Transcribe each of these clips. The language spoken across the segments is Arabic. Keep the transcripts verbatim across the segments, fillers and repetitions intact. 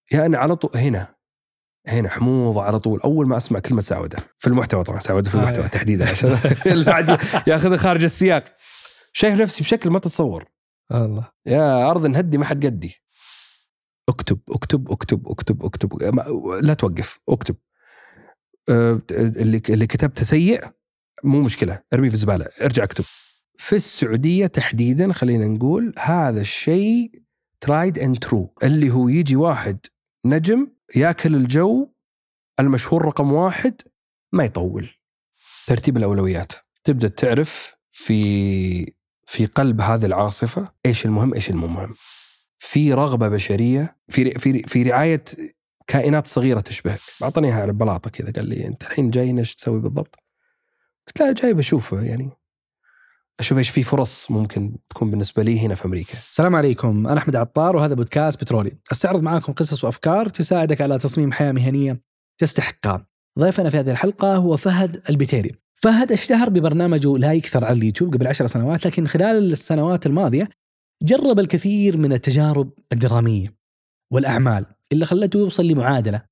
يعني على طول هنا هنا حموض على طول أول ما أسمع كلمة سعودة في المحتوى، طبعا سعودة في المحتوى تحديدا عشان الواحد ياخذ خارج السياق. شايف نفسي بشكل ما تتصور. الله يا أرض نهدي ما حد قدي. اكتب اكتب اكتب اكتب اكتب لا توقف اكتب. أه اللي اللي كتبته سيء مو مشكلة، ارمي في الزبالة، ارجع اكتب. في السعودية تحديدا خلينا نقول هذا الشيء ترايد اند ترو، اللي هو يجي واحد نجم ياكل الجو المشهور رقم واحد ما يطول. ترتيب الأولويات، تبدأ تعرف في في قلب هذه العاصفة إيش المهم إيش المهم. في رغبة بشرية في في في رعاية كائنات صغيرة تشبهك. أعطانيها على البلاطة كذا، قال لي أنت الحين جاي إيش تسوي بالضبط؟ قلت لا جاي بشوفه، يعني أشوف إيش في فرص ممكن تكون بالنسبة لي هنا في أمريكا. السلام عليكم، أنا أحمد عطار وهذا بودكاست بترولي. أستعرض معاكم قصص وأفكار تساعدك على تصميم حياة مهنية تستحقها. ضيفنا في هذه الحلقة هو فهد البتيري. فهد اشتهر ببرنامجه لا يكثر على اليوتيوب قبل عشر سنوات، لكن خلال السنوات الماضية جرب الكثير من التجارب الدرامية والأعمال اللي خلته يوصل لمعادلة،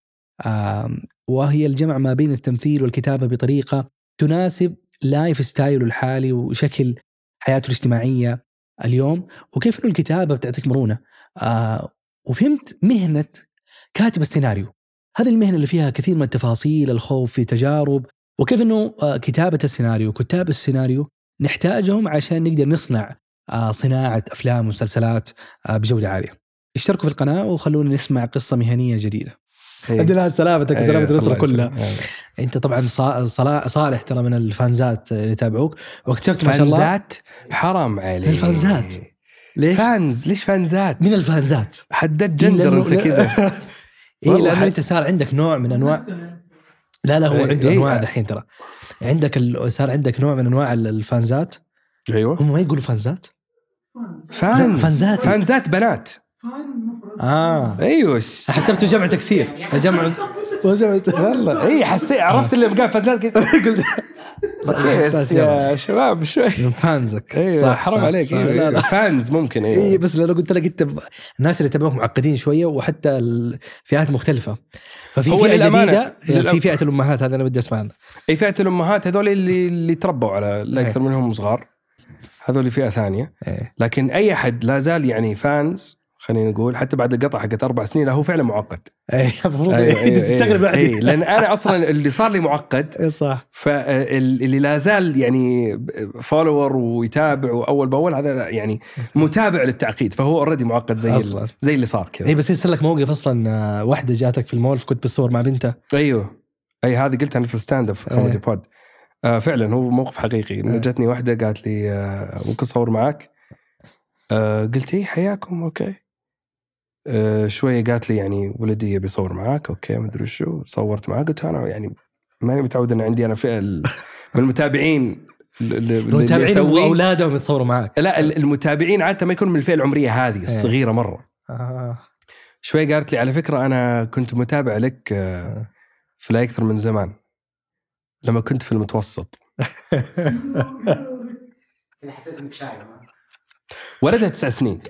وهي الجمع ما بين التمثيل والكتابة بطريقة تناسب لايف ستايله الحالي وشكل حياته الاجتماعية اليوم، وكيف إنه الكتابة بتعطيك مرونة. آه وفهمت مهنة كاتب السيناريو، هذه المهنة اللي فيها كثير من التفاصيل، الخوف في تجارب، وكيف إنه آه كتابة السيناريو كتاب السيناريو نحتاجهم عشان نقدر نصنع آه صناعة أفلام ومسلسلات آه بجودة عالية. اشتركوا في القناة وخلونا نسمع قصة مهنية جديدة. أدي لها سلامتك وسلامة الأسرة كلها. أنت طبعا صالح ترى من الفانزات اللي يتابعوك، واكتشفت ما شاء الله فانزات حرام عليك. الفانزات ليش فانز؟ ليش فانزات؟ من الفانزات حدد جندر أنت كذا. إيه لأنه أنت صار عندك نوع من أنواع، لا لا هو عنده أنواع دحين ترى عندك ال... صار عندك نوع من أنواع الفانزات. أيوة هم ما يقولوا فانزات، فانز فانزات فانزات بنات. آه أيوة حسبته جمع تكسير جمع وجمع والله إيه حسيت عرفت اللي بقى فانزات قلت كيس يا شباب شوي فانزك. أيوة صح حرام عليك. أيوة لا لا. فانز ممكن أيوة. إيه بس لو قلت لك أنت الناس اللي يتابعوك معقدين شوية وحتى الفئات مختلفة، ففي فئة جديدة يعني في فئة الأمهات، هذا أنا بدي أسمع عنها. أي فئة الأمهات هذول اللي اللي تربوا على لا أكثر منهم صغار، هذول فئة ثانية. لكن أي أحد لا زال يعني فانز خلينا نقول حتى بعد القطع حقت أربع سنين له فعلا معقد. أي المفروض تستغرب بعد. أي لأن أنا أصلا اللي صار لي معقد صح، فاللي لا زال يعني فولور ويتابع وأول بأول هذا يعني متابع للتعقيد، فهو أوريدي معقد زي أصلاً. زي اللي صار كذا. أي بس يصير لك موقف أصلا واحدة جاتك في المول كنت بتصور مع بنتها. أيوه أي هذه قلت أنا في الستاند اب في كوميدي بود. آه فعلا هو موقف حقيقي. آه. جتني واحدة قالت لي آه ممكن أصور معك؟ آه قلت إيه حياكم أوكي. آه شوية قالت لي يعني ولدي يبي يصور معك. أوكي مدري شو صورت معك. قلت أنا يعني ماني متعود أن عندي أنا فئة من المتابعين المتابعين وأولادهم يتصوروا معك. لا المتابعين عادة ما يكون من الفئة العمرية هذه الصغيرة مرة. آه. شوية قالت لي على فكرة أنا كنت متابع لك آه في لا أكثر من زمان لما كنت في المتوسط. أنا حسيت إنك شايف ولدها تسع سنين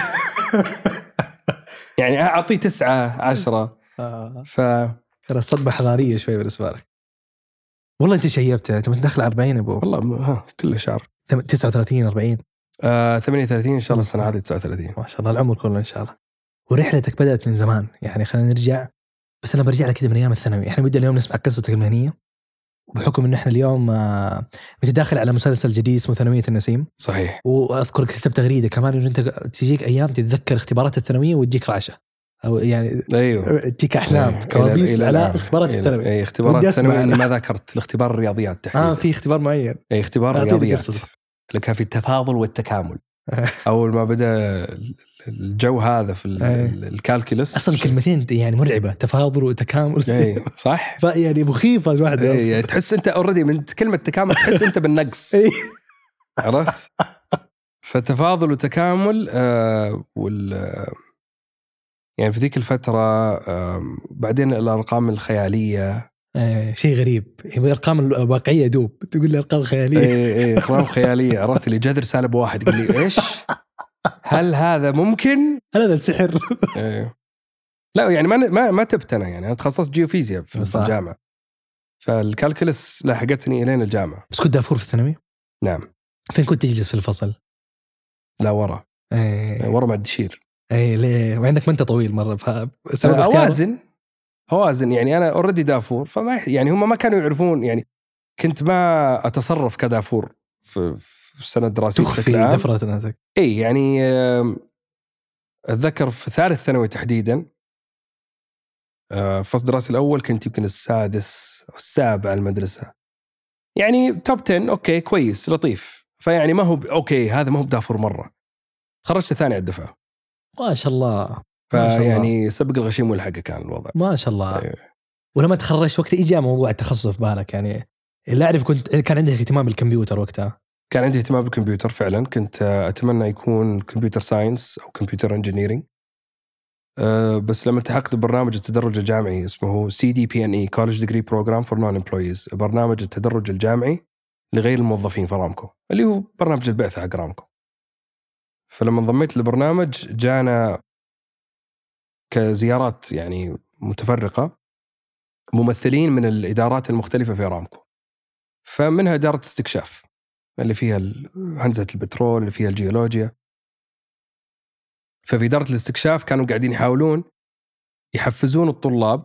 يعني أعطيه تسعة عشرة. ف ترى الصدمة حضارية شوي بالنسبة لك. والله أنت شيبت، أنت متدخل أربعين أبو. والله ها كله شعر. تسعة وثلاثين أربعين آه ثمانية وثلاثين إن شاء الله السنة هذه تسعة وثلاثين. ما شاء الله العمر كله إن شاء الله. ورحلتك بدأت من زمان يعني خلينا نرجع، بس أنا برجع لك كده من أيام الثانوي. إحنا بدنا اليوم نسمع قصتك المهنية، وبحكم إن إحنا اليوم آه متداخل على مسلسل جديد اسمه ثانوية النسيم. صحيح. وأذكر كتبت تغريدة كمان إنه أنت تجيك أيام تتذكر اختبارات الثانوية وتجيك رعشة أو يعني أيوه تجيك أحلام أيوه. كوابيس على اختبارات الثانوي. أي اختبارات الثانوي اللي ما ذكرت الاختبار الرياضيات تحديدا. آه في اختبار معين. أي اختبار الرياضيات اللي كان في التفاضل والتكامل. أول ما بدأ الجو هذا في الكالكولس أصلا كلمتين يعني مرعبة، تفاضل وتكامل. أي صح. يعني مخيفة الواحدة. أي تحس أنت أوريدي من كلمة تكامل تحس أنت بالنقص. عرفت؟ فتفاضل وتكامل آه وال يعني في ذيك الفترة آه بعدين الأرقام الخيالية آه شيء غريب. الأرقام الواقعية دوب تقول لي أرقام خيالية. أي أي أرقام خيالية. عرفت لي جذر سالب واحد قال لي إيش؟ هل هذا ممكن؟ هل هذا السحر؟ أيه. لا يعني ما ما ما تبت انا يعني انا تخصصت جيوفيزياء في صح. الجامعه، فالكالكولس لاحقتني الين الجامعه. بس كنت دافور في الثانوي؟ نعم. فين كنت تجلس في الفصل؟ لا ورا، ايه ورا مع الدشير. ايه ليه؟ مع انك ما انت طويل مره، فسبب اختيارك؟ اوازن اوازن يعني انا اوريدي دافور، فما يح- يعني هم ما كانوا يعرفون، يعني كنت ما اتصرف كدافور في في السنه الدراسيه بشكل تخفي عام. دفرة نفسك. اي يعني آم، اتذكر في ثالث ثانوي تحديدا، آه، فصل دراسي الاول كنت يمكن السادس او السابع المدرسه، يعني توب عشرة، اوكي كويس لطيف، فيعني ما هو ب... اوكي هذا ما هو بدافور مره. خرجت ثاني على الدفعه، ما شاء الله ما شاء الله فيعني سبق الغشيم والحقه كان الوضع. ما شاء الله. أيوه. ولما تخرجت وقت إجا موضوع التخصص في بالك؟ يعني اللي أعرف كنت كان عندك اهتمام بالكمبيوتر وقتها. كان عندي اهتمام بالكمبيوتر فعلا، كنت أتمنى يكون كمبيوتر ساينس أو كمبيوتر انجينيرينج، أه بس لما التحقت ببرنامج التدرج الجامعي اسمه سي دي بي إن إي College Degree Program for Non-Employees، برنامج التدرج الجامعي لغير الموظفين في رامكو، اللي هو برنامج البعثة حق رامكو. فلما انضميت للبرنامج جانا كزيارات يعني متفرقة ممثلين من الإدارات المختلفة في رامكو، فمنها إدارة استكشاف اللي فيها هندسة البترول، اللي فيها الجيولوجيا. ففي إدارة الاستكشاف كانوا قاعدين يحاولون يحفزون الطلاب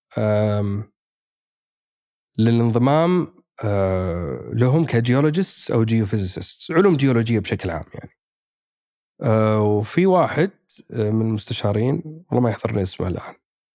للانضمام لهم كجيولوجيست أو جيوفيزيست، علوم جيولوجية بشكل عام يعني. وفي واحد من المستشارين والله ما يحضرني اسمه الآن،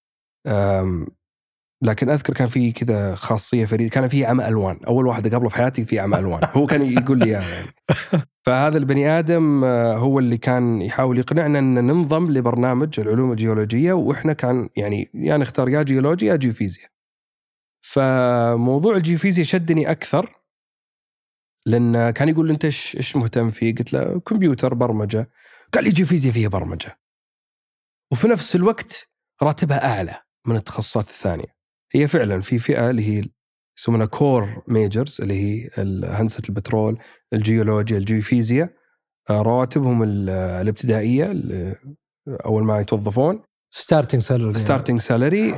لكن أذكر كان في كذا خاصية فريدة، كان فيه عمى ألوان، أول واحد قبله في حياتي فيه عمى ألوان، هو كان يقول لي يعني. فهذا البني آدم هو اللي كان يحاول يقنعنا أن ننضم لبرنامج العلوم الجيولوجية، وإحنا كان يعني يا نختار يا جيولوجيا يا جيوفيزياء. فموضوع الجيوفيزياء شدني أكثر، لأن كان يقول أنت إيش إيش مهتم فيه؟ قلت له كمبيوتر برمجة. قال لي جيوفيزياء فيها برمجة، وفي نفس الوقت راتبها أعلى من التخصصات الثانية. هي فعلا في فئة اللي هي يسمونها كور ميجرز، اللي هي هندسة البترول، الجيولوجيا، الجيوفيزياء، رواتبهم الابتدائية أول ما يتوظفون ستارتنج سالري ستارتنج سالري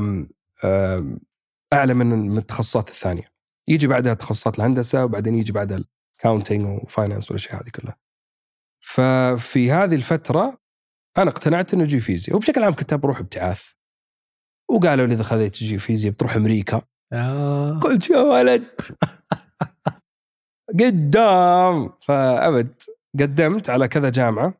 أعلى من التخصصات الثانية. يجي بعدها تخصصات الهندسة، وبعدين يجي بعدها الكاونتينج وفاينانس والأشياء هذه كلها. ففي هذه الفترة أنا اقتنعت إنه جيوفيزياء، وبشكل عام كنت بروح ابتعاث، وقالوا لي إذا خذيت جيوفيزياء بتروح أمريكا. آه. قلت يا ولد قدام. فأبد قدمت على كذا جامعة،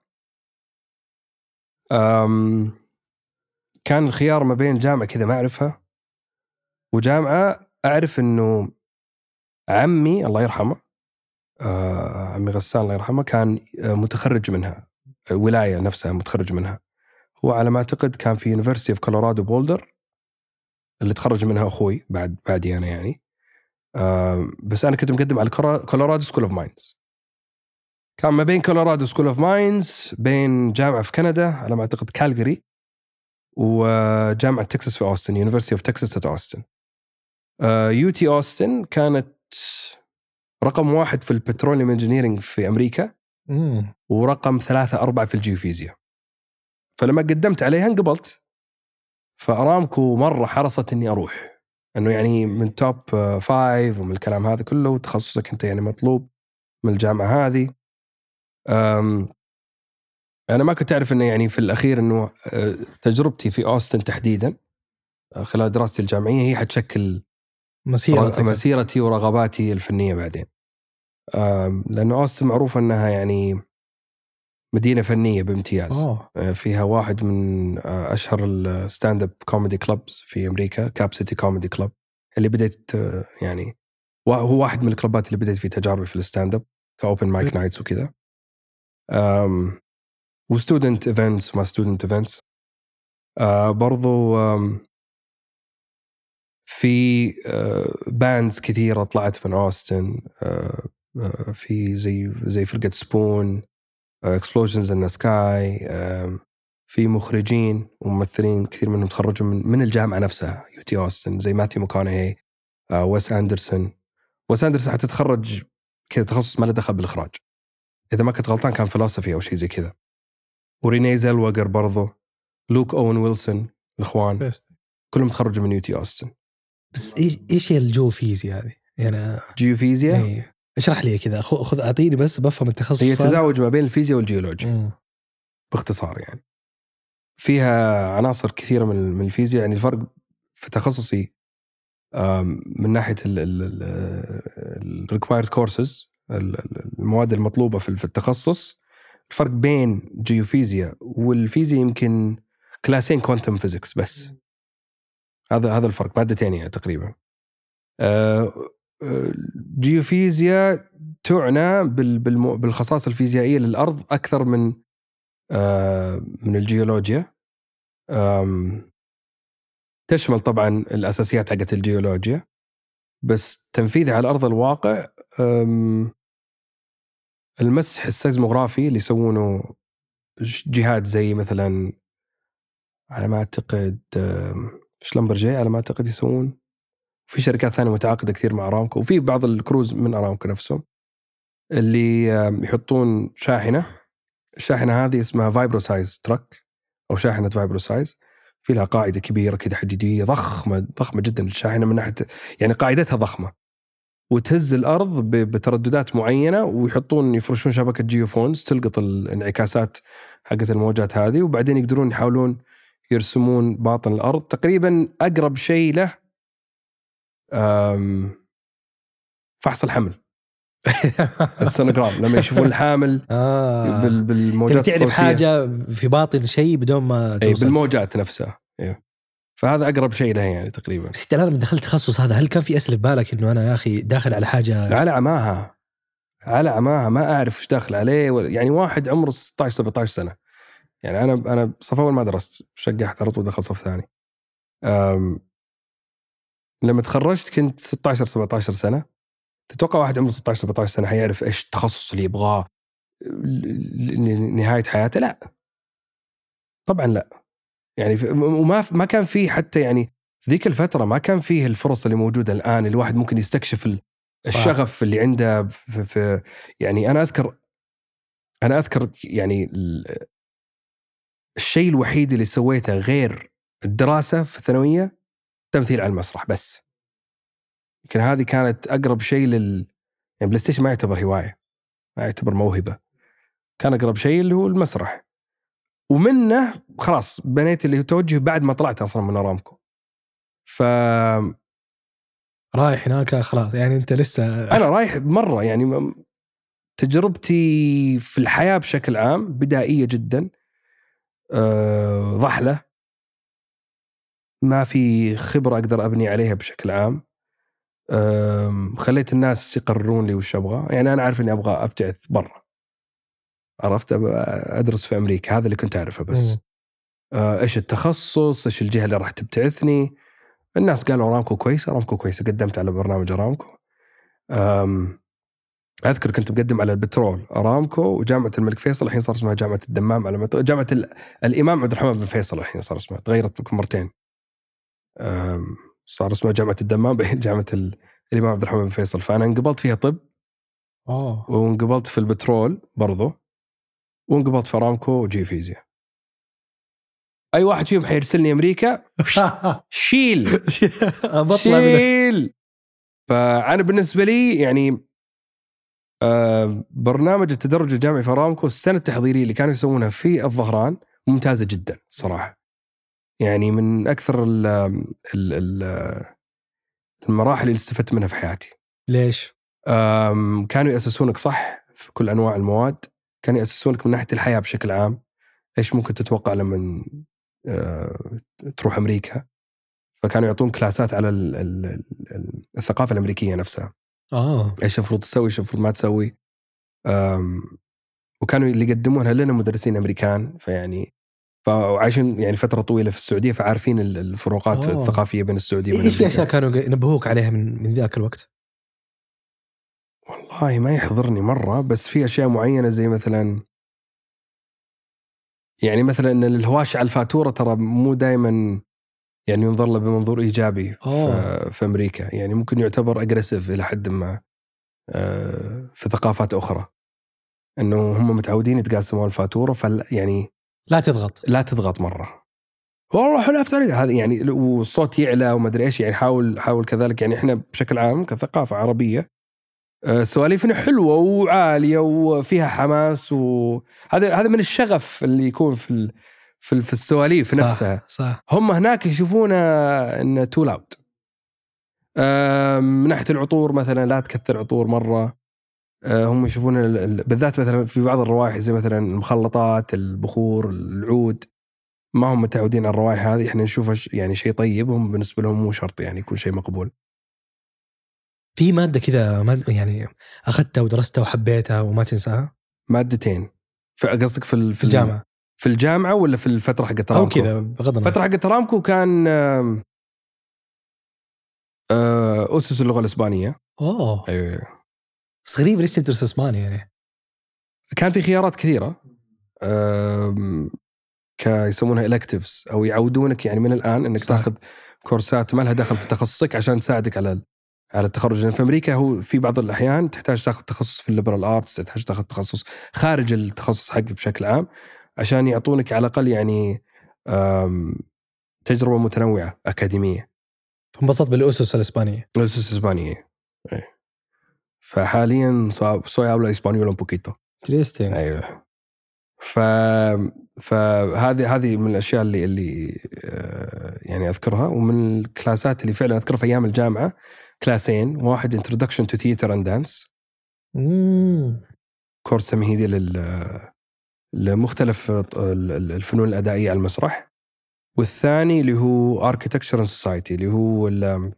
أم كان الخيار ما بين جامعة كذا ما أعرفها وجامعة أعرف إنه عمي الله يرحمه، آه عمي غسان الله يرحمه، كان متخرج منها، ولاية نفسها متخرج منها. هو على ما أعتقد كان في University of Colorado Boulder اللي تخرج منها أخوي بعد بعدي أنا يعني. آه بس أنا كنت مقدم على Colorado School of Mines. كان ما بين Colorado School of Mines بين جامعة في كندا على ما أعتقد كالجري، وجامعة تكساس في أوستن، University of Texas at Austin. يو تي أوستن كانت رقم واحد في البتروليوم انجينيرينج في أمريكا، مم. ورقم ثلاثة أربعة في الجيوفيزياء. فلما قدمت عليها انقبلت. فأرامكو مرة حرصت إني أروح، إنه يعني من توب فايف ومن الكلام هذا كله، وتخصصك أنت يعني مطلوب من الجامعة هذه. أنا ما كنت أعرف إنه يعني في الأخير إنه تجربتي في أوستن تحديدا خلال دراستي الجامعية هي حتشكل مسيرتك. مسيرتي ورغباتي الفنية بعدين. لأنه أوستن معروف أنها يعني مدينة فنية بامتياز. أوه. فيها واحد من أشهر الستاند اب كوميدي كلوبز في أمريكا، كاب سيتي كوميدي كلوب، اللي بدأت يعني هو واحد من الكلوبات اللي بدأت في تجاربي في الستاند اب كأوبن مايك نايتس وكذا، وستودنت ايفنتس وما ستودنت ايفنتس. برضو في باندز كثيرة طلعت من أوستن، في زي زي فرقة سبون، Explosions in the Sky، في مخرجين وممثلين كثير منهم تخرجوا من من الجامعة نفسها يو تي أوستن، زي ماثيو ماكونهي، ويس أندرسون. ويس أندرسون حتتخرج كذا تخصص ما له دخل بالإخراج، إذا ما كنت غلطان كان فلسفي أو شيء زي كذا. وريني زيلوغر برضو، لوك أوين ويلسون الاخوان بس, كلهم تخرجوا من يوتي اوستن. بس ايش ايش هي الجيوفيزياء هذه يعني؟ جيوفيزياء ايه اشرح لي كذا، خذ خذ اعطيني بس بفهم التخصص. هي تزاوج ما بين الفيزياء والجيولوجيا مم. باختصار. يعني فيها عناصر كثيرة من من الفيزياء. يعني الفرق في تخصصي من ناحية ال required courses المواد المطلوبة في التخصص، الفرق بين جيوفيزياء والفيزياء يمكن كلاسين كوانتم فيزيكس بس. هذا هذا الفرق، مادتين يعني تقريبا. جيوفيزياء تعنى بالخصائص الفيزيائية للأرض أكثر من من الجيولوجيا. تشمل طبعا الأساسيات حقت الجيولوجيا، بس تنفيذها على أرض الواقع المسح السيزموغرافي اللي يسوونه جهات زي مثلا على ما أعتقد شلمبرجي على ما أعتقد يسوون، في شركات ثانية متعاقدة كثير مع أرامكو، وفي بعض الكروز من أرامكو نفسهم اللي يحطون شاحنة. الشاحنة هذه اسمها فايبروسايز تراك أو شاحنة فايبروسايز، في لها قاعدة كبيرة كده حديدية ضخمة ضخمة جدا الشاحنة من ناحية يعني قاعدتها ضخمة، وتهز الأرض بترددات معينة، ويحطون يفرشون شبكة جيوفونز تلقط الانعكاسات حقت الموجات هذه، وبعدين يقدرون يحاولون يرسمون باطن الأرض. تقريبا أقرب شيء له فحص الحمل السونوغرام لما يشوفون الحامل آه. بالموجات الصوتية، تعرف حاجة في باطن شيء بدون ما توصل. بالموجات نفسها. أيوه. فهذا أقرب شيء له يعني تقريبا. بس أنت لما دخلت تخصص هذا، هل كان في أسئلة بالك إنه أنا يا أخي داخل على حاجة على عماها على عماها ما أعرف إيش داخل عليه؟ يعني واحد عمره ستة عشر سبعة عشر سنة، يعني أنا أنا صف أول ما درست شجعت على طول دخل صف ثاني. لما تخرجت كنت ستة عشر سبعة عشر سنة. تتوقع واحد عمره ستة عشر سبعة عشر سنة حيعرف إيش التخصص اللي يبغاه نهاية حياته؟ لا طبعا لا. يعني وما ما كان فيه حتى يعني في ذيك الفترة ما كان فيه الفرص اللي موجودة الآن. الواحد ممكن يستكشف الشغف صح. اللي عنده في, في يعني أنا أذكر أنا أذكر يعني الشيء الوحيد اللي سويته غير الدراسة في الثانوية تمثيل على المسرح بس. يمكن هذه كانت أقرب شيء لل يعني بلاي ستيشن ما يعتبر هواية، ما يعتبر موهبة، كان أقرب شيء اللي هو المسرح، ومنه خلاص بنيت اللي هو توجه بعد ما طلعت أصلا من أرامكو. ف رايح هناك خلاص يعني أنت لسه أنا رايح مرة يعني تجربتي في الحياة بشكل عام بدائية جدا، أه ضحلة، ما في خبرة أقدر أبني عليها بشكل عام. أه خليت الناس يقررون لي وش أبغى. يعني أنا عارف أني أبغى أبتعث برا، عرفت أدرس في أمريكا، هذا اللي كنت أعرفه بس. أه إيش التخصص، إيش الجهة اللي راح تبتعثني. الناس قالوا أرامكو كويس، أرامكو كويس، قدمت على برنامج أرامكو. أذكر كنت مقدم على البترول أرامكو وجامعة الملك فيصل، الحين صار اسمها جامعة الدمام، على جامعة الإمام عبد الرحمن بن فيصل الحين صار اسمها، تغيرت مرتين، صار اسمها جامعة الدمام بين جامعة الإمام عبد الرحمن بن فيصل. فأنا انقبلت فيها طب أوه. وانقبلت في البترول برضو، وانقبلت في أرامكو وجيوفيزياء. أي واحد فيهم حيرسلني أمريكا شيل شيل. فأنا بالنسبة لي يعني آه برنامج التدرج الجامعي في أرامكو السنة التحضيرية اللي كانوا يسوونها في الظهران ممتازة جدا صراحة. يعني من أكثر ال ال المراحل اللي استفدت منها في حياتي. ليش؟ كانوا يأسسونك صح في كل أنواع المواد، كانوا يأسسونك من ناحية الحياة بشكل عام، إيش ممكن تتوقع لما آه تروح أمريكا. فكانوا يعطون كلاسات على ال ال الثقافة الأمريكية نفسها. آه. إيش المفروض تسوي، إيش المفروض ما تسوي. وكانوا اللي يقدمونها لنا مدرسين أمريكان، فيعني فعايشين يعني فترة طويلة في السعودية، فعارفين الفروقات أوه. الثقافية بين السعودية وإيش في أشياء كانوا ينبهوك عليها من من ذاك الوقت؟ والله ما يحضرني مرة، بس في أشياء معينة زي مثلا يعني مثلا إن الهواش على الفاتورة ترى مو دائما يعني ينظر له بمنظور إيجابي في, في أمريكا. يعني ممكن يعتبر أجريسيف إلى حد ما في ثقافات أخرى، إنه هم متعودين يتقاسمون الفاتورة، فال يعني لا تضغط لا تضغط مرة. والله حلفت عليه هذا يعني، والصوت يعلى وما ادري ايش يعني. حاول حاول كذلك يعني. احنا بشكل عام كثقافه عربيه سواليفنا حلوه وعاليه وفيها حماس، وهذا هذا من الشغف اللي يكون في في في السواليف صح نفسها. صح. هم هناك يشوفونا ان تو لاود. من ناحيه العطور مثلا لا تكثر عطور مره. هم يشوفون بالذات مثلا في بعض الروائح زي مثلا المخلطات، البخور، العود، ما هم متعودين على الروائح هذه. احنا نشوفها يعني شيء طيب، هم بالنسبه لهم مو شرط يعني يكون شيء مقبول. في ماده كذا مادة يعني اخذتها ودرستها وحبيتها وما تنساها؟ مادتين قصدك في في الجامعه؟ في الجامعه ولا في الفتره حقت او ارامكو؟ كذا بغض النظر. فتره حقت ارامكو كان اسس اللغه الاسبانيه. اوه ايوه. بس غريب ليش تدرس اسباني يعني؟ كان في خيارات كثيره، كيسمونها electives او يعودونك يعني من الان انك صح. تاخذ كورسات ما لها دخل في تخصصك عشان تساعدك على على التخرج. لان في امريكا هو في بعض الاحيان تحتاج تاخذ تخصص في الليبرال ارتس، تحتاج تاخذ تخصص خارج التخصص حقك بشكل عام عشان يعطونك على الاقل يعني تجربه متنوعه اكاديميه. انبسطت بالاسس الاسبانيه. الاسس الاسبانيه. فحاليا soy hablo español un poquito. Interesting. ايوه. ف فهذه هذه من الاشياء اللي اللي يعني اذكرها. ومن الكلاسات اللي فعلا اذكرها في ايام الجامعه كلاسين، واحد introduction to theater and dance، امم كورس تمهيدي لل لمختلف الفنون الادائيه على المسرح. والثاني اللي هو architecture and society، اللي هو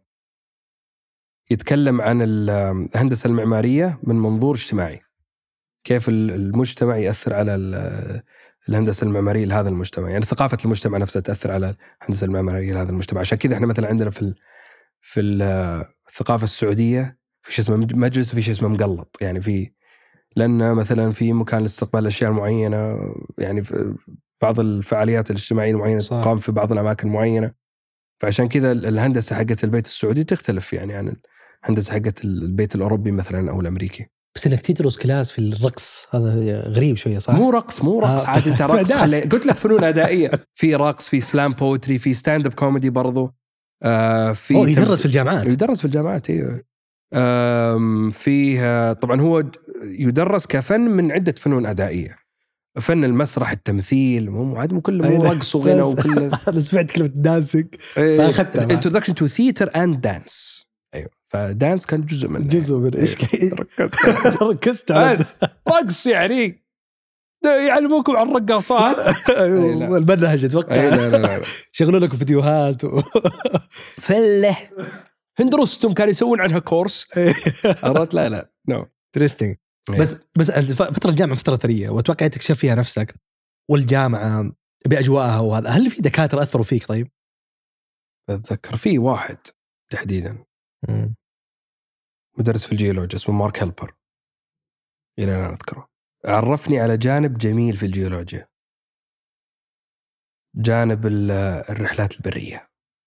يتكلم عن الهندسه المعماريه من منظور اجتماعي، كيف المجتمع يأثر على الهندسة المعمارية لهذا المجتمع، يعني ثقافة المجتمع نفسها تأثر على الهندسة المعمارية لهذا المجتمع. عشان كذا احنا مثلا عندنا في في الثقافة السعودية في شيء اسمه مجلس وفي شيء اسمه مقلط، يعني في لأن مثلا في مكان لاستقبال أشياء معينة، يعني في بعض الفعاليات الاجتماعية المعينة تقام في بعض الأماكن معينة. فعشان كذا الهندسة حقت البيت السعودي تختلف يعني عن الهندسة حقت البيت الأوروبي مثلا أو الأمريكي. بس انك تدرس كلاس في الرقص هذا غريب شويه صح؟ مو رقص مو رقص آه. عاد انت رقص خلي... قلت لك فنون ادائيه. في رقص، في سلام بوتري، في ستاند اب كوميدي برضو. آه في أوه يدرس في الجامعات. يدرس في الجامعات ايوه. فيه طبعا هو يدرس كفن من عده فنون ادائيه، فن المسرح، التمثيل، مو عاد مو كله مو رقص وغنى وكله. انا سمعت كلمه دانسينج فاخذتها. introduction to theater and dance. ايوه فدانس كان جزء من جزء من ايش ركزت ركزت على بس رقص يعني يعلموكم عن الرقاصات والمنهج اتوقع. لا لا لا شغلوا لكم فيديوهات و... فله هندرستم كانوا يسوون عنها كورس. عرفت؟ لا لا نو انترستينج. بس بس فتره الجامعه فتره ثريه واتوقع تكشف فيها نفسك والجامعه باجواءها وهذا. هل في دكاتره اثروا فيك؟ طيب اتذكر في واحد تحديدا م. مدرس في الجيولوجيا اسمه مارك هيلبر، الى الان اذكره. عرفني على جانب جميل في الجيولوجيا، جانب الرحلات البريه.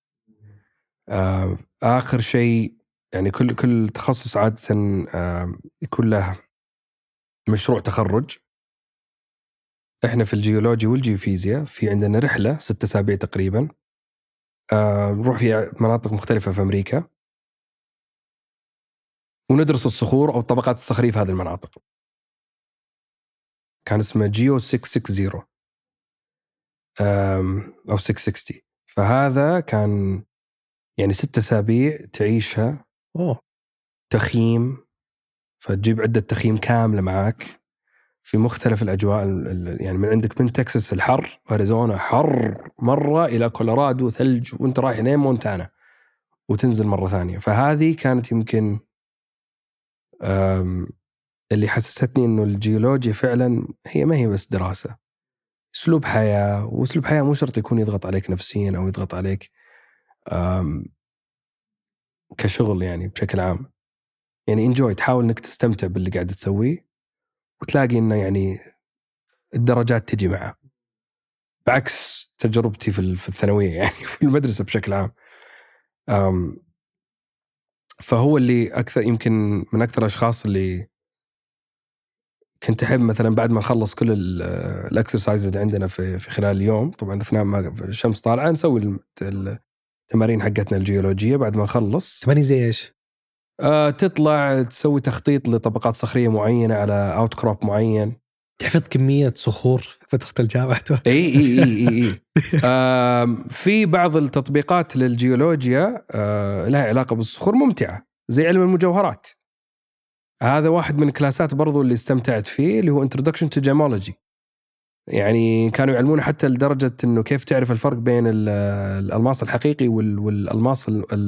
آخر شيء يعني كل كل تخصص عادة يكون له مشروع تخرج. احنا في الجيولوجيا والجيوفيزياء في عندنا رحلة ستة أسابيع تقريبا، نروح في مناطق مختلفة في أمريكا وندرس الصخور أو طبقات الصخرية في هذه المناطق. كان اسمه جيو ستة ستين أو ستة ستين. فهذا كان يعني ستة أسابيع تعيشها. أوه. تخييم، فتجيب عدة تخييم كاملة معاك في مختلف الأجواء، يعني من عندك من تكساس الحر، أريزونا حر مرة، إلى كولورادو ثلج، وانت رايح لين مونتانا وتنزل مرة ثانية. فهذه كانت يمكن اللي حسستني إنه الجيولوجيا فعلا هي ما هي بس دراسة، أسلوب حياة. وأسلوب حياة مو شرط يكون يضغط عليك نفسيا أو يضغط عليك كشغل يعني بشكل عام. يعني انجوي، تحاول إنك تستمتع باللي قاعد تسويه وتلاقي إنه يعني الدرجات تجي معه، بعكس تجربتي في في الثانوية يعني في المدرسة بشكل عام. فهو اللي أكثر يمكن من أكثر الأشخاص اللي كنت أحب مثلا بعد ما نخلص كل الأكسرسايز اللي عندنا في في خلال اليوم، طبعا أثناء ما الشمس طالعة نسوي التمارين حقتنا الجيولوجية. بعد ما نخلص تمانية زي إيش؟ آه تطلع تسوي تخطيط لطبقات صخرية معينة على أوت كروب معين. تحفظ كمية صخور في فترة الجامعة. اي اي اي اي, إي. آه في بعض التطبيقات للجيولوجيا آه لها علاقة بالصخور ممتعة زي علم المجوهرات. هذا واحد من الكلاسات برضو اللي استمتعت فيه، اللي هو Introduction to Gemology. يعني كانوا يعلمون حتى لدرجة انه كيف تعرف الفرق بين الألماس الحقيقي والألماس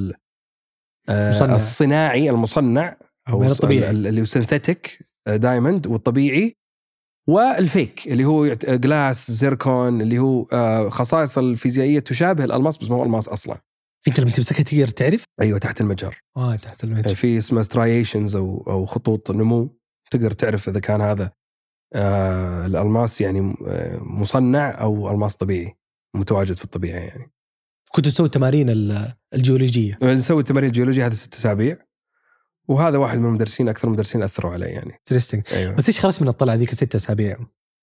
الصناعي المصنع او الطبيعي اللي هو سينثيتك دايموند والطبيعي، والفيك اللي هو جلاس زيركون اللي هو خصائص الفيزيائيه تشابه الالماس بس ما هو الماس اصلا. انت لما تمسكها تقدر تعرف؟ ايوه تحت المجهر. اه تحت المجهر في اسمها سترايشنز او او خطوط نمو، تقدر تعرف اذا كان هذا آه الالماس يعني مصنع او الماس طبيعي متواجد في الطبيعه. يعني كنت تسوي تمارين الجيولوجيه؟ نسوي تمارين الجيولوجيا هذه ست اسابيع، وهذا واحد من المدرسين اكثر مدرسين اثروا علي يعني. أيوة. بس ايش خرجت من الطلعه ذيك ست اسابيع؟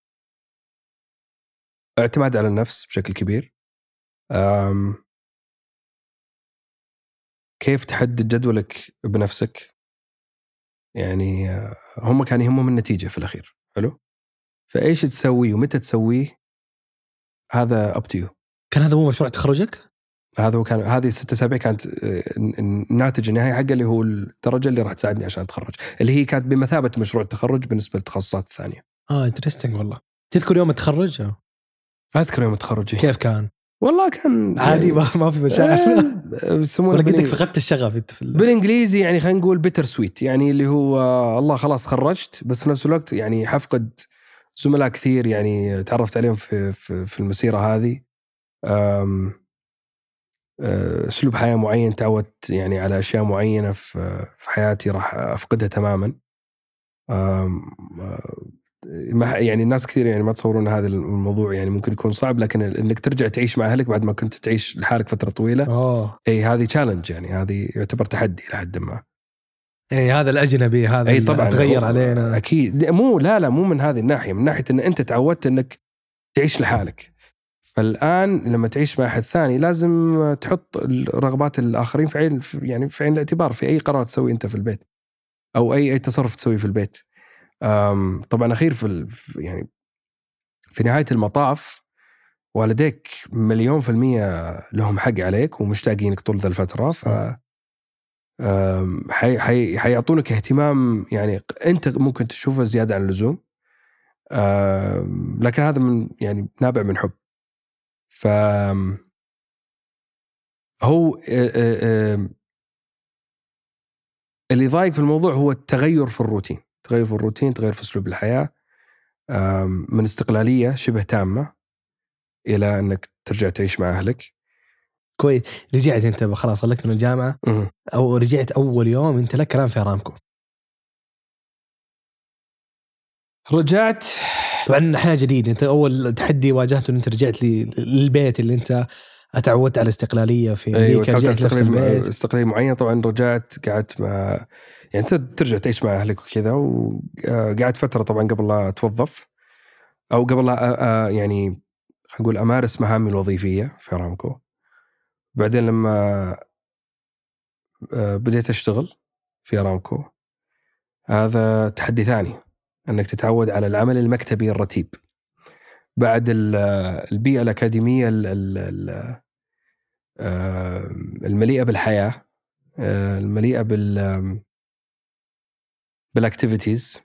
اعتماد على النفس بشكل كبير. أم كيف تحدد جدولك بنفسك؟ يعني هم كان يهمهم النتيجة في الأخير. حلو، فإيش تسوي ومتى تسويه هذا up to you. كان هذا هو مشروع تخرجك؟ هذا هو كان. هذه ست أسابيع كانت الناتج النهائي حقه اللي هو الدرجة اللي راح تساعدني عشان أتخرج، اللي هي كانت بمثابة مشروع التخرج بالنسبة للتخصصات الثانية. آه انترستينج والله. تذكر يوم التخرج؟ أذكر يوم التخرج. كيف كان؟ والله كان عادي ما ما في مشاعر يسمونه ولا قدك فقدت الشغف انت في بالانجليزي يعني خلينا نقول بيتر سويت، يعني اللي هو الله خلاص خرجت، بس في نفس الوقت يعني حفقد زملاء كثير يعني تعرفت عليهم في في, في المسيره هذه. اسلوب حياه معين تعودت يعني على اشياء معينه في في حياتي راح افقدها تماما. يعني الناس كثير يعني ما تصورون هذا الموضوع يعني ممكن يكون صعب، لكن انك ترجع تعيش مع اهلك بعد ما كنت تعيش لحالك فتره طويله أوه. اي هذه تشالنج، يعني هذه يعتبر تحدي لحد ما. اي هذا الاجنبي هذا اي طبعا تغير علينا اكيد. مو لا لا مو من هذه الناحيه، من ناحيه ان انت تعودت انك تعيش لحالك، فالان لما تعيش مع احد ثاني لازم تحط رغبات الاخرين في عين يعني في عين الاعتبار في اي قرار تسوي انت في البيت او اي اي تصرف تسوي في البيت. طبعا أخير في يعني في نهاية المطاف والديك مليون في المية لهم حق عليك ومشتاقينك طول ذا الفترة، ف حي حي حيعطونك اهتمام يعني أنت ممكن تشوفه زيادة عن اللزوم، لكن هذا من يعني نابع من حب. ف هو اللي ضايق في الموضوع هو التغير في الروتين، تغير في الروتين، تغير في أسلوب الحياة، من استقلالية شبه تامة إلى أنك ترجع تعيش مع أهلك. كويس. رجعت أنت خلاص خلصت من الجامعة م- أو رجعت أول يوم أنت لك كلام في أرامكو؟ رجعت طبعا حياة جديدة، أنت أول تحدي واجهته أن أنت رجعت للبيت اللي أنت اتعودت على الاستقلاليه في امريكا. أيوة رجعت استقلالية استقلالية معينه. طبعا رجعت قعدت مع يعني انت ترجع تعيش مع اهلك وكذا، وقعدت فتره طبعا قبل لا اتوظف او قبل لا يعني خلينا نقول امارس مهامي الوظيفيه في ارامكو. بعدين لما بديت اشتغل في ارامكو هذا تحدي ثاني، انك تتعود على العمل المكتبي الرتيب بعد البيئه الاكاديميه المليئة بالحياة، المليئة بال بالاكتيفيتيز.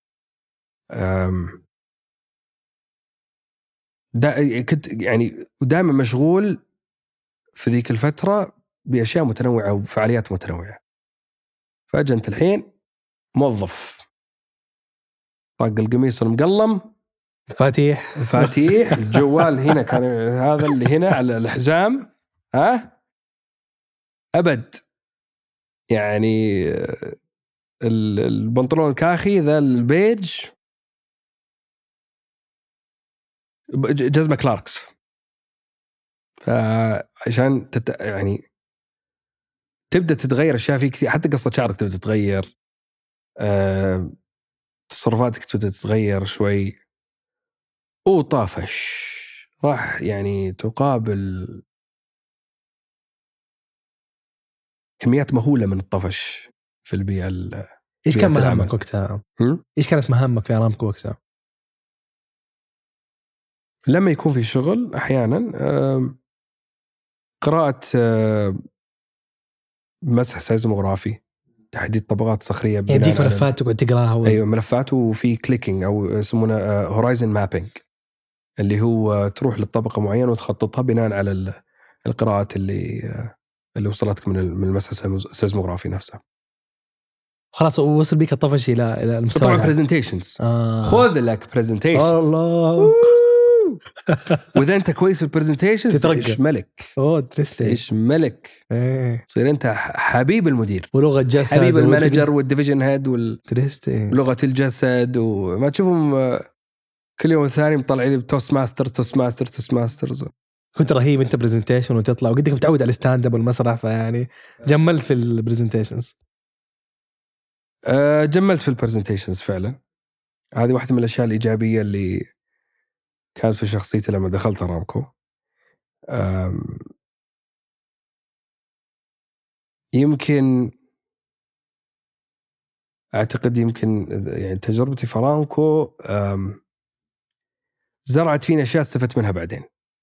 دا كنت يعني دائما مشغول في ذيك الفترة بأشياء متنوعة وفعاليات متنوعة. فأجا أنت الحين موظف طاق القميص المقلم فاتيح فاتيح الجوال هنا كان هذا اللي هنا على الحزام، ها أبد يعني البنطلون الكاخي ذا البيج جزمة كلاركس. فعشان تت... يعني تبدأ تتغير أشياء فيك كثير، حتى قصة شعرك تبدأ تتغير. أه... تصرفاتك تبدأ تتغير شوي، وطافش راح يعني تقابل كميات مهولة من الطفش في البيئة ال- ايش بيئة كان مهامك العمل. وقتها؟ هم؟ ايش كانت مهامك في ارامكو وقتها؟ لما يكون في شغل أحيانا آم، قراءة آم، مسح سيزموغرافي، تحديد طبقات صخرية يعني بناء تجيك على ال- ملفات تقعد تقراها و... أيوة ملفات، وفي كليكينج أو يسمونه هورايزن مابينج، اللي هو تروح للطبقة معينة وتخططها بناء على ال- القراءات اللي آه، اللي وصلتك من ال- من المسح السيزموغرافي نفسه. خلاص وصل بيك الطفش الى الى المستوى طبعا العالي. برزنتيشنز، آه. خذ لك برزنتيشنز الله واذا انت كويس في البرزنتيشنز تترقى. تعيش ملك، اوه تريستي. تعيش ملك، ايه. تصير انت ح- حبيب المدير، ولغه جسد حبيب المانجر وتقدر- والديفيجن هيد وال- تريستي. ولغه الجسد، وما تشوفهم آه، كل يوم ثاني مطلعين توست ماسترز توست ماسترز توست ماسترز. كنت رهيب انت برزنتيشن وتطلع وقدك متعود على الستاند اب والمسرح، فيعني جملت في البرزنتيشنز. آه، جملت في البرزنتيشنز فعلا. هذه واحدة من الأشياء الإيجابية اللي كانت في شخصيتي لما دخلت أرامكو. آم، يمكن أعتقد يمكن يعني تجربتي في أرامكو آم، زرعت فينا أشياء استفدت منها بعدين.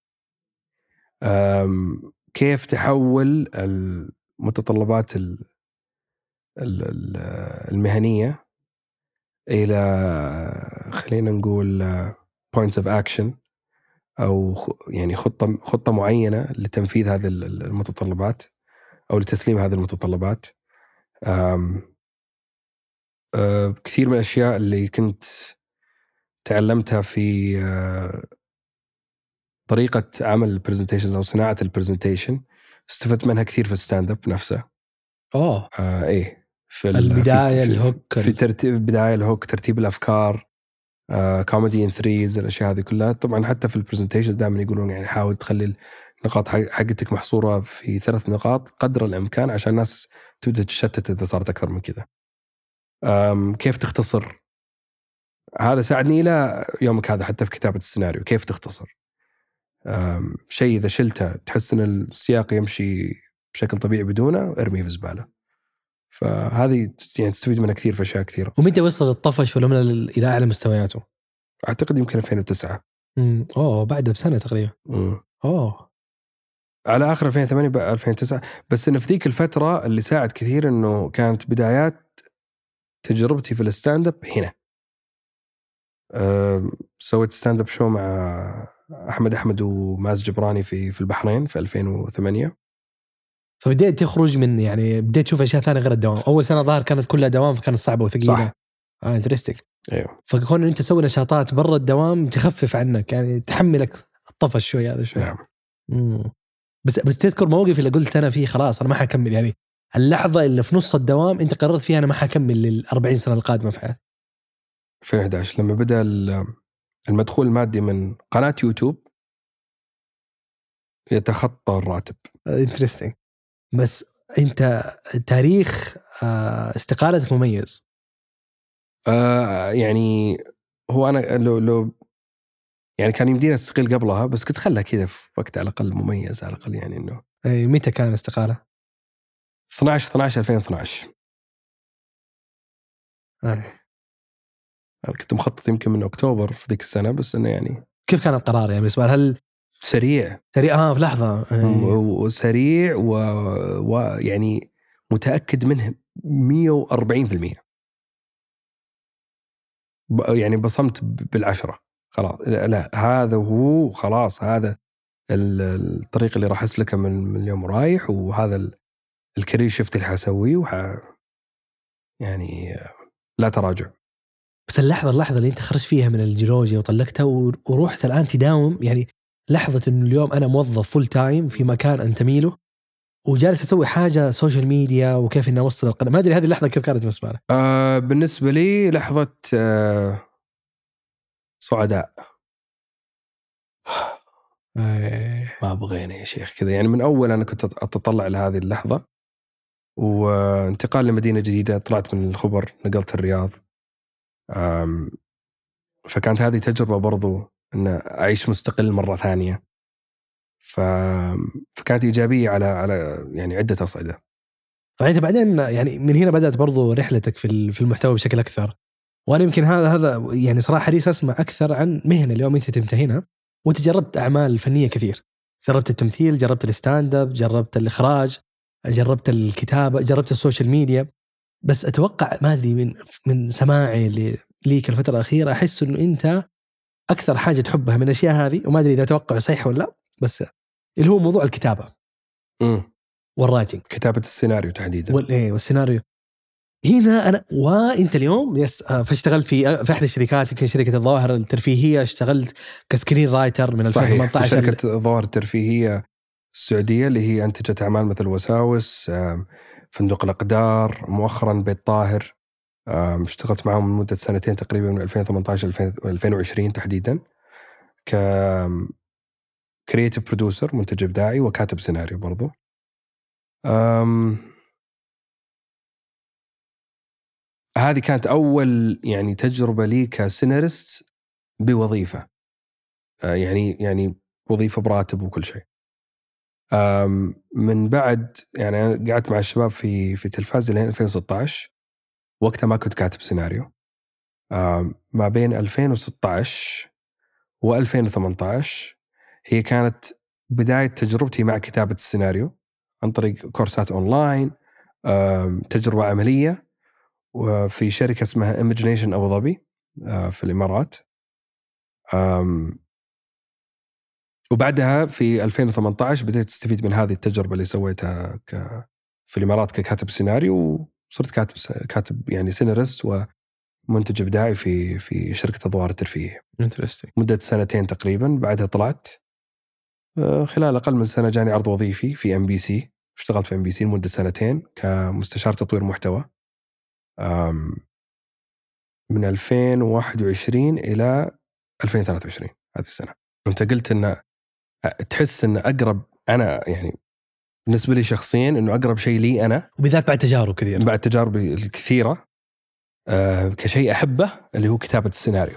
آم، كيف تحول المتطلبات ال- ال- ال- المهنية إلى خلينا نقول points of action، أو خ- يعني خطة خطة معينة لتنفيذ هذه ال- المتطلبات أو لتسليم هذه المتطلبات. آم، آه، كثير من الأشياء اللي كنت تعلمتها في آه، طريقة عمل البرزنتيشن أو صناعة البرزنتيشن استفدت منها كثير في الستاند اب نفسه. اوه آه إيه في ال- البداية، في الهوك، في ال- ترتيب البداية، الهوك، ترتيب الأفكار، كوميدي ان ثريز، الأشياء هذه كلها. طبعا حتى في البرزنتيشن دائما يقولون يعني حاول تخلي النقاط حق- حقتك محصورة في ثلاث نقاط قدر الإمكان عشان الناس تبدأ تشتت إذا صارت أكثر من كذا. آم، كيف تختصر، هذا ساعدني إلى يومك هذا حتى في كتابة السيناريو. كيف تختصر آم، شيء إذا شلته تحس أن السياق يمشي بشكل طبيعي بدونه، ارميه في الزبالة. فهذه يعني تستفيد منها كثير في أشياء كثيرة. ومتى وصل الطفش ولا من ال- الى اعلى مستوياته؟ أعتقد يمكن ألفين وتسعة. امم اوه بعدها بسنه تقريبا. مم. اوه على آخر ألفين وثمانية بقى ألفين وتسعة. بس إن في ذيك الفترة اللي ساعد كثير إنه كانت بدايات تجربتي في الستاند اب هنا. أه سويت ستاند اب شو مع أحمد أحمد وماز جبراني في في البحرين في ألفين وثمانية. فبديت تخرج من يعني بديت تشوف اشياء ثانيه غير الدوام. اول سنه ظاهر كانت كلها دوام فكانت صعبه وثقيله. صح. اه انترستيك. أيوه. فكون إن انت تسوي نشاطات برا الدوام تخفف عنك يعني تحملك الطفش شوي هذا شوي. نعم. مم. بس بس تذكر موقف اللي قلت انا فيه خلاص انا ما حكمل، يعني اللحظه اللي في نص الدوام انت قررت فيها انا ما حكمل لل أربعين سنه القادمه في حياتي؟ ألفين وأحد عشر لما بدأ المدخول المادي من قناة يوتيوب يتخطى الراتب. انترستينج. بس انت تاريخ آه، استقالتك مميز. آه يعني هو أنا لو لو يعني كان يمدينا استقيل قبلها، بس كنت خلها كذا في وقت على الأقل مميز، على الأقل يعني إنه أي متى كان استقالة؟ اثناشر اثناشر ألفين واثناشر. أي. أنا كنت مخطط يمكن من أكتوبر في ذيك السنة، بس إنه يعني كيف كان القرار يعني بالنسبة لك؟ هل سريع سريع اه في لحظة و- وسريع ويعني و... متأكد منه مية وأربعين بالمية. ب... يعني بصمت ب- بالعشرة خلاص. لا, لا هذا هو خلاص، هذا ال- الطريق اللي راح أسلكه من, من اليوم رايح، وهذا ال... الكارير شفت اللي حسويه وح... يعني لا تراجع. بس اللحظة اللحظة اللي انت خرجت فيها من الجيولوجيا وطلقتها و- ورحت الآن تداوم، يعني لحظة انه اليوم انا موظف فول تايم في مكان انتمي له وجالس اسوي حاجة سوشيال ميديا وكيف اني اوصل القناة، ما ادري هذه اللحظة كيف كانت بالنسبة لك؟ آه بالنسبة لي لحظة آه سعداء. ما بغينا يا شيخ كذا، يعني من أول أنا كنت أتطلع لهذه اللحظة، وانتقال لمدينة جديدة، طلعت من الخبر نقلت الرياض. فكانت هذه تجربة برضو أن أعيش مستقل مرة ثانية. ف... فكانت إيجابية على على يعني عدة أصعدة. فأنت بعدين يعني من هنا بدأت برضو رحلتك في في المحتوى بشكل أكثر. وأنا يمكن هذا هذا يعني صراحة حريص أسمع أكثر عن مهنة اليوم أنت تمتهنها، وأنت جربت أعمال فنية كثير، جربت التمثيل، جربت الستاند اب، جربت الإخراج، جربت الكتابة، جربت السوشيال ميديا. بس أتوقع ما أدري من من سماعي ليك الفترة الأخيرة أحس إنه أنت أكثر حاجة تحبها من الأشياء هذه، وما أدري إذا أتوقع صحيح ولا لا، بس اللي هو موضوع الكتابة امم والرايتنج، كتابة السيناريو تحديدا. والإيه والسيناريو. هنا أنا وأنت اليوم يس فاشتغلت في في أحد الشركات، يمكن شركة الظواهر الترفيهية، اشتغلت كسكرين رايتر من صحيح، ألفين وثمانية عشر. في شركة الظواهر الترفيهية السعودية اللي هي أنتجت أعمال مثل وساوس، فندق الأقدار، مؤخرا بيت طاهر. اشتغلت معهم من مدة سنتين تقريبا، من ألفين وثمانية عشر ألفين وعشرين تحديدا، ك كرييتيف برودوسر، منتج إبداعي وكاتب سيناريو برضو. أم... هذه كانت أول يعني تجربة لي كسيناريست بوظيفة، أه يعني يعني وظيفة براتب وكل شيء. أم... من بعد يعني أنا قعدت مع الشباب في في تلفاز لين ألفين وستة عشر، وقتها ما كنت كاتب سيناريو. أم... ما بين ألفين وستة عشر وألفين وثمانية عشر هي كانت بداية تجربتي مع كتابة السيناريو عن طريق كورسات أونلاين، تجربة عملية، وفي شركة اسمها Imagination أبو ظبي في الإمارات. وبعدها في ألفين وثمانية عشر بديت استفيد من هذه التجربة اللي سويتها في الإمارات ككاتب سيناريو، وصرت كاتب كاتب يعني سيناريست ومنتج إبداعي في في شركة الظواهر الترفيهية مدة سنتين تقريبا. بعدها طلعت خلال أقل من سنة جاني عرض وظيفي في إم بي سي، اشتغلت في إم بي سي لمدة سنتين كمستشار تطوير محتوى من ألفين وواحد وعشرين إلى ألفين وثلاثة وعشرين هذه السنة. أنت قلت أن تحس أن أقرب، أنا يعني بالنسبة لي شخصيا أنه أقرب شيء لي أنا، وبالذات بعد تجارب كثيرة، بعد تجاربي الكثيرة أه كشيء أحبه، اللي هو كتابة السيناريو.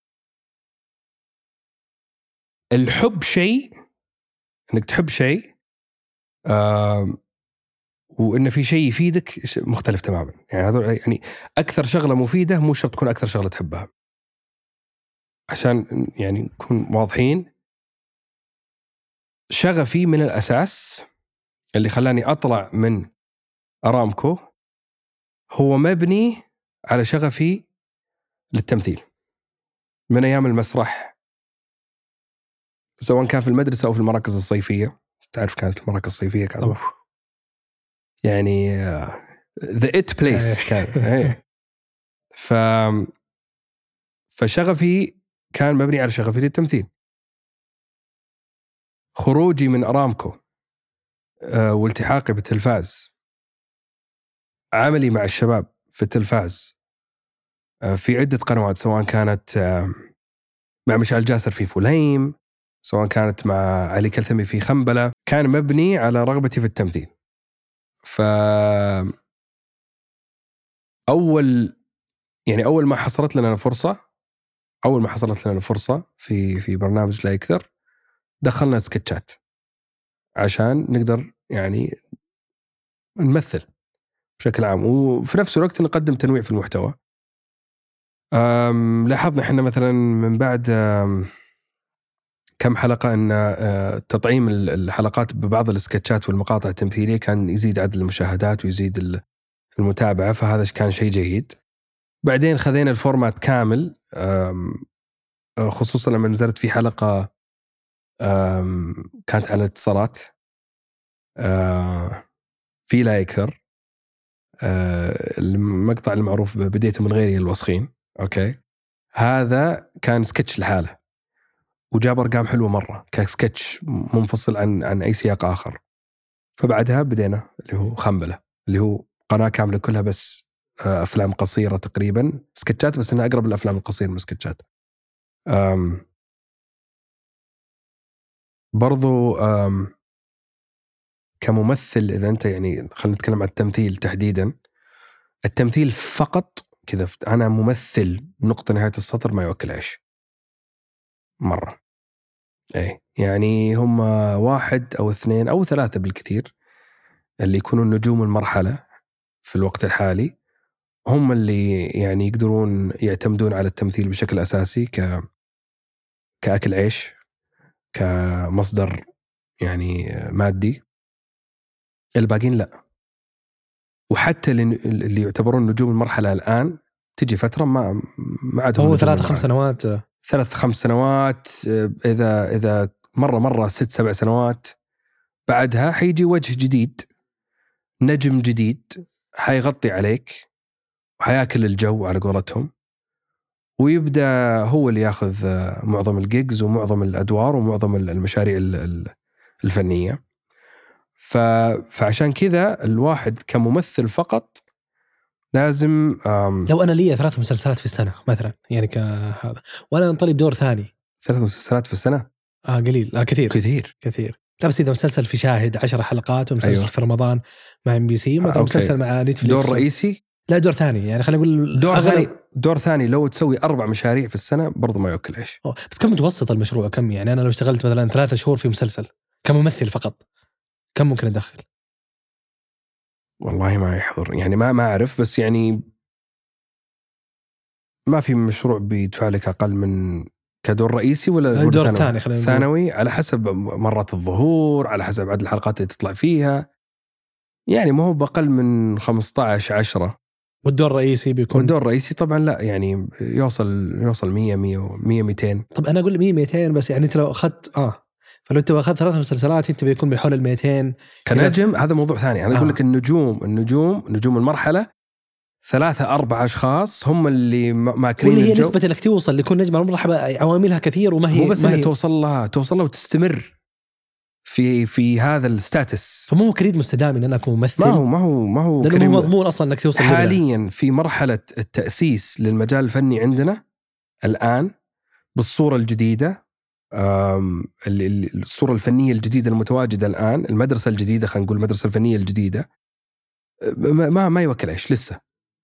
الحب شيء، أنك تحب شيء أه وإن في شيء يفيدك مختلف تماما. يعني هذول يعني أكثر شغلة مفيدة مو شرط تكون أكثر شغلة تحبها. عشان يعني نكون واضحين، شغفي من الأساس اللي خلاني أطلع من أرامكو هو مبني على شغفي للتمثيل من أيام المسرح، سواء كان في المدرسة أو في المراكز الصيفية. تعرف كانت المراكز الصيفية كانت يعني the it place كان. ف فشغفي كان مبني على شغفي للتمثيل. خروجي من أرامكو أه والتحاقي بالتلفاز، عملي مع الشباب في التلفاز أه في عدة قنوات، سواء كانت أه مع مشعل جاسر في فليم، سواء كانت مع علي كلثمي في خنبلة، كان مبني على رغبتي في التمثيل. ف أول يعني أول ما حصلت لنا فرصة أول ما حصلت لنا فرصة في في برنامج لا يكثر، دخلنا سكتشات عشان نقدر يعني نمثل بشكل عام، وفي نفس الوقت نقدم تنويع في المحتوى. لاحظنا احنا مثلا من بعد كم حلقة أن تطعيم الحلقات ببعض السكتشات والمقاطع التمثيلية كان يزيد عدد المشاهدات ويزيد المتابعة، فهذا كان شيء جيد. بعدين خذينا الفورمات كامل، خصوصا لما نزلت في حلقة كانت على الاتصالات في لا يكثر، المقطع المعروف بديته من غيري الوسخين. أوكي، هذا كان سكتش لحاله وجاب أرقام حلوة مرة كسكتش منفصل عن عن أي سياق آخر. فبعدها بدينا اللي هو خنبلة، اللي هو قناة كاملة كلها بس أفلام قصيرة تقريبا، سكتشات بس إنها أقرب الأفلام القصيرة من سكتشات. أم برضو أم كممثل، إذا أنت يعني خلينا نتكلم عن التمثيل تحديدا، التمثيل فقط كذا أنا ممثل نقطة نهاية السطر ما يوكل عيش مرة. إيه يعني هم واحد أو اثنين أو ثلاثة بالكثير اللي يكونوا نجوم المرحلة في الوقت الحالي، هم اللي يعني يقدرون يعتمدون على التمثيل بشكل أساسي ك كأكل عيش، كمصدر يعني مادي. الباقين لا. وحتى اللي يعتبرون نجوم المرحلة الآن تجي فترة ما ما عادهم هو ثلاث خمس سنوات ثلاث خمس سنوات إذا إذا مرة مرة ست سبع سنوات بعدها حيجي وجه جديد، نجم جديد حيغطي عليك وحياكل الجو على قولتهم، ويبدأ هو اللي ياخذ معظم الجيجز ومعظم الأدوار ومعظم المشاريع الفنية. فعشان كذا الواحد كممثل فقط لازم لو أنا لي ثلاث مسلسلات في السنة مثلا يعني كهذا وأنا أنطلب دور ثاني. ثلاث مسلسلات في السنة آه قليل. آه كثير كثير كثير. لا بس إذا مسلسل في شاهد عشر حلقات ومسلسل أيوه. في رمضان مع ام بي سي مثلا، مسلسل مع نتفليكس دور رئيسي. لا دور ثاني يعني خلينا نقول دور ثاني. دور ثاني لو تسوي أربع مشاريع في السنة برضو ما يأكل عيش. بس كم متوسط المشروع كم يعني؟ أنا لو اشتغلت مثلا ثلاثة شهور في مسلسل كممثل فقط كم ممكن أدخل؟ والله ما يحضر يعني ما ما أعرف، بس يعني ما في مشروع بيدفع لك أقل من كدور رئيسي ولا دور, دور ثاني خلينا نقول ثانوي على حسب مرات الظهور، على حسب عدد الحلقات اللي تطلع فيها، يعني ما هو بأقل من خمسة عشر عشرة. والدور الرئيسي بيكون والدور الرئيسي طبعا لا يعني يوصل يوصل مية مية مية ميتين. طب أنا أقول مية ميتين بس يعني أنت لو أخذت آه فلو أنت أخذت ثلاث مسلسلات أنت بيكون بحول الميتين كنجم. هذا موضوع ثاني. أنا أقول آه. لك النجوم النجوم نجوم المرحلة ثلاثة أربعة أشخاص هم اللي ماكلين الجو. واللي هي نسبة إنك توصل لكون نجم المرحلة عواملها كثير وما هي مو بس ما إنك هي... توصل لها توصل لها وتستمر في في هذا الستاتس. فمو كريد مستدام إن أنا أكون ممثل. ما هو ما هو ما هو لأنه مو مضمون أصلا إنك توصل حاليا لبدا. في مرحلة التأسيس للمجال الفني عندنا الآن بالصورة الجديدة، الصورة الفنية الجديدة المتواجدة الآن، المدرسة الجديدة خلينا نقول المدرسة الفنية الجديدة ما ما يوكل عيش لسه.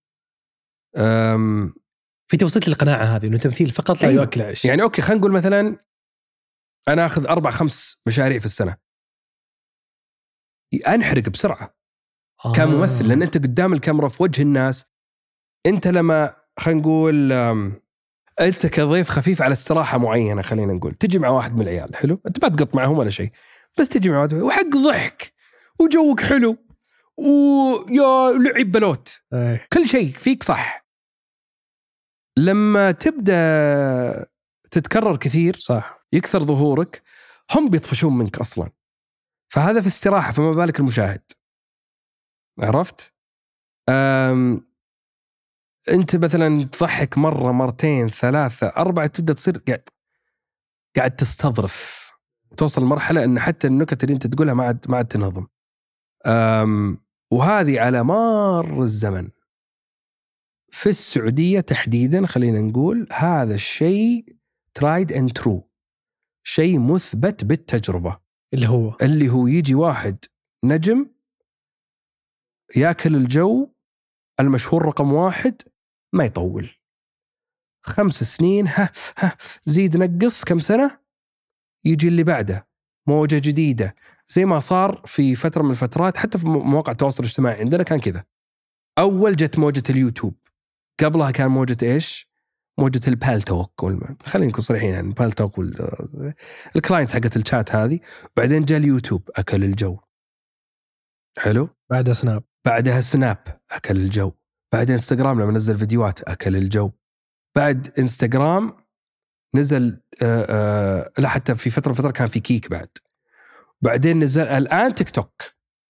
في توصلت للقناعة هذه إنه تمثيل فقط لا أيوة. يوكل عيش. يعني أوكي خلينا نقول مثلا أنا أخذ أربع خمس مشاريع في السنة أنحرق بسرعة آه. كممثل، لأن أنت قدام الكاميرا في وجه الناس. أنت لما خلينا نقول أنت كضيف خفيف على استراحة معينة خلينا نقول تجي مع واحد من العيال حلو، أنت ما تقط معهم ولا شيء، بس تجي مع واحد وحق ضحك وجوك حلو ويا لعب بلوت أي. كل شيء فيك صح. لما تبدأ تتكرر كثير صح يكثر ظهورك هم بيطفشون منك أصلا، فهذا في استراحة، فما بالك المشاهد. عرفت؟ أم أنت مثلا تضحك مرة مرتين ثلاثة أربعة تبدأ تصير قاعد قاعد تستظرف، توصل مرحلة أن حتى النكت اللي أنت تقولها ما عاد ما عاد تنهضم. أم وهذه على مر الزمن في السعودية تحديدا خلينا نقول هذا الشيء tried and true، شيء مثبت بالتجربة. اللي هو اللي هو يجي واحد نجم ياكل الجو المشهور رقم واحد ما يطول خمس سنين ها ها زيد نقص كم سنة يجي اللي بعده موجة جديدة، زي ما صار في فترة من الفترات حتى في مواقع التواصل الاجتماعي عندنا كان كذا. أول جت موجة اليوتيوب، قبلها كان موجة إيش؟ موجة البالتوك والم... خلينا نكون صريحين يعني البالتوك والكلاينتس حقت الشات هذه. بعدين جاء اليوتيوب أكل الجو حلو، بعدها سناب، بعدها سناب أكل الجو، بعد انستغرام لما نزل فيديوهات أكل الجو، بعد انستغرام نزل آآ آآ لا حتى في فترة فترة كان في كيك بعد، بعدين نزل الآن تيك توك،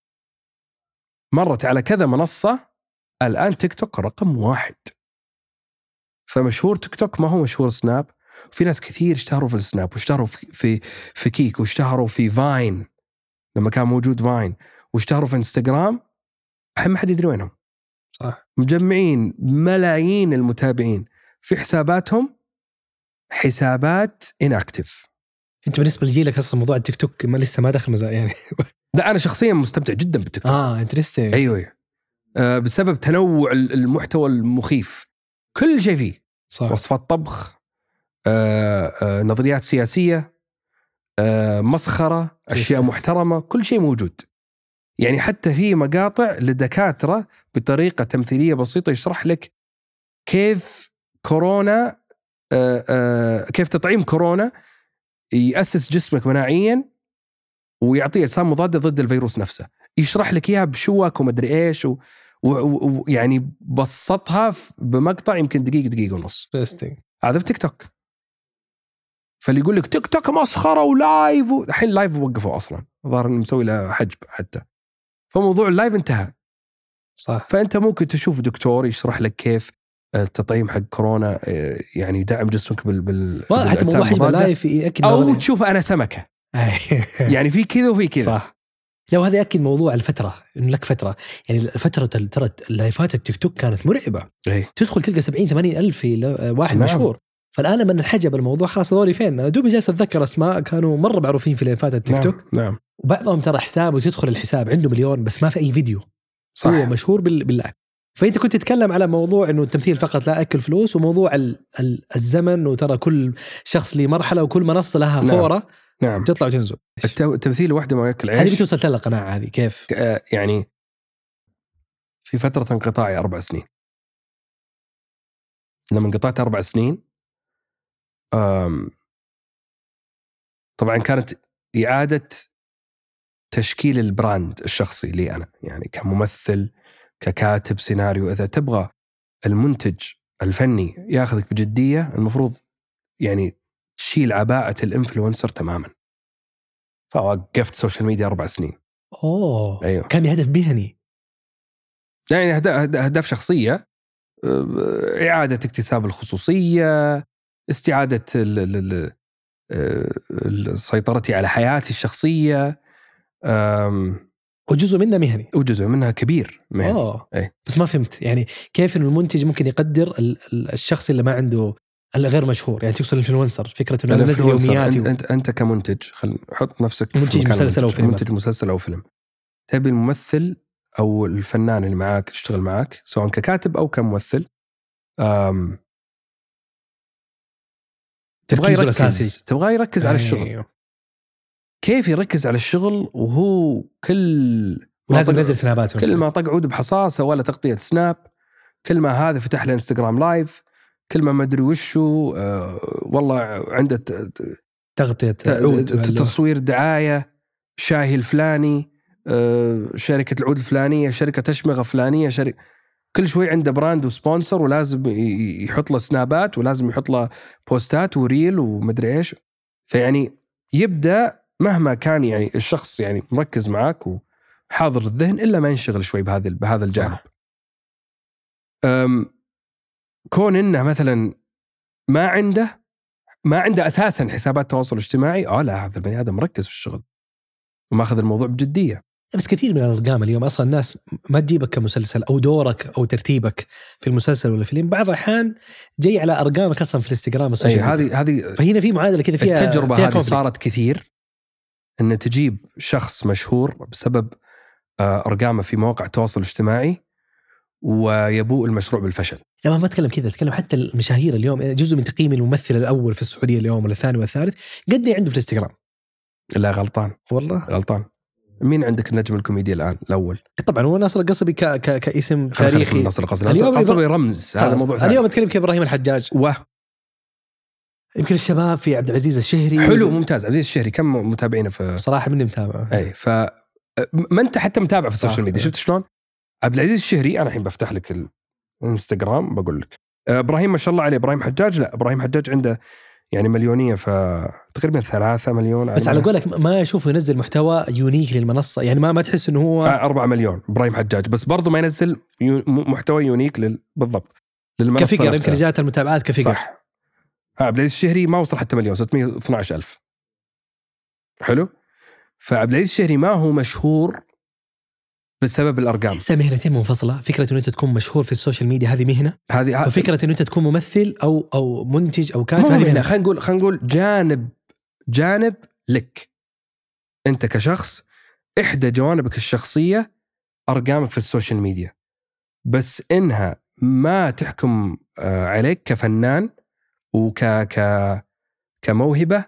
مرت على كذا منصة، الآن تيك توك رقم واحد. فمشهور تيك توك ما هو مشهور سناب. في ناس كثير اشتهروا في السناب واشتهروا في في, في كيك واشتهروا في فاين لما كان موجود فاين، واشتهروا في انستغرام ما حد يدري وينهم. صح. مجمعين ملايين المتابعين في حساباتهم، حسابات inactive. انت بالنسبه لجيلك اصلا موضوع التيك توك ما لسه ما دخل مزايا يعني؟ لا انا شخصيا مستمتع جدا بالتيك توك. اه انترستينج. ايوه آه بسبب تنوع المحتوى المخيف. كل شيء فيه، صح. وصفات طبخ، آه، آه، نظريات سياسية، آه، مسخرة، أشياء يس. محترمة، كل شيء موجود. يعني حتى في مقاطع لدكاترة بطريقة تمثيلية بسيطة يشرح لك كيف كورونا، آه، آه، كيف تطعيم كورونا يأسس جسمك مناعيا ويعطيه أجسام مضادة ضد الفيروس نفسه. يشرح لك إياها بشوك ومدري إيش، ويعني بسطها بمقطع يمكن دقيقة دقيقة ونص. هذا في تيك توك. فاللي يقول لك تيك توك مسخرة ولايف، الحين لايف وقفوا أصلا، ظهر إنه مسوي له حجب حتى، فموضوع اللايف انتهى. صح. فأنت ممكن تشوف دكتور يشرح لك كيف التطعيم حق كورونا يعني يدعم جسمك بال بال حتى موضوع حجب اللايف يأكد، أو تشوف أنا سمكة يعني في كذا وفي كذا. صح. لو هذا يأكد موضوع الفترة، إنه لك فترة، يعني الفترة ترى اللايفات التيك توك كانت مرعبة. إيه؟ تدخل تلقى سبعين ثمانين ألف في واحد نعم. مشهور. فالآن لما انحجب الموضوع خلاص دوري فين. أنا دوبي جالس أتذكر أسماء كانوا مرة معروفين في لايفات التيك نعم. توك. نعم. وبعضهم ترى حساب وتدخل الحساب عنده مليون بس ما في أي فيديو. صح. هو مشهور بالله. فأنت كنت تتكلم على موضوع إنه التمثيل فقط لا أكل فلوس، وموضوع ال ال الزمن، وترى كل شخص لي مرحلة وكل منصة لها فورة. نعم. نعم. تطلع وتنزل. التمثيل واحدة ما ياكل عيش. هذه بتوصل ثلاث قناعة هذه كيف؟ يعني في فترة انقطاعي أربع سنين، لما انقطعت أربع سنين طبعا كانت إعادة تشكيل البراند الشخصي لي أنا، يعني كممثل ككاتب سيناريو. إذا تبغى المنتج الفني ياخذك بجدية، المفروض يعني تشيل عباءة الإنفلونسر تماما. فوقفت سوشيال ميديا أربع سنين. أوه. أيوه. كان هدف مهني، يعني أهداف شخصية، إعادة اكتساب الخصوصية، استعادة سيطرتي على حياتي الشخصية، وجزء منها مهني وجزء منها كبير مهني. أوه. أي. بس ما فهمت يعني كيف إنه المنتج ممكن يقدر الشخص اللي ما عنده الغير مشهور، يعني تقصد الانفلونسر، فكرة إنه ننزل يومياتي. أنت, أنت أنت كمنتج، خل حط نفسك منتج مسلسل أو فيلم. منتج مسلسل أو فيلم. تبي الممثل أو الفنان اللي معاك تشتغل معاك سواء ككاتب أو كممثل، أم... تبغى يركز تبغى يركز على الشغل. كيف يركز على الشغل وهو كل لازم ينزل سنابات، كل ما طقعود بحصاصة ولا تغطية سناب، كل ما هذا فتح له انستغرام لايف، كل ما ما ادري وشو آه والله عنده تغطية تصوير دعاية شاهي الفلاني، آه شركة العود الفلانية، شركة تشمغة فلانية، شركة كل شوي عنده براند وسبونسر، ولازم يحط له سنابات، ولازم يحط له بوستات وريل ومدري ايش. فيعني يبدأ مهما كان يعني الشخص يعني مركز معاك وحاضر الذهن إلا ما ينشغل شوي بهذا بهذا الجانب. أم كون إنه مثلا ما عنده ما عنده أساسا حسابات تواصل اجتماعي، آه لا، هذا البني آدم مركز في الشغل وما أخذ الموضوع بجدية. بس كثير من الأرقام اليوم أصلا الناس ما تجيبك كمسلسل أو دورك أو ترتيبك في المسلسل ولا فيلم، بعض الأحيان جاي على أرقامك أصلا في الانستغرام. أي هذه هذه فهنا في معادلة كذا فيها التجربة فيها هذه صارت كثير، إن تجيب شخص مشهور بسبب أرقامه في مواقع التواصل الاجتماعي ويبوء المشروع بالفشل. لما ما أتكلم كذا، أتكلم حتى المشاهير اليوم، جزء من تقييم الممثل الأول في السعودية اليوم ولا الثاني والثالث قد عنده في الانستغرام. لا غلطان والله غلطان. مين عندك النجم الكوميدي الآن الأول؟ طبعا هو ناصر القصبي ك... ك... كاسم تاريخي. ناصر القصبي ناصر القصبي رمز، هذا موضوع ثاني. اليوم أتكلم كإبراهيم الحجاج، و يمكن الشباب في عبد العزيز الشهري. حلو ممتاز. عبد العزيز الشهري كم متابعينه في صراحة مني متابع. أي ف ما أنت حتى متابع في السوشيال ميديا. شفت شلون عبد العزيز الشهري؟ أنا الحين بفتح لك الانستغرام بقول لك إبراهيم ما شاء الله عليه. إبراهيم حجاج لا إبراهيم حجاج عنده يعني مليونية، فتقريبا ثلاثة مليون. بس على قولك ما يشوفه ينزل محتوى يونيك للمنصة، يعني ما ما تحس إنه هو أربعة مليون إبراهيم حجاج، بس برضو ما ينزل يو... محتوى يونيك لل... بالضبط للمنصة كفكرة. يمكن جاءت المتابعات كفكرة. صح. عبد العزيز الشهري ما وصل حتى مليون، ستمائة واثني عشر ألف. حلو. فعبد العزيز الشهري ما هو مشهور بسبب الأرقام. تحسها مهنتين منفصلة، فكرة إنه أنت تكون مشهور في السوشيال ميديا هذه مهنة، هذه وفكرة إنه أنت تكون ممثل أو أو منتج أو كاتب هذه مهنة. خلينا نقول خلينا نقول جانب جانب لك أنت كشخص، إحدى جوانبك الشخصية أرقامك في السوشيال ميديا، بس إنها ما تحكم عليك كفنان وك ك كموهبة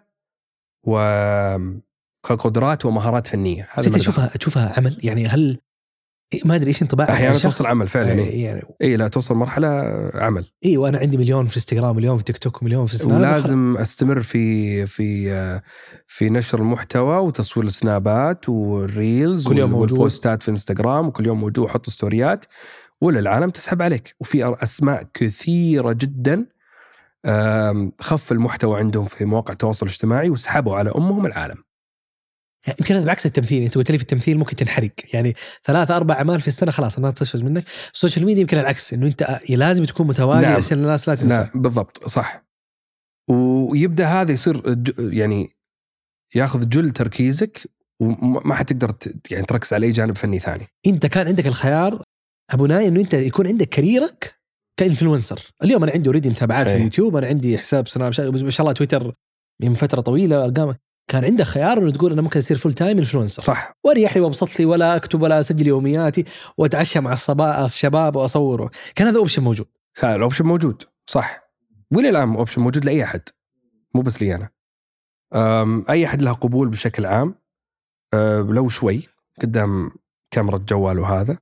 وكقدرات ومهارات فنية. هذا ما تشوفها تشوفها عمل يعني. هل ما ادري ايش انطباعك احيانا توصل عمل فعلا. آه إيه؟ يعني اي لا توصل مرحله عمل. اي وانا عندي مليون في انستغرام، مليون في تيك توك، ومليون في سناب، ولازم استمر في في في نشر المحتوى وتصوير السنابات والريلز كل يوم موجود، والبوستات في انستغرام، وكل يوم موجود، وحط ستوريات، ولا العالم تسحب عليك. وفي اسماء كثيره جدا خف المحتوى عندهم في مواقع التواصل الاجتماعي وسحبوا على امهم العالم. يعني يمكن هذا بعكس التمثيل. انت قلت لي في التمثيل ممكن تنحرق، يعني ثلاث اربع اعمال في السنه خلاص الناس تشفز منك. السوشيال ميديا يمكن العكس، انه انت لازم تكون متواجد نعم. عشان الناس لا تنسى. نعم بالضبط صح. ويبدا هذا يصير يعني ياخذ جل تركيزك وما حتقدر يعني تركز على اي جانب فني ثاني. انت كان عندك الخيار ابو ناي انه انت يكون عندك كاريرك كإنفلونسر. اليوم انا عندي اوريدي متابعات في اليوتيوب، انا عندي حساب سناب شات ما شاء الله، تويتر من فتره طويله ارقام. كان عندك خيار انه تقول انا ممكن اصير فول تايم انفلونسر، صح، واريح لي وابسط لي، ولا اكتب ولا اسجل يومياتي واتعشى مع الشباب واصوره. كان هذا اوبشن موجود. كان الاوبشن موجود صح، والى الان اوبشن موجود لاي احد، مو بس لي انا. اي احد له قبول بشكل عام لو شوي قدام كاميرا الجوال وهذا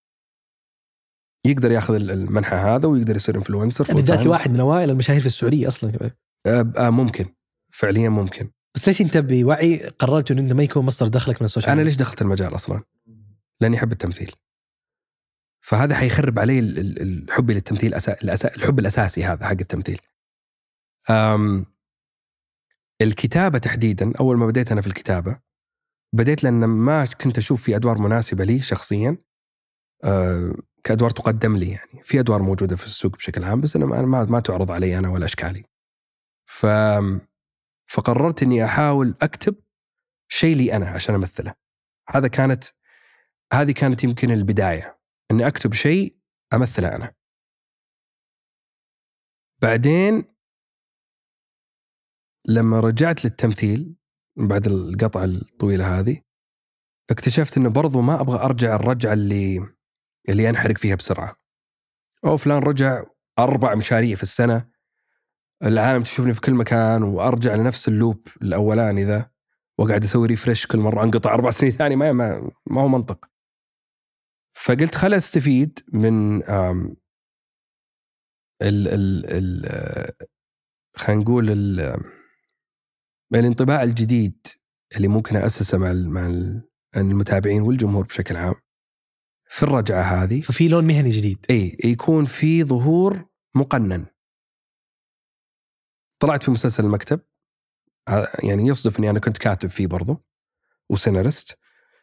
يقدر ياخذ المنحى هذا ويقدر يصير انفلونسر. بالذات لواحد من اوائل المشاهير في السعوديه اصلا. ممكن فعليا ممكن. بس ليش انت بوعي قررت انه ما يكون مصدر دخلك من السوشيال انا ميديا؟ ليش دخلت المجال اصلا؟ لاني احب التمثيل، فهذا حيخرب علي الحب للتمثيل، الحب الاساسي هذا حق التمثيل. أم الكتابه تحديدا، اول ما بديت انا في الكتابه بديت لان ما كنت اشوف في ادوار مناسبه لي شخصيا، أه كادوار تقدم لي. يعني في ادوار موجوده في السوق بشكل عام بس انا ما ما تعرض علي انا ولا اشكالي. ف فقررت اني احاول اكتب شيء لي انا عشان امثله. هذا كانت هذه كانت يمكن البدايه، اني اكتب شيء امثله انا. بعدين لما رجعت للتمثيل بعد القطعه الطويله هذه اكتشفت انه برضو ما ابغى ارجع الرجعه اللي اللي انحرق فيها بسرعه. او فلان رجع اربع مشاريع في السنه، العالم تشوفني في كل مكان، وارجع لنفس اللوب الاولاني ذا وقاعد اسوي ريفرش كل مره، انقطع اربع سنين ثاني. ما ما, ما هو منطق. فقلت خل استفيد من ال ال ال خلينا نقول الانطباع الجديد اللي ممكن اسسه مع مع المتابعين والجمهور بشكل عام في الرجعه هذه. ففي لون مهني جديد، اي يكون في ظهور مقنن. طلعت في مسلسل المكتب، يعني يصدف اني انا كنت كاتب فيه برضو وسيناريست.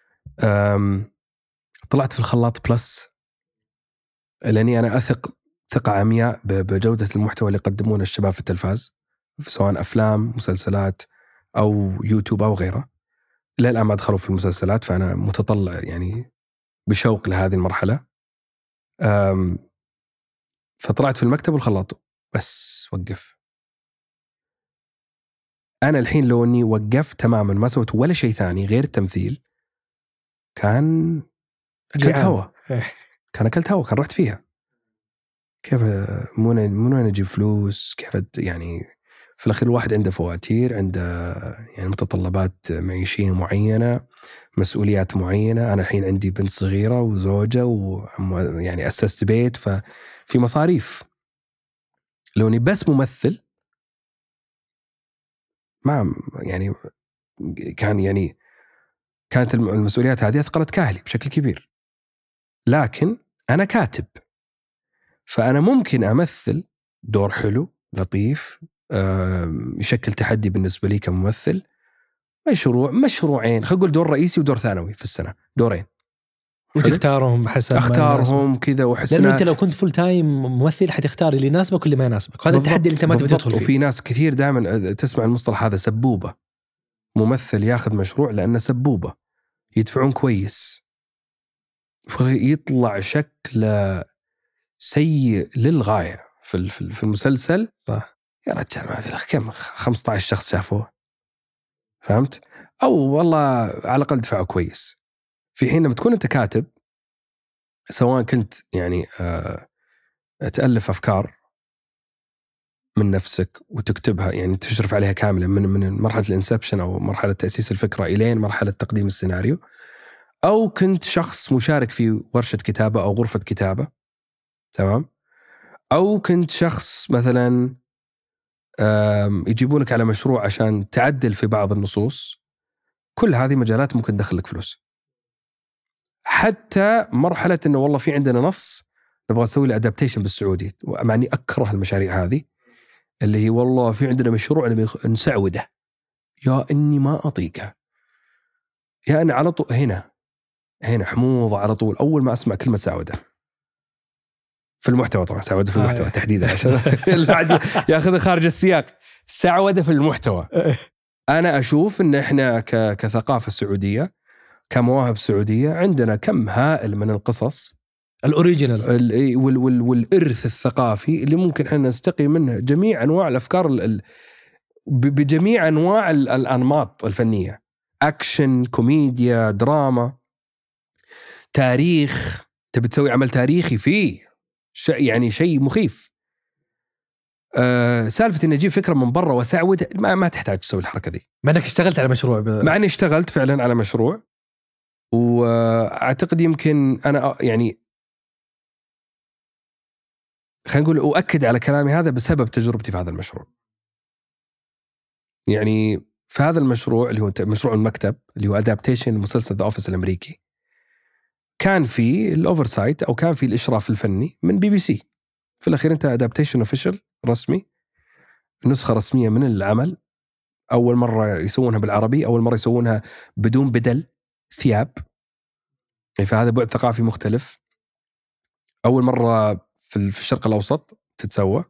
طلعت في الخلاط بلس لاني انا اثق ثقه عمياء بجوده المحتوى اللي يقدمونه الشباب في التلفاز، سواء افلام مسلسلات او يوتيوب او غيره. لا الان ما دخلوا في المسلسلات، فانا متطلع يعني بشوق لهذه المرحله. فطلعت في المكتب والخلاط بس وقف. أنا الحين لو أني وقفت تماما ما سويت ولا شيء ثاني غير التمثيل كان أكلت هوا. كان أكلت هوا، كان رحت فيها. كيف من من وين أجيب فلوس؟ كيف يعني في الأخير الواحد عنده فواتير، عنده يعني متطلبات معيشية معينة، مسؤوليات معينة. أنا الحين عندي بنت صغيرة وزوجة ويعني أسست بيت، ففي مصاريف. لو أني بس ممثل ما يعني كان يعني كانت المسؤوليات هذه أثقلت كاهلي بشكل كبير. لكن أنا كاتب، فأنا ممكن أمثل دور حلو لطيف يشكل تحدي بالنسبة لي كممثل. مشروع مشروعين، خلينا نقول دور رئيسي ودور ثانوي في السنة، دورين، وتختارهم حسب أختارهم كذا وحسنا. لأنه أنت لو كنت فول تايم ممثل حتختار اللي يناسبك واللي ما يناسبك، وهذا التحدي اللي أنت ما تبي تدخل فيه. وفي ناس كثير دائما تسمع المصطلح هذا سبوبة، ممثل ياخذ مشروع لأنه سبوبة، يدفعون كويس فيطلع شكله سيء للغاية في في المسلسل. صح يا رجال ما في كم خمسة عشر شخص شافوه، فهمت؟ أو والله على الأقل دفعوا كويس. في حين لما تكون أنت كاتب، سواء كنت يعني أه تألف أفكار من نفسك وتكتبها، يعني تشرف عليها كاملا من من مرحلة الانسبشن أو مرحلة تأسيس الفكرة إلين مرحلة تقديم السيناريو، أو كنت شخص مشارك في ورشة كتابة أو غرفة كتابة، تمام، أو كنت شخص مثلا يجيبونك على مشروع عشان تعدل في بعض النصوص. كل هذه مجالات ممكن تدخلك فلوس. حتى مرحلة إنه والله في عندنا نص نبغى نسوي له أدابتيشن بالسعودي، مع إني أكره المشاريع هذه اللي هي والله في عندنا مشروع نبي نسعوده، يا إني ما أطيقها، يا أنا على طول هنا هنا حموضة على طول أول ما أسمع كلمة سعودة في المحتوى. طبعا سعودة في المحتوى آه. تحديدا عشان الواحد ياخذ خارج السياق. سعودة في المحتوى. أنا أشوف إن إحنا ك... كثقافة سعودية، كمواهب سعودية، عندنا كم هائل من القصص الأوريجينال ال... وال... وال... والإرث الثقافي اللي ممكن إحنا نستقي منه جميع أنواع الأفكار ال... ب... بجميع أنواع ال... الأنماط الفنية، أكشن، كوميديا، دراما، تاريخ. تبي تسوي عمل تاريخي فيه شيء يعني شيء مخيف. أه سالفة إن أجيب فكرة من برا وسعود ما, ما تحتاج تسوي الحركة دي. مع أنك اشتغلت على مشروع ب... مع أني اشتغلت فعلا على مشروع، وأعتقد يمكن أنا يعني خلينا نقول أؤكد على كلامي هذا بسبب تجربتي في هذا المشروع. يعني في هذا المشروع اللي هو مشروع المكتب اللي هو أدابتيشن مسلسل ذا أوفيس الأمريكي، كان في الأوفرسايت أو كان في الإشراف الفني من بي بي سي. في الأخير أنت أدابتيشن أوفيشال رسمي، نسخة رسمية من العمل، أول مرة يسوونها بالعربي، أول مرة يسوونها بدون بدل ثياب، يعني فهذا بعد ثقافي مختلف، أول مرة في الشرق الأوسط تتسوى.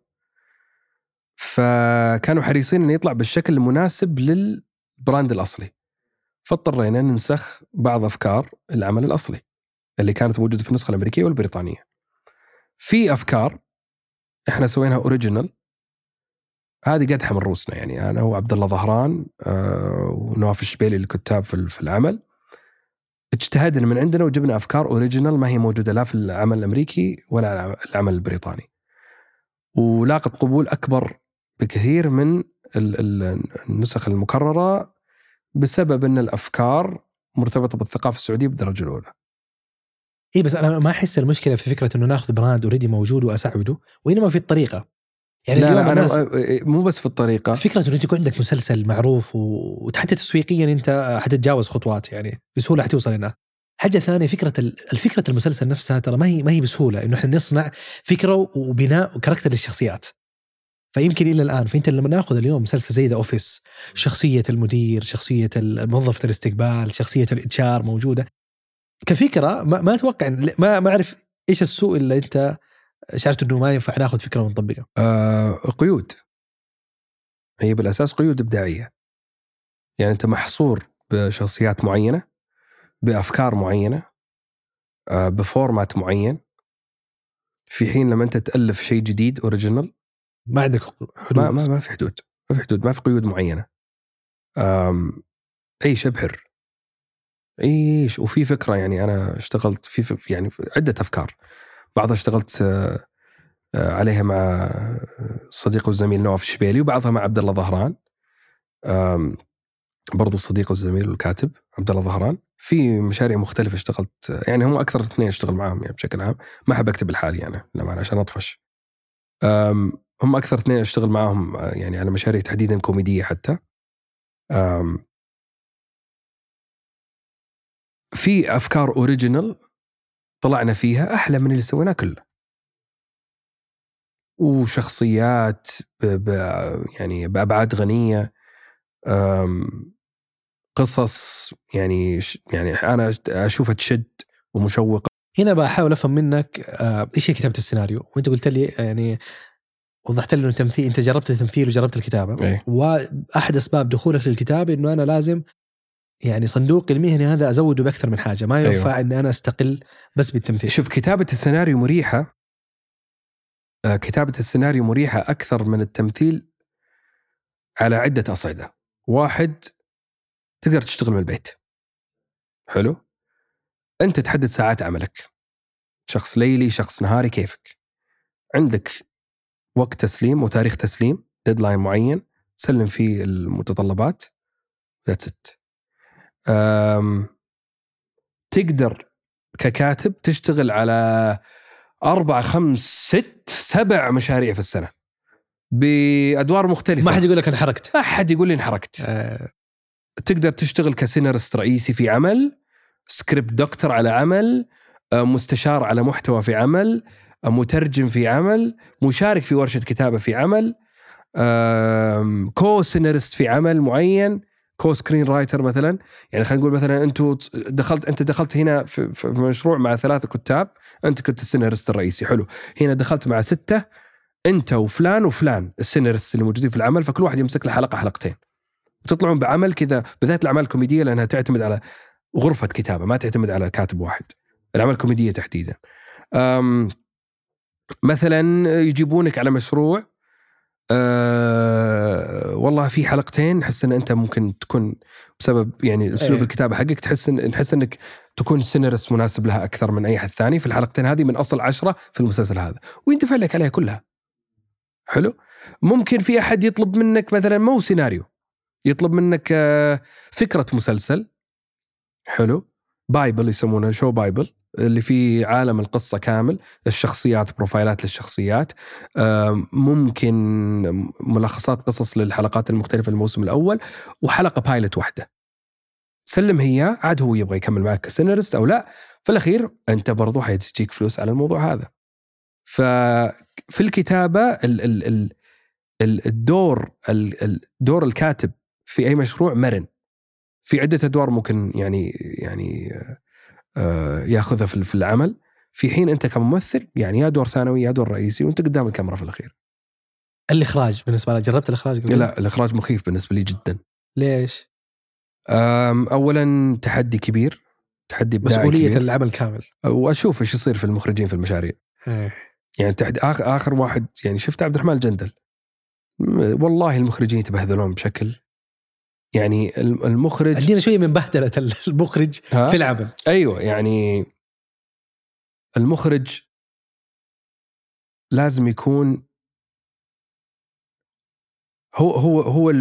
فكانوا حريصين أن يطلع بالشكل المناسب للبراند الأصلي، فاضطرينا ننسخ بعض أفكار العمل الأصلي اللي كانت موجودة في النسخة الأمريكية والبريطانية. في أفكار إحنا سويناها أوريجينال، هذه قدحة من روسنا، يعني أنا وعبد الله ظهران آه ونواف الشبيلي الكتاب في العمل، اجتهدنا من عندنا وجبنا أفكار أوريجينال ما هي موجودة لا في العمل الأمريكي ولا العمل البريطاني، ولاقت قبول أكبر بكثير من النسخ المكررة بسبب أن الأفكار مرتبطة بالثقافة السعودية بالدرجة الأولى. إيه بس أنا ما أحس المشكلة في فكرة أنه ناخذ براند أوريدي موجود وأسعوده، وإنما في الطريقة. يعني لا اليوم لا الناس أنا مو بس في الطريقة، فكرة أنه أنت يكون عندك مسلسل معروف وحتى تسويقيا أنت حتتجاوز خطوات، يعني بسهولة حتوصل هنا. حاجة ثانية فكرة الفكرة المسلسل نفسها ترى ما هي ما هي بسهولة إنه إحنا نصنع فكرة وبناء وكاركتر للشخصيات. فيمكن إلى الآن فأنت لما نأخذ اليوم مسلسل زي ذا أوفيس، شخصية المدير، شخصية الموظف الاستقبال، شخصية الإتش آر موجودة كفكرة، ما ما أتوقع ما ما أعرف إيش السوء اللي أنت شعرت إنه ما ينفع نأخذ فكرة ونطبقها. آه قيود، هي بالأساس قيود إبداعية، يعني أنت محصور بشخصيات معينة، بأفكار معينة، آه بفورمات معين، في حين لما أنت تألف شيء جديد أوريجينال ما عندك حدود، ما, ما, ما في حدود، ما في حدود، ما في قيود معينة. عيش ابحر عيش. وفي فكرة يعني أنا اشتغلت في يعني في عدة أفكار، بعضها اشتغلت عليها مع الصديق والزميل نواف الشبيلي، وبعضها مع عبد الله ظهران، برضو الصديق والزميل والكاتب عبد الله ظهران. في مشاريع مختلفة اشتغلت، يعني هم أكثر اثنين اشتغل معهم يعني بشكل عام، ما أحب أكتب الحالي أنا لما عشان أطفش. هم أكثر اثنين اشتغل معهم يعني على مشاريع تحديدا كوميدية حتى. في أفكار أوريجينال طلعنا فيها أحلى من اللي سويناه كله، وشخصيات ب ب يعني بأبعاد غنية، قصص يعني يعني أنا أشوفها تشد ومشوقة. هنا بحاول أفهم منك آه إيش هي كتابة السيناريو، وأنت قلت لي يعني وضحت لي إنه تمثيل، أنت جربت التمثيل وجربت الكتابة. إيه؟ وأحد أسباب دخولك للكتابة إنه أنا لازم يعني صندوق المهني هذا أزوده بأكثر من حاجة، ما ينفع أيوة. إن أنا أستقل بس بالتمثيل. شوف كتابة السيناريو مريحة، آه كتابة السيناريو مريحة أكثر من التمثيل على عدة أصعدة. واحد، تقدر تشتغل من البيت، حلو، أنت تحدد ساعات عملك، شخص ليلي شخص نهاري كيفك، عندك وقت تسليم وتاريخ تسليم، ديدلاين معين تسلم فيه المتطلبات. That's it. أم تقدر ككاتب تشتغل على أربع خمس ست سبع مشاريع في السنة بأدوار مختلفة. ما حد يقول لك أنا حركت، ما حد يقول لي انحركت. أه. تقدر تشتغل كسيناريست رئيسي في عمل، سكريبت دكتور على عمل، مستشار على محتوى في عمل، مترجم في عمل، مشارك في ورشة كتابة في عمل، كو سيناريست في عمل معين، كو سكرين رايتر مثلا. يعني خلينا نقول مثلا انتوا دخلت انت دخلت هنا في, في مشروع مع ثلاثة كتاب، انت كنت السيناريست الرئيسي. حلو، هنا دخلت مع ستة، انت وفلان وفلان السيناريست اللي موجودين في العمل، فكل واحد يمسك له حلقة حلقتين وتطلعون بعمل كذا. بالذات الأعمال الكوميدية لأنها تعتمد على غرفة كتابة، ما تعتمد على كاتب واحد. الأعمال الكوميدية تحديدا مثلا يجيبونك على مشروع أه والله في حلقتين نحس ان انت ممكن تكون بسبب يعني اسلوب أيه. الكتابه حقك تحس ان نحس انك تكون سيناريست مناسب لها اكثر من اي حد ثاني في الحلقتين هذه من اصل عشرة في المسلسل هذا، ويندفع لك عليها كلها. حلو. ممكن في احد يطلب منك مثلا مو سيناريو، يطلب منك أه فكره مسلسل. حلو، بايبل يسمونه، شو بايبل، اللي فيه عالم القصة كامل، الشخصيات، بروفايلات للشخصيات، ممكن ملخصات قصص للحلقات المختلفة الموسم الأول، وحلقة بايلوت واحدة. سلم هي عاد هو يبغى يكمل معك كسيناريست أو لا، في الأخير أنت برضو حيتجيك فلوس على الموضوع هذا. ففي الكتابة ال ال ال الدور الدور الكاتب في أي مشروع مرن، في عدة أدوار ممكن يعني يعني ياخذها في العمل، في حين أنت كممثل يعني يا دور ثانوي يا دور رئيسي وأنت قدام الكاميرا في الأخير. الإخراج بالنسبة لي، جربت الإخراج قبل؟ لا، الإخراج مخيف بالنسبة لي جدا. ليش؟ أولا تحدي كبير، تحدي إبداعي مسؤولية كبير. العمل كامل. وأشوف إيش يصير في المخرجين في المشاريع. إيه. يعني تحدي آخر, آخر واحد يعني شفت عبد الرحمن الجندل، والله المخرجين يتبهذلون بشكل، يعني المخرج عندنا شوية من بهدلة المخرج في العمل. أيوة، يعني المخرج لازم يكون هو هو هو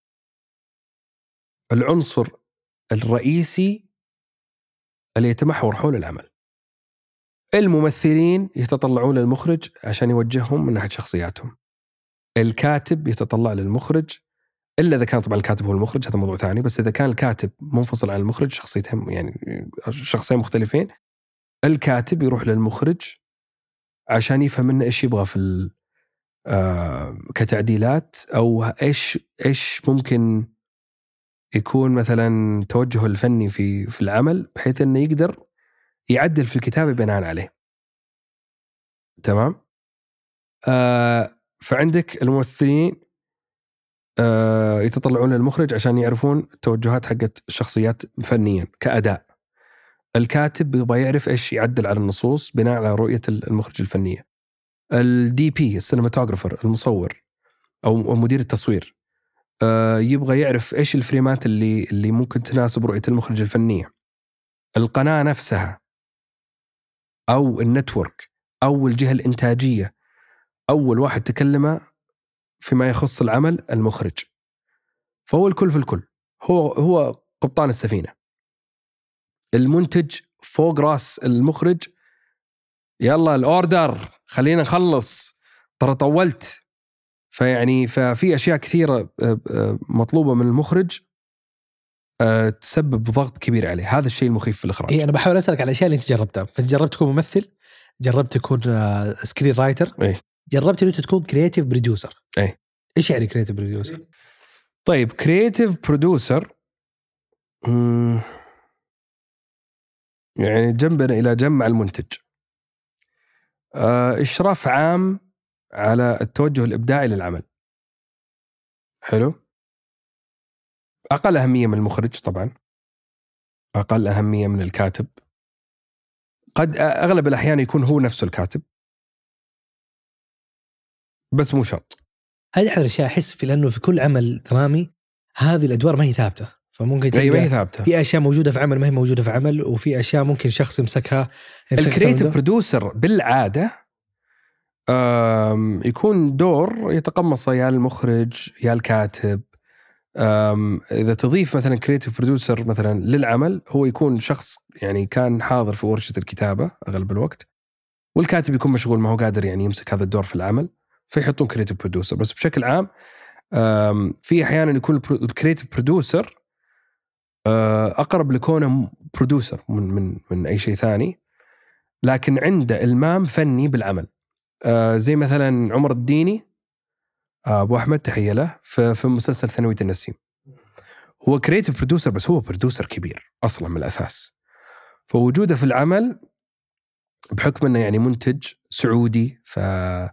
العنصر الرئيسي اللي يتمحور حول العمل. الممثلين يتطلعون للمخرج عشان يوجههم من ناحية شخصياتهم، الكاتب يتطلع للمخرج، إلا إذا كان طبعا الكاتب هو المخرج هذا موضوع ثاني، بس إذا كان الكاتب منفصل عن المخرج شخصيتهم يعني شخصين مختلفين، الكاتب يروح للمخرج عشان يفهم منه إيش يبغى في آه كتعديلات، أو إيش إيش ممكن يكون مثلا توجهه الفني في في العمل، بحيث إنه يقدر يعدل في الكتابة بناء عليه. تمام. آه فعندك الممثلين آه يتطلعون للمخرج عشان يعرفون التوجهات حقت الشخصيات فنيا كأداء. الكاتب يبغى يعرف إيش يعدل على النصوص بناء على رؤية المخرج الفنية. الدي بي السينماتوغرافر المصور أو مدير التصوير آه يبغى يعرف إيش الفريمات اللي اللي ممكن تناسب رؤية المخرج الفنية. القناة نفسها أو النتورك أو الجهة الإنتاجية، أول واحد تكلمه فيما يخص العمل المخرج، فهو الكل في الكل، هو هو قبطان السفينة. المنتج فوق راس المخرج، يلا الأوردر خلينا نخلص ترى طولت. فيعني ففي أشياء كثيرة مطلوبة من المخرج تسبب ضغط كبير عليه. هذا الشيء المخيف في الإخراج. إيه، أنا بحاول أسألك على الأشياء اللي أنت جربتها. أنت جربت تكون ممثل، جربت تكون سكرين رايتر، إيه؟ جربت أنت تكون كرياتيف بروديوسر. إيه؟ إيش يعني كرياتيف بروديوسر؟ طيب كرياتيف بروديوسر يعني جنبنا إلى جنب المنتج، إشراف عام على التوجه الإبداعي للعمل. حلو. أقل أهمية من المخرج طبعا، أقل أهمية من الكاتب، قد أغلب الأحيان يكون هو نفسه الكاتب بس مو شرط. هذه أحد الأشياء أحس في، لأنه في كل عمل درامي هذه الأدوار ما هي ثابتة، فممكن أي ما هي ثابتة. في أشياء موجودة في عمل ما هي موجودة في عمل، وفي أشياء ممكن شخص يمسكها. الكرياتيف بروديوسر بالعادة يكون دور يتقمصه يا المخرج يا الكاتب. إذا تضيف مثلا كريتيف برودوسر مثلا للعمل، هو يكون شخص يعني كان حاضر في ورشة الكتابة أغلب الوقت، والكاتب يكون مشغول ما هو قادر يعني يمسك هذا الدور في العمل، فيحطون كريتيف برودوسر. بس بشكل عام في أحيانا يكون الكريتيف برودوسر أقرب لكونه برودوسر من من من أي شيء ثاني، لكن عنده إلمام فني بالعمل. زي مثلا عمر الديني أبو أحمد، تحية له، في في مسلسل ثانوية النسيم، هو كريتيف برودوسر بس هو برودوسر كبير أصلا من الأساس. فوجوده في العمل بحكم أنه يعني منتج سعودي ف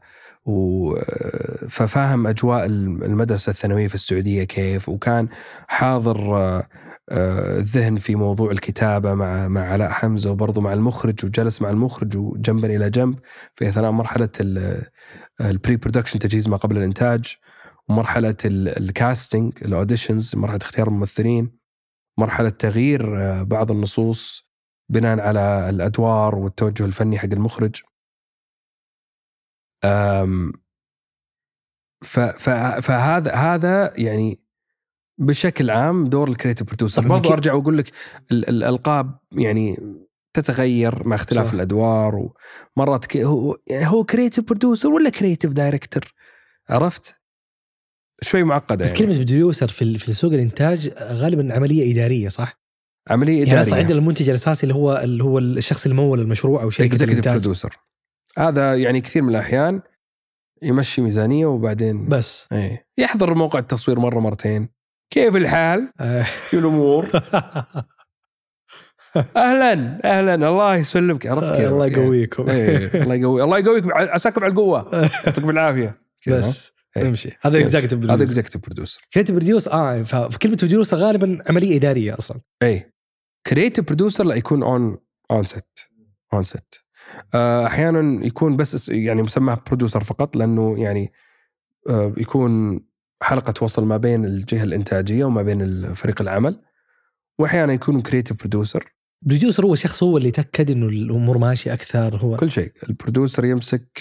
ففاهم أجواء المدرسة الثانوية في السعودية كيف، وكان حاضر الذهن في موضوع الكتابة مع مع علاء حمزة وبرضه مع المخرج، وجلس مع المخرج وجنبا إلى جنب في أثناء مرحلة البري برودكشن، تجهيز ما قبل الإنتاج، ومرحلة الكاستنج الأوديشنز، مرحلة اختيار الممثلين، مرحلة تغيير بعض النصوص بناء على الأدوار والتوجه الفني حق المخرج. فهذا هذا يعني بشكل عام دور الكريتيف برودوسر. برضو أرجع وأقول لك الألقاب يعني تتغير مع اختلاف صح. الأدوار، ومرات هو هو كريتيف برودوسر ولا كريتيف دايركتور، عرفت؟ شوي معقدة. بس يعني كلمة برودوسر في في سوق الإنتاج غالبا عملية إدارية، صح؟ عملية إدارية. يعني أصلا عندنا المنتج الأساسي اللي هو اللي هو الشخص الممول المشروع أو شركة الإنتاج. برودوسر هذا يعني كثير من الأحيان يمشي ميزانية وبعدين بس ايه يحضر موقع التصوير مرة مرتين، كيف الحال في الأمور أهلا أهلا الله يسلمك، عرفت كيف؟ الله يقويكم. ايه الله يقوي الله يقويك، عساكم على القوة، يعطيكم بالعافية. بس نمشي. هذا اكزيكتيف برودوسر. هذا اكزيكتيف برودوسر. كريتيف برودوسر اه فكلمة برودوسر غالبا عملية إدارية أصلا. ايه كريتيف برودوسر لا يكون اون اون سيت اون سيت احيانا يكون بس يعني مسمى برودوسر فقط، لانه يعني يكون حلقة وصل ما بين الجهة الإنتاجية وما بين فريق العمل، وأحيانا يكون كريتيف برودوسر. برودوسر هو شخص هو اللي يتأكد إنه الأمور ماشية أكثر، هو كل شيء. البرودوسر يمسك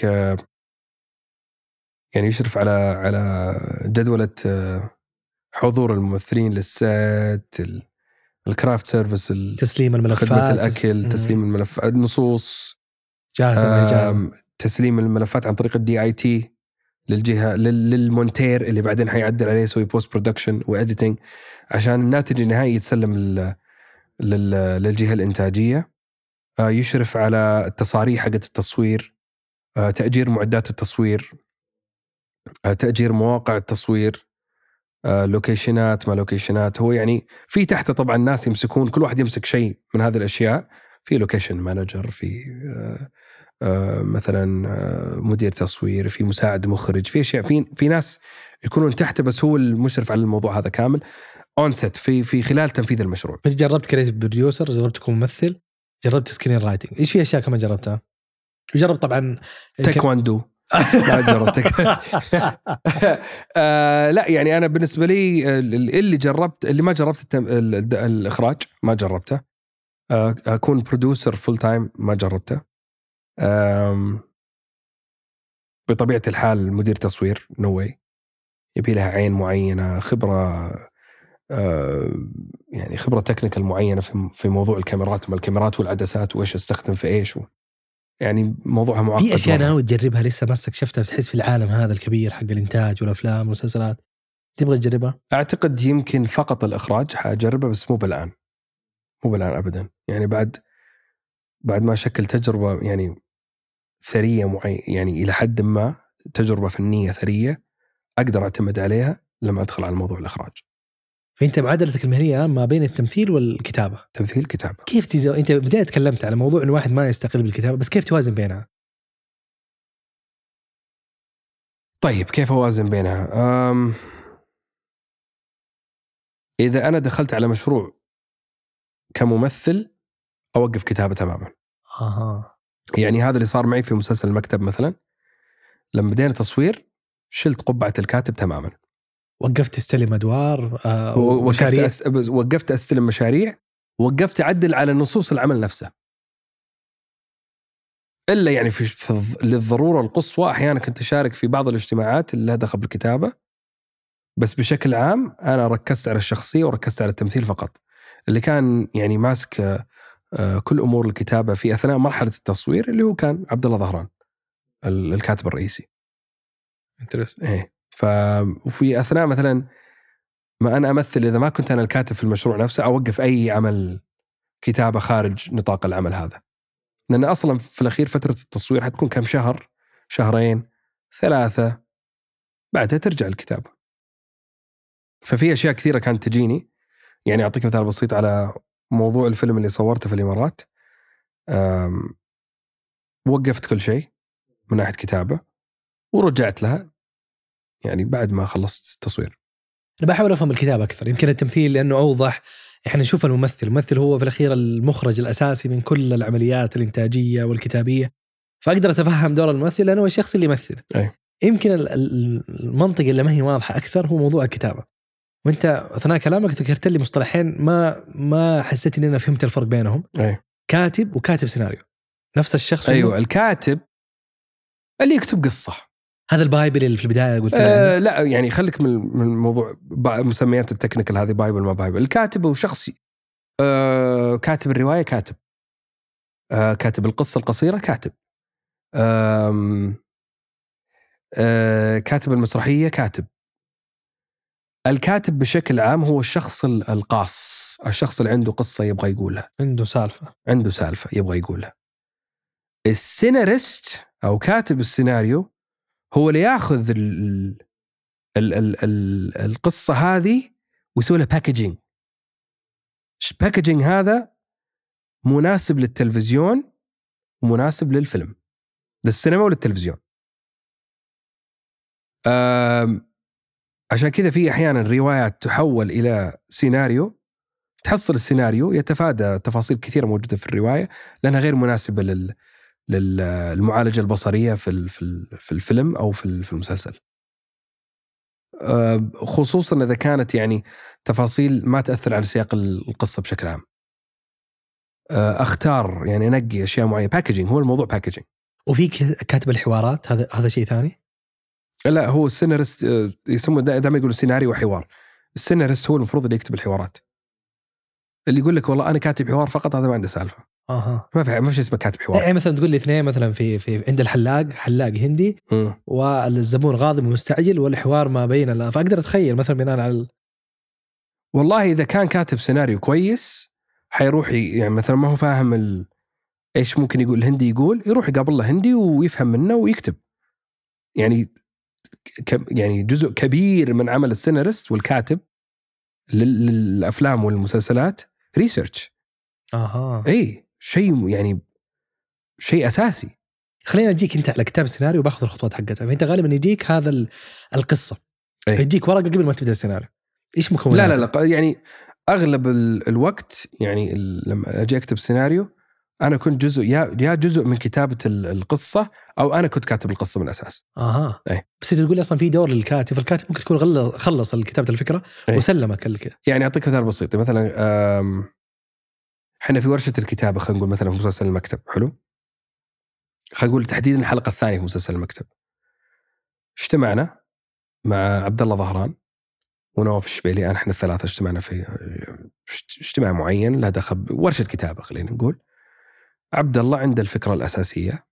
يعني يشرف على على جدولة حضور الممثلين للسات، الكرافت سيرفيس، تسليم الملفات، خدمة الأكل، تسليم الملفات، النصوص جاهزة ما جاهزة، تسليم الملفات عن طريق الدي اي تي للجهة للمونتير اللي بعدين حيعدل عليه يسوي بوست برودكشن وإديتنج عشان الناتج النهائي يتسلم للجهة الإنتاجية. يشرف على التصاريح حقت التصوير، تأجير معدات التصوير، تأجير مواقع التصوير، لوكيشنات ما لوكيشنات. هو يعني في تحته طبعا ناس يمسكون، كل واحد يمسك شيء من هذه الأشياء. في لوكيشن مانجر، في مثلا مدير تصوير، في مساعد مخرج، في اشياء، في في ناس يكونون تحته بس هو المشرف على الموضوع هذا كامل اون سيت في في خلال تنفيذ المشروع. بس جربت كريتيف بروديوسر، جربت تكون ممثل، جربت سكرين رايتنج، ايش في اشياء كمان جربتها؟ وجرب طبعا تايكواندو لا جربت آه لا يعني انا بالنسبه لي اللي جربت، اللي ما جربت الاخراج ما جربته، اكون بروديوسر فول تايم ما جربته، بطبيعة الحال مدير تصوير نو واي، يبي لها عين معينة، خبرة يعني خبرة تكنيكال معينة في في موضوع الكاميرات، ما الكاميرات والعدسات وإيش استخدم في إيش، يعني موضوعها معقد. في أشياء أنا تجربها لسه ما استكشفتها، بتحس في العالم هذا الكبير حق الإنتاج والأفلام والمسلسلات تبغى تجربها؟ أعتقد يمكن فقط الإخراج حأجربها بس مو بالآن، مو بالآن أبدا، يعني بعد بعد ما شكل تجربة يعني ثرية معين، يعني إلى حد ما تجربة فنية ثرية أقدر أعتمد عليها لما أدخل على موضوع الإخراج. فأنت معادلتك المهنية ما بين التمثيل والكتابة. تمثيل كتابة. كيف تزو... أنت بداية تكلمت على موضوع إن واحد ما يستقل بالكتابة، بس كيف توازن بينها؟ طيب كيف أوازن بينها؟ أم... إذا أنا دخلت على مشروع كممثل أوقف كتابة تماما. آه. يعني هذا اللي صار معي في مسلسل المكتب مثلا، لما بدينا تصوير شلت قبعة الكاتب تماما، وقفت استلم أدوار آه وقفت, أس... وقفت أستلم مشاريع، وقفت أعدل على نصوص العمل نفسه. إلا يعني في, في للضرورة القصوى أحيانا كنت أشارك في بعض الاجتماعات اللي لها دخل بالكتابة، بس بشكل عام أنا ركزت على الشخصية وركزت على التمثيل فقط. اللي كان يعني ماسك كل أمور الكتابة في أثناء مرحلة التصوير اللي هو كان عبد الله ظهران الكاتب الرئيسي. إيه. ف وفي أثناء مثلا ما أنا أمثل، إذا ما كنت أنا الكاتب في المشروع نفسه أوقف أي عمل كتابة خارج نطاق العمل هذا، لأن أصلا في الأخير فترة التصوير حتكون كم شهر، شهرين ثلاثة، بعدها ترجع الكتابة. ففي أشياء كثيرة كانت تجيني. يعني أعطيك مثال بسيط على موضوع الفيلم اللي صورته في الإمارات. وقفت كل شيء من ناحية كتابة ورجعت لها يعني بعد ما خلصت التصوير. أنا بحاول أفهم الكتابة أكثر، يمكن التمثيل لأنه أوضح. إحنا نشوف الممثل، الممثل هو في الأخير المخرج الأساسي من كل العمليات الإنتاجية والكتابية، فأقدر أتفهم دور الممثل لأنه هو الشخص اللي يمثل. أي. يمكن المنطقة اللي ما هي واضحة أكثر هو موضوع الكتابة. وأنت أثناء كلامك ذكرت لي مصطلحين ما ما حسيت إني أنا فهمت الفرق بينهم. أي. كاتب وكاتب سيناريو نفس الشخص؟ أيوة، الكاتب اللي يكتب قصة، هذا البايبل اللي في البداية قلت أه لا يعني خليك من من موضوع مسميات التكنيكال هذه، بايبل ما بايبل. الكاتب هو شخص أه كاتب الرواية كاتب، أه كاتب القصة القصيرة كاتب، أه أه كاتب المسرحية كاتب. الكاتب بشكل عام هو الشخص القاص، الشخص اللي عنده قصة يبغى يقولها، عنده سالفة عنده سالفة يبغى يقولها. السيناريست أو كاتب السيناريو هو اللي ياخذ ال ال ال ال القصة هذه ويسوي لها باكجينج. باكجينج هذا مناسب للتلفزيون ومناسب للفيلم، للسينما وللتلفزيون. عشان كذا في أحيانا روايات تحول إلى سيناريو، تحصل السيناريو يتفادى تفاصيل كثيرة موجودة في الرواية لأنها غير مناسبة لل للمعالجة البصرية في في الفيلم أو في المسلسل، خصوصا إذا كانت يعني تفاصيل ما تأثر على سياق القصة بشكل عام. أختار يعني نقي أشياء معينة. باكجينج هو الموضوع، باكجينج. وفي كاتب الحوارات، هذا هذا شيء ثاني. لا، هو السيناريست يسمونه دائما يقولوا سيناريو وحوار. السيناريست هو المفروض اللي يكتب الحوارات، اللي يقول لك والله أنا كاتب حوار فقط، هذا ما عنده سالفة. أها. ما في ما في شيء اسمه كاتب حوار. يعني مثلا تقول لي اثنين مثلا في في عند الحلاق، حلاق هندي م. والزبون غاضب ومستعجل والحوار ما بين لا، فأقدر أتخيل مثلا بناء على ال... والله إذا كان كاتب سيناريو كويس حيروح يعني مثلا ما هو فاهم ال... إيش ممكن يقول الهندي، يقول يروح يقابل له هندي ويفهم منه ويكتب. يعني ك... يعني جزء كبير من عمل السيناريست والكاتب لل... للأفلام والمسلسلات ريسيرش. أها. أي شيء يعني شيء أساسي. خلينا نجيك أنت على كتاب السيناريو وباخذ الخطوات حقتها. أنت غالبا يجيك هذا ال... القصة، أي. يجيك ورقة قبل ما تبدأ السيناريو، إيش مكوناتها؟ لا لا لا يعني أغلب ال... الوقت يعني ال... لما أجي أكتب سيناريو أنا كنت جزء يا يا جزء من كتابة القصة أو أنا كنت كاتب القصة من الأساس. أها. أي. بس تقول أصلا في دور للكاتب، الكاتب ممكن يكون غل... خلص كتابة الفكرة أي. وسلمك الكذا. يعني أعطيك مثال بسيط، مثلا إحنا في ورشة الكتابة خلينا نقول مثلا في مسلسل المكتب، حلو، خلينا نقول تحديدا الحلقة الثانية في مسلسل المكتب، اجتمعنا مع عبد الله ظهران ونواف الشبيلي، احنا الثلاثة اجتمعنا في اجتماع معين له دخل ورشة كتابة. خلينا نقول عبد الله عنده الفكرة الأساسية،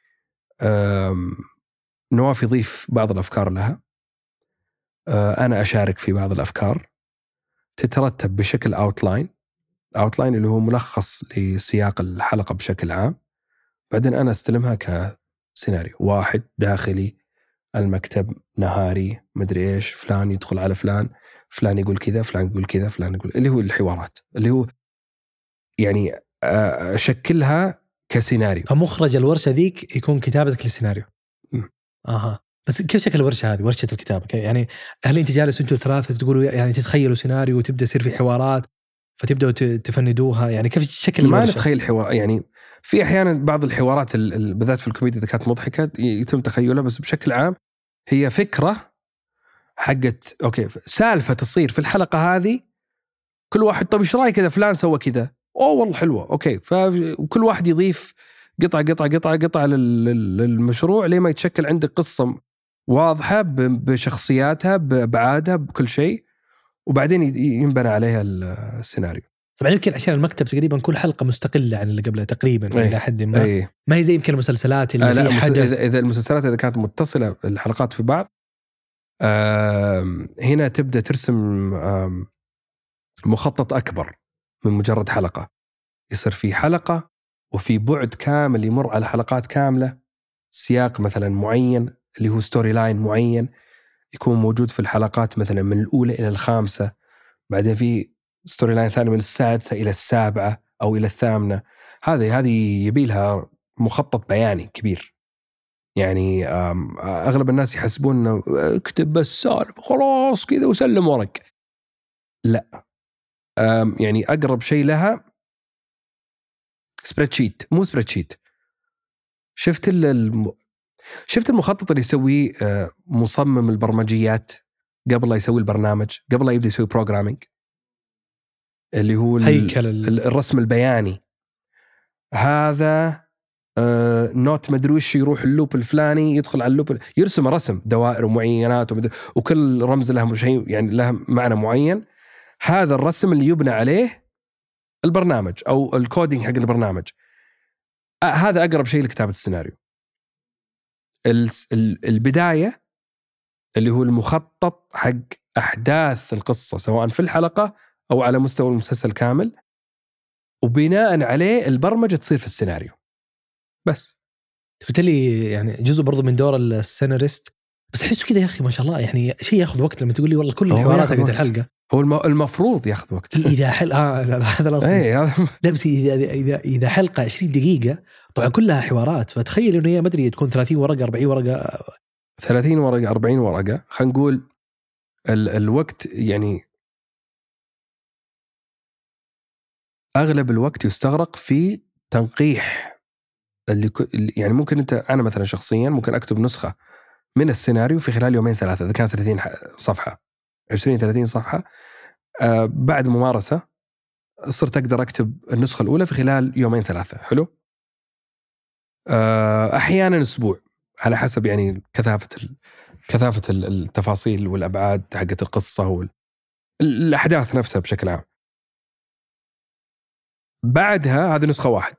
نواف يضيف بعض الأفكار لها، أنا أشارك في بعض الأفكار، تترتب بشكل أوتلاين أوتلاين اللي هو ملخص لسياق الحلقة بشكل عام، بعدين أنا استلمها كسيناريو واحد داخلي المكتب نهاري مدري إيش، فلان يدخل على فلان، فلان يقول كذا، فلان يقول كذا، فلان يقول، اللي هو الحوارات اللي هو يعني أشكلها كسيناريو. فمخرج الورشة ذيك يكون كتابتك للسيناريو. م. أها. بس كيف شكل الورشة هذه، ورشة الكتابة يعني؟ هل أنت جالس أنتوا ثلاثة تقولوا يعني تتخيلوا سيناريو وتبدأ يصير في حوارات فتبدأوا تفندوها، يعني كيف شكل الورشة؟ ما نتخيل حوار، يعني في أحيانا بعض الحوارات بالذات في الكوميديا إذا كانت مضحكة يتم تخيلها، بس بشكل عام هي فكرة حقت أوكي سالفة تصير في الحلقة هذه، كل واحد طب إيش رأيك كذا، فلان سوى كذا، أوه والله حلوة، أوكي، فكل واحد يضيف قطعة قطعة قطعة قطعة للمشروع ليه ما يتشكل عندك قصة واضحة بشخصياتها بأبعادها بكل شيء، وبعدين ينبنى عليها السيناريو. طبعا يمكن عشان المكتب تقريبا كل حلقة مستقلة عن اللي قبلها تقريبا إلى حد ما أي. ما هي زي يمكن المسلسلات اللي آه لا فيها حدث. إذا, إذا المسلسلات إذا كانت متصلة الحلقات في بعض آه هنا تبدأ ترسم آه مخطط أكبر من مجرد حلقة، يصير في حلقة وفي بعد كامل يمر على حلقات كاملة، سياق مثلا معين اللي هو ستوري لاين معين يكون موجود في الحلقات مثلا من الأولى إلى الخامسة، بعدين في ستوري لاين ثاني من السادسة إلى السابعة أو إلى الثامنة. هذه هذه يبيلها مخطط بياني كبير. يعني أغلب الناس يحسبون إنه اكتب بس سالفة خلاص كذا وسلم ورق. لا، يعني أقرب شيء لها سبريد شيت، مو سبريد شيت. شفت الم... شفت المخطط اللي يسويه مصمم البرمجيات قبل لا يسوي البرنامج، قبل لا يبدأ يسوي بروجرامينج، اللي هو ال... الرسم البياني. هذا آه نوت مدري وش يروح اللوب الفلاني يدخل على اللوب، يرسم رسم دوائر ومعينات ومدري... وكل رمز له شيء يعني له معنى معين. هذا الرسم اللي يبنى عليه البرنامج أو الكودينج حق البرنامج. آه هذا أقرب شيء لكتابة السيناريو. البداية اللي هو المخطط حق أحداث القصة سواء في الحلقة أو على مستوى المسلسل كامل، وبناء عليه البرمجة تصير في السيناريو. بس قلت لي يعني جزء برضو من دور السيناريست، بس أحسه كذا يا أخي ما شاء الله يعني شيء يأخذ وقت. لما تقول لي والله كل الحوارات حقت الحلقة هو المفروض يأخذ وقت. إذا حل آه هذا الأصل. ايه لا بس إذا إذا إذا حلقة عشرين دقيقة طبعا كلها حوارات، فتخيل إنه هي ما أدري تكون ثلاثين ورقة أربعين ورقة ثلاثين ورقة أربعين ورقة. خلينا نقول ال الوقت يعني أغلب الوقت يستغرق في تنقيح اللي يعني ممكن أنت أنا مثلا شخصيا ممكن أكتب نسخة من السيناريو في خلال يومين ثلاثة إذا كانت ثلاثين صفحة عشرين ثلاثين صفحة. آه بعد ممارسة صرت أقدر أكتب النسخة الأولى في خلال يومين ثلاثة. حلو. آه أحيانا أسبوع على حسب يعني كثافة ال... كثافة التفاصيل والأبعاد حقت القصة والأحداث نفسها بشكل عام. بعدها هذه نسخة واحد،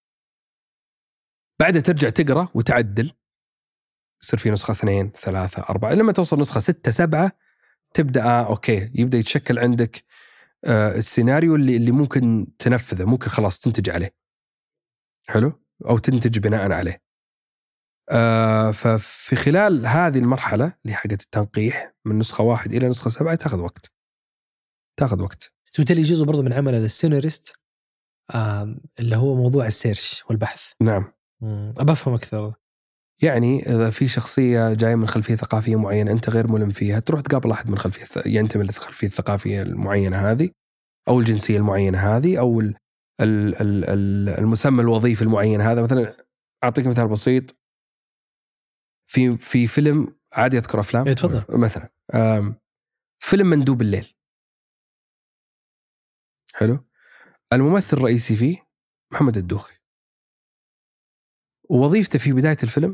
بعدها ترجع تقرأ وتعدل، يصير في نسخة اثنين ثلاثة أربعة، لما توصل نسخة ستة سبعة تبدأ آه أوكي يبدأ يتشكل عندك آه السيناريو اللي اللي ممكن تنفذه، ممكن خلاص تنتج عليه. حلو. أو تنتج بناء عليه. آه ففي خلال هذه المرحلة اللي حقت التنقيح من نسخة واحد إلى نسخة سبعة تأخذ وقت تأخذ وقت. سويت لي جزء برضو من عمل السيناريست آه اللي هو موضوع السيرش والبحث. نعم. أبى أفهم أكثر. يعني إذا في شخصية جاية من خلفية ثقافية معينة أنت غير ملم فيها، تروح تقابل أحد من خلفية ينتمي للخلفية الثقافية المعينة هذه أو الجنسية المعينة هذه أو ال ال ال المسمى الوظيفي المعين هذا. مثلا أعطيك مثال بسيط، في في فيلم عادي أذكر أفلام إيه تفضل. مثلا فيلم مندوب الليل. حلو. الممثل الرئيسي فيه محمد الدوخي، ووظيفته في بداية الفيلم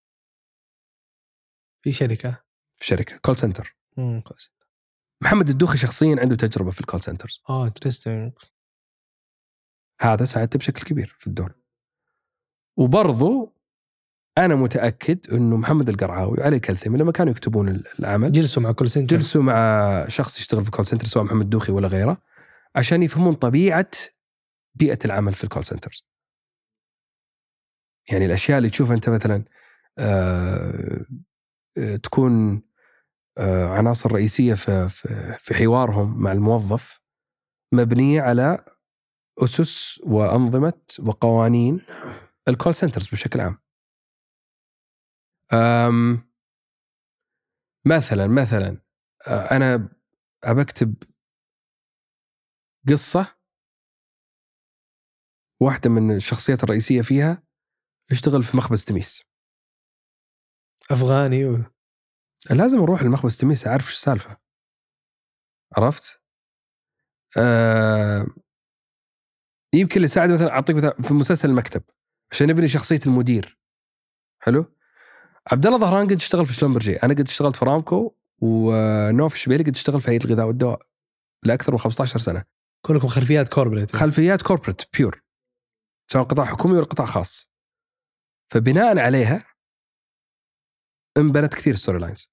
في شركة في شركة كول سنتر. مم. محمد الدوخي شخصيا عنده تجربة في الكول سنترز. آه انترستينج. هذا ساعدته بشكل كبير في الدور. وبرضو أنا متأكد أنه محمد القرعاوي وعلي كلثمي لما كانوا يكتبون العمل جلسوا مع كول سنتر، جلسوا مع شخص يشتغل في الكول سنتر سواء محمد الدوخي ولا غيره عشان يفهمون طبيعة بيئة العمل في الكول سنترز. يعني الأشياء اللي تشوفها أنت مثلا آه آه تكون آه عناصر رئيسية في, في, في حوارهم مع الموظف مبنية على أسس وأنظمة وقوانين الكول سنترز بشكل عام. أم مثلا مثلا أنا أبكتب قصة واحدة من الشخصيات الرئيسية فيها اشتغل في مخبز تميس أفغاني و... لازم أروح المخبز تميس أعرف شو السالفة. عرفت؟ أه يمكن اللي ساعد مثلا أعطيك مثلا في مسلسل المكتب عشان نبني شخصية المدير. حلو. عبد الله ظهران قد اشتغل في شلمبرجي، أنا قد اشتغلت في رامكو، ونوف الشبيلي قد اشتغل في هيئة الغذاء والدواء لأكثر من خمسة عشر سنة. كلكم خلفيات كوربريت، خلفيات كوربريت بيور، سواء قطاع حكومي ولا قطاع خاص. فبناء عليها انبنت كثير ستوري لاينز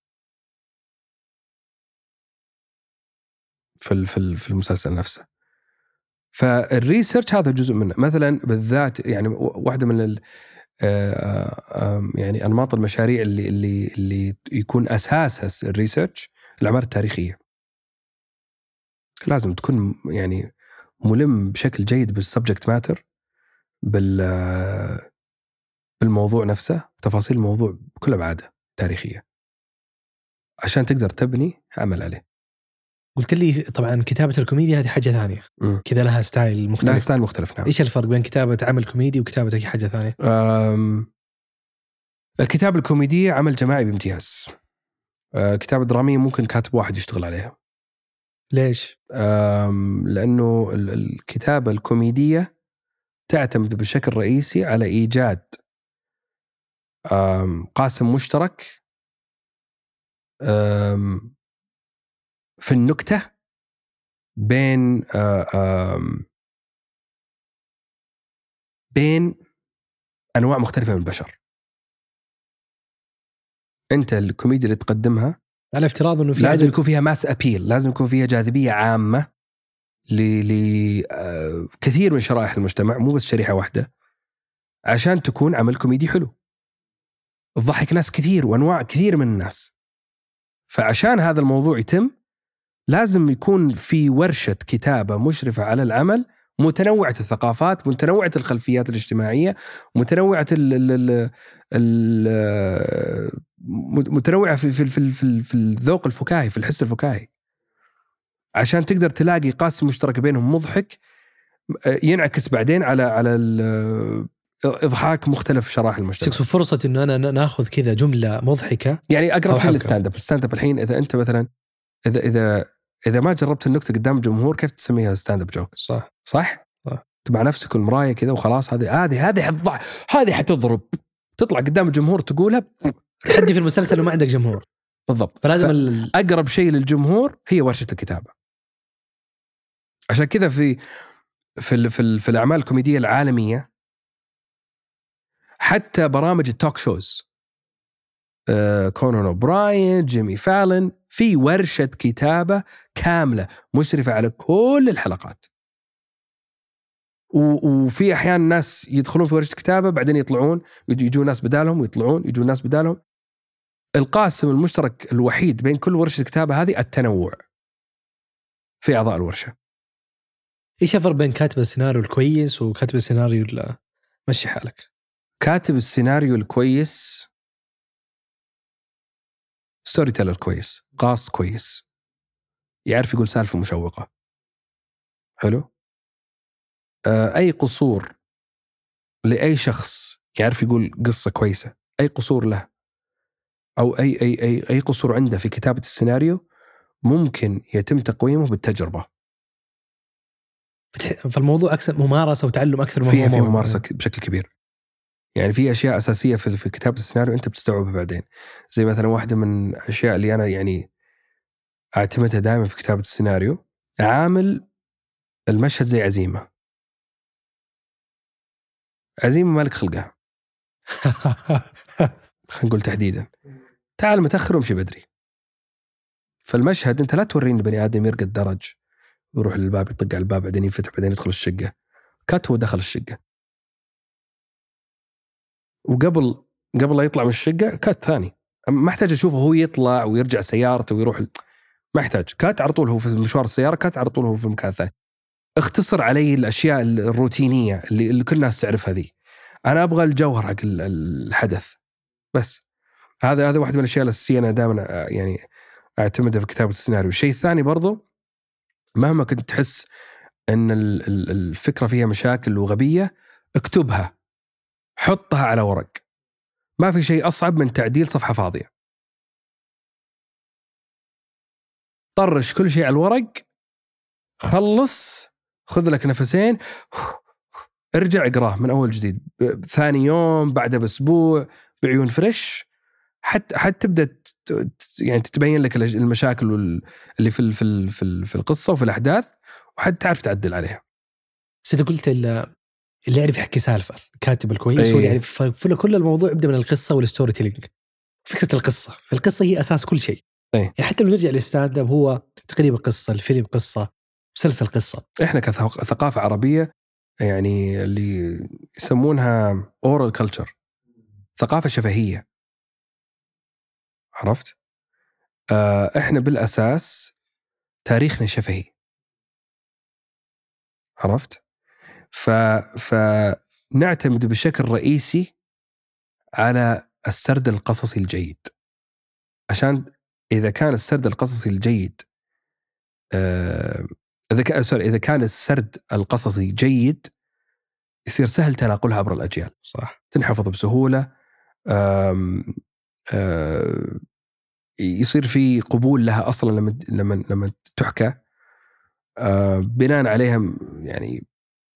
في في في المسلسل نفسه. فالريسيرش هذا جزء منه. مثلا بالذات يعني واحدة من ال يعني أنماط المشاريع اللي اللي اللي يكون أساسها الريسيرش الأعمال التاريخية. لازم تكون يعني ملم بشكل جيد بالسبجكت ماتر، بال بالموضوع نفسه، تفاصيل الموضوع بكل أبعاده تاريخية، عشان تقدر تبني عمل عليه. قلت لي طبعا كتابة الكوميديا هذه حاجة ثانية كذا، لها ستايل مختلف. لها ستايل مختلف. نعم. إيش الفرق بين كتابة عمل كوميدي وكتابة أي حاجة ثانية؟ الكتابة الكوميدية عمل جماعي بامتياز. الكتابة الدرامية ممكن كاتب واحد يشتغل عليها. ليش؟ لأنه الكتابة الكوميدية تعتمد بشكل رئيسي على إيجاد قاسم مشترك في النكتة بين بين أنواع مختلفة من البشر. أنت الكوميديا اللي تقدمها على افتراض أنه في لازم عدد... يكون فيها ماس أبيل، لازم يكون فيها جاذبية عامة لكثير من شرائح المجتمع، مو بس شريحة واحدة، عشان تكون عمل كوميدي حلو تضحك ناس كثير وأنواع كثير من الناس. فعشان هذا الموضوع يتم لازم يكون في ورشة كتابة مشرفة على العمل، متنوعة الثقافات، متنوعة الخلفيات الاجتماعية، متنوعة ال ال ال متنوعة في في في في, في الذوق الفكاهي، في الحس الفكاهي، عشان تقدر تلاقي قاسم مشترك بينهم مضحك ينعكس بعدين على على إضحاك مختلف شرائح المجتمع. تكسب فرصة إنه أنا نأخذ كذا جملة مضحكة. يعني أقرب شيء للستاند اب. الستاند اب الحين إذا أنت مثلا إذا إذا إذا ما جربت النكتة قدام الجمهور كيف تسميها ستاند اب جوك؟ صح صح؟ صح. تبع نفسك المراية كذا وخلاص، هذه هذه هذه حتضع هذه حتضرب، تطلع قدام الجمهور تقولها. تحدي في المسلسل وما عندك جمهور. بالضبط. فلازم ال... أقرب شيء للجمهور هي ورشة الكتابة. عشان كذا في في في, في الأعمال الكوميدية العالمية، حتى برامج التوك شوز، آه كونان أوبراين، جيمي فالن، في ورشة كتابة كاملة مشرفة على كل الحلقات. وفي أحيان ناس يدخلون في ورشة كتابة بعدين يطلعون، يجون ناس بدالهم ويطلعون، يجون ناس بدالهم. القاسم المشترك الوحيد بين كل ورشة كتابة هذه التنوع في أعضاء الورشة. إيش الفرق بين كاتب السيناريو الكويس وكاتب السيناريو اللي مشي حالك؟ كاتب السيناريو الكويس ستوري تيلر كويس، قاص كويس، يعرف يقول سالفة مشوقة. حلو. آه أي قصور لأي شخص يعرف يقول قصة كويسة، أي قصور له أو أي أي أي أي قصور عنده في كتابة السيناريو ممكن يتم تقويمه بالتجربة. فالموضوع أكثر ممارسة وتعلم أكثر من فيها في ممارسة بشكل كبير. يعني في أشياء أساسية في في كتابة السيناريو أنت بتستوعبها بعدين. زي مثلا واحدة من الأشياء اللي أنا يعني أعتمدها دائما في كتابة السيناريو، عامل المشهد زي عزيمة. عزيمة مالك خلقها. خلينا نقول تحديدا تعال متأخر وامشي بدري. فالمشهد أنت لا توريني بني آدم يرقى الدرج ويروح للباب يطق على الباب بعدين ينفتح بعدين يدخل الشقة. كات هو دخل الشقة، وقبل قبل لا يطلع من الشقة كات ثاني. ما احتاج أشوفه هو يطلع ويرجع سيارته ويروح ال... ما يحتاج. كات على طول هو في مشوار السيارة، كات على طول هو في مكان ثاني. اختصر علي الأشياء الروتينية اللي, اللي كل الناس تعرفها ذي. أنا أبغى الجوهر حق الحدث بس. هذا هذا واحد من الأشياء الأساسية أنا دائما يعني أعتمدها في كتابة السيناريو. الشيء الثاني برضو، مهما كنت تحس أن الفكرة فيها مشاكل وغبية، اكتبها، حطها على ورق. ما في شيء أصعب من تعديل صفحة فاضية. طرش كل شيء على الورق، خلص، خذ لك نفسين، ارجع اقراه من اول جديد، ثاني يوم بعده باسبوع بعيون فريش، حتى حتى تبدا يعني تتبين لك المشاكل اللي في في في في القصه وفي الاحداث، وحتى تعرف تعدل عليها. بس انت قلت اللي يعرف يحكي سالفه الكاتب الكويس هو اللي يعرف كل الموضوع يبدا من القصه والستوري تيلينج. فكره القصه القصه هي اساس كل شيء. أي. يعني حتى لو نرجع للستاند اب هو تقريبا قصه، الفيلم قصه، مسلسل قصه. احنا كثقافه عربيه يعني اللي يسمونها oral culture، ثقافه شفهيه، عرفت؟ آه احنا بالاساس تاريخنا شفهي، عرفت؟ ف فنعتمد بشكل رئيسي على السرد القصصي الجيد، عشان إذا كان السرد القصصي الجيد آه إذا كان سوري إذا كان السرد القصصي جيد يصير سهل تناقلها عبر الأجيال، صح؟ تنحفظ بسهولة، آم آم يصير في قبول لها أصلا لما لما لما تحكى، بناء عليها يعني